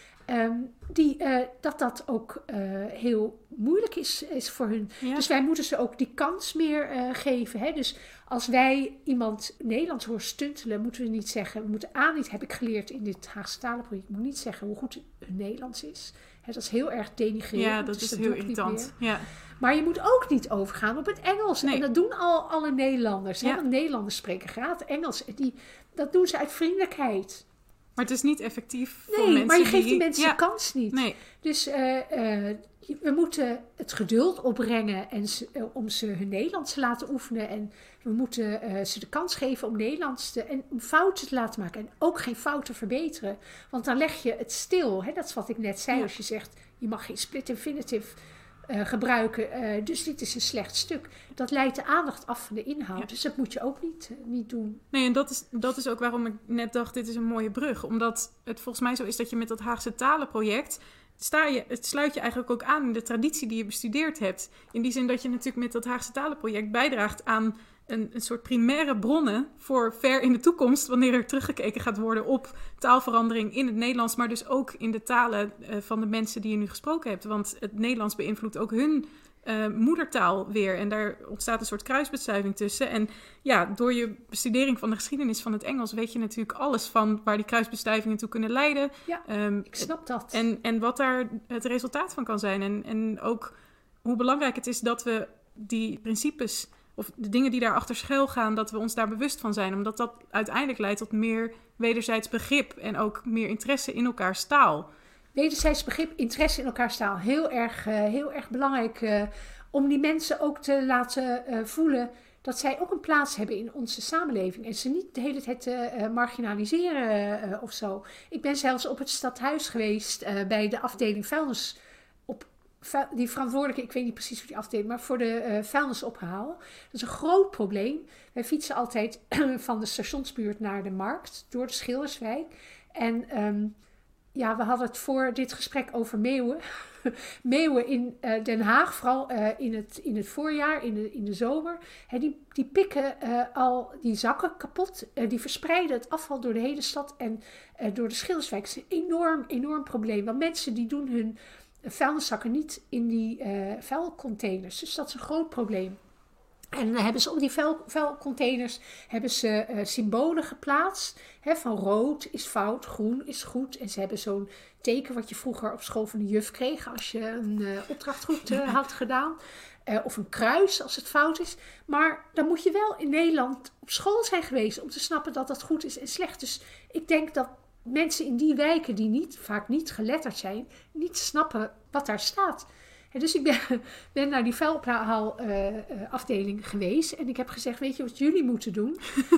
Um, die, uh, dat dat ook uh, heel moeilijk is, is voor hun. Ja. Dus wij moeten ze ook die kans meer uh, geven. Hè? Dus als wij iemand Nederlands horen stuntelen, moeten we niet zeggen, we moeten aan niet, heb ik geleerd in dit Haagse talenproject, moet niet zeggen hoe goed hun Nederlands is. Hè, dat is heel erg denigrerend. Ja, dat dus is dat heel irritant. Ja. Maar je moet ook niet overgaan op het Engels. Nee. En dat doen al alle Nederlanders. Hè? Ja. Want Nederlanders spreken graag Engels. En die, dat doen ze uit vriendelijkheid. Maar het is niet effectief nee, voor mensen. Maar je geeft die, die mensen ja. de kans niet. Nee. Dus uh, uh, we moeten het geduld opbrengen en ze, uh, om ze hun Nederlands te laten oefenen. En we moeten uh, ze de kans geven om Nederlands te, en om fouten te laten maken. En ook geen fouten verbeteren. Want dan leg je het stil. Hè? Dat is wat ik net zei. Ja. Als je zegt, je mag geen split infinitive uh, gebruiken. Uh, dus dit is een slecht stuk. Dat leidt de aandacht af van de inhoud. Ja. Dus dat moet je ook niet, uh, niet doen. Nee, en dat is, dat is ook waarom ik net dacht, dit is een mooie brug. Omdat het volgens mij zo is dat je met dat Haagse talenproject, sta je, het sluit je eigenlijk ook aan in de traditie die je bestudeerd hebt. In die zin dat je natuurlijk met dat Haagse talenproject bijdraagt aan een, een soort primaire bronnen voor ver in de toekomst, wanneer er teruggekeken gaat worden op taalverandering in het Nederlands, maar dus ook in de talen uh, van de mensen die je nu gesproken hebt. Want het Nederlands beïnvloedt ook hun Uh, moedertaal weer. En daar ontstaat een soort kruisbestuiving tussen. En ja, door je bestudering van de geschiedenis van het Engels weet je natuurlijk alles van waar die kruisbestuivingen toe kunnen leiden. Ja, um, ik snap dat. En, en wat daar het resultaat van kan zijn. En, en ook hoe belangrijk het is dat we die principes of de dingen die daarachter schuil gaan, dat we ons daar bewust van zijn. Omdat dat uiteindelijk leidt tot meer wederzijds begrip en ook meer interesse in elkaars taal. Wederzijds begrip, interesse in elkaars taal. Heel erg, uh, heel erg belangrijk uh, om die mensen ook te laten uh, voelen dat zij ook een plaats hebben in onze samenleving. En ze niet de hele tijd uh, marginaliseren uh, of zo. Ik ben zelfs op het stadhuis geweest uh, bij de afdeling vuilnis. Op, vuil, die verantwoordelijke, ik weet niet precies hoe die afdeling, maar voor de uh, vuilnisophaal. Dat is een groot probleem. Wij fietsen altijd van de stationsbuurt naar de markt door de Schilderswijk. En Um, ja, we hadden het voor dit gesprek over meeuwen. Meeuwen in uh, Den Haag, vooral uh, in, het, in het voorjaar, in de, in de zomer. Hè, die, die pikken uh, al die zakken kapot. Uh, die verspreiden het afval door de hele stad en uh, door de Schilderswijk. Dat is een enorm, enorm probleem. Want mensen die doen hun vuilniszakken niet in die uh, vuilcontainers. Dus dat is een groot probleem. En dan hebben ze op die vuil, vuilcontainers hebben ze uh, symbolen geplaatst. Hè, van rood is fout, groen is goed. En ze hebben zo'n teken wat je vroeger op school van de juf kreeg als je een uh, opdracht goed uh, had gedaan. Uh, of een kruis als het fout is. Maar dan moet je wel in Nederland op school zijn geweest om te snappen dat dat goed is en slecht. Dus ik denk dat mensen in die wijken die niet, vaak niet geletterd zijn, niet snappen wat daar staat. En dus ik ben, ben naar die vuilafdeling uh, uh, geweest. En ik heb gezegd, weet je wat jullie moeten doen?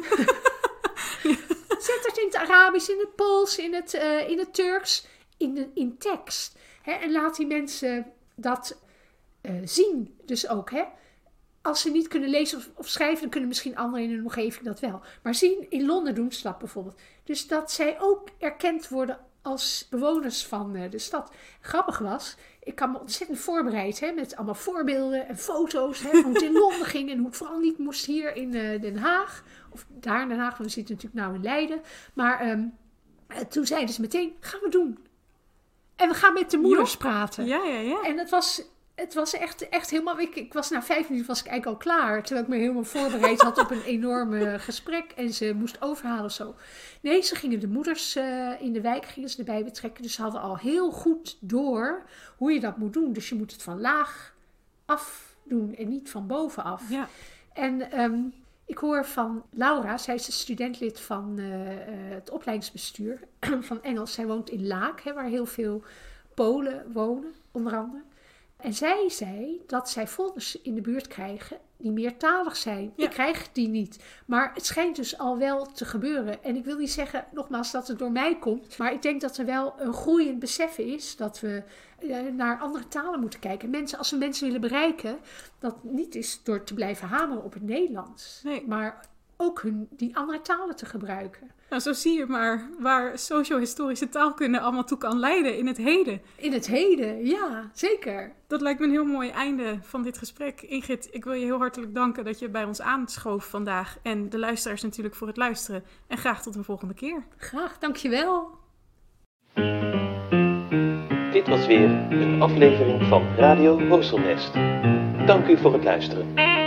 Ja. Zet het in het Arabisch, in het Pools, in het, uh, in het Turks, in, de, in tekst. Hè? En laat die mensen dat uh, zien dus ook. Hè? Als ze niet kunnen lezen of, of schrijven, dan kunnen misschien anderen in hun omgeving dat wel. Maar zien, in Londen doen ze dat bijvoorbeeld. Dus dat zij ook erkend worden als bewoners van uh, de stad. Grappig was, ik had me ontzettend voorbereid hè, met allemaal voorbeelden en foto's hè, van hoe het in Londen ging en hoe het vooral niet moest hier in uh, Den Haag. Of daar in Den Haag, want we zitten natuurlijk nou in Leiden. Maar um, uh, toen zeiden ze meteen, gaan we doen. En we gaan met de moeders ja. praten. Ja, ja, ja. En het was, het was echt, echt helemaal... Ik, ik was na vijf minuten was ik eigenlijk al klaar. Terwijl ik me helemaal voorbereid had op een enorme gesprek. En ze moest overhalen of zo. Nee, ze gingen de moeders uh, in de wijk gingen ze erbij betrekken. Dus ze hadden al heel goed door hoe je dat moet doen. Dus je moet het van laag af doen en niet van bovenaf. Ja. En um, ik hoor van Laura, zij is een studentlid van uh, uh, het opleidingsbestuur van Engels. Zij woont in Laak, hè, waar heel veel Polen wonen, onder andere. En zij zei dat zij folders in de buurt krijgen die meertalig zijn. Ja. Ik krijg die niet. Maar het schijnt dus al wel te gebeuren. En ik wil niet zeggen, nogmaals, dat het door mij komt. Maar ik denk dat er wel een groeiend besef is dat we uh, naar andere talen moeten kijken. Mensen, als we mensen willen bereiken, dat niet is door te blijven hameren op het Nederlands. Nee. Maar ook hun, die andere talen te gebruiken. Nou, zo zie je maar waar socio-historische taalkunde allemaal toe kan leiden in het heden. In het heden, ja, zeker. Dat lijkt me een heel mooi einde van dit gesprek. Ingrid, ik wil je heel hartelijk danken dat je bij ons aanschoof vandaag. En de luisteraars natuurlijk voor het luisteren. En graag tot een volgende keer. Graag, dankjewel. Dit was weer een aflevering van Radio Horselnest. Dank u voor het luisteren.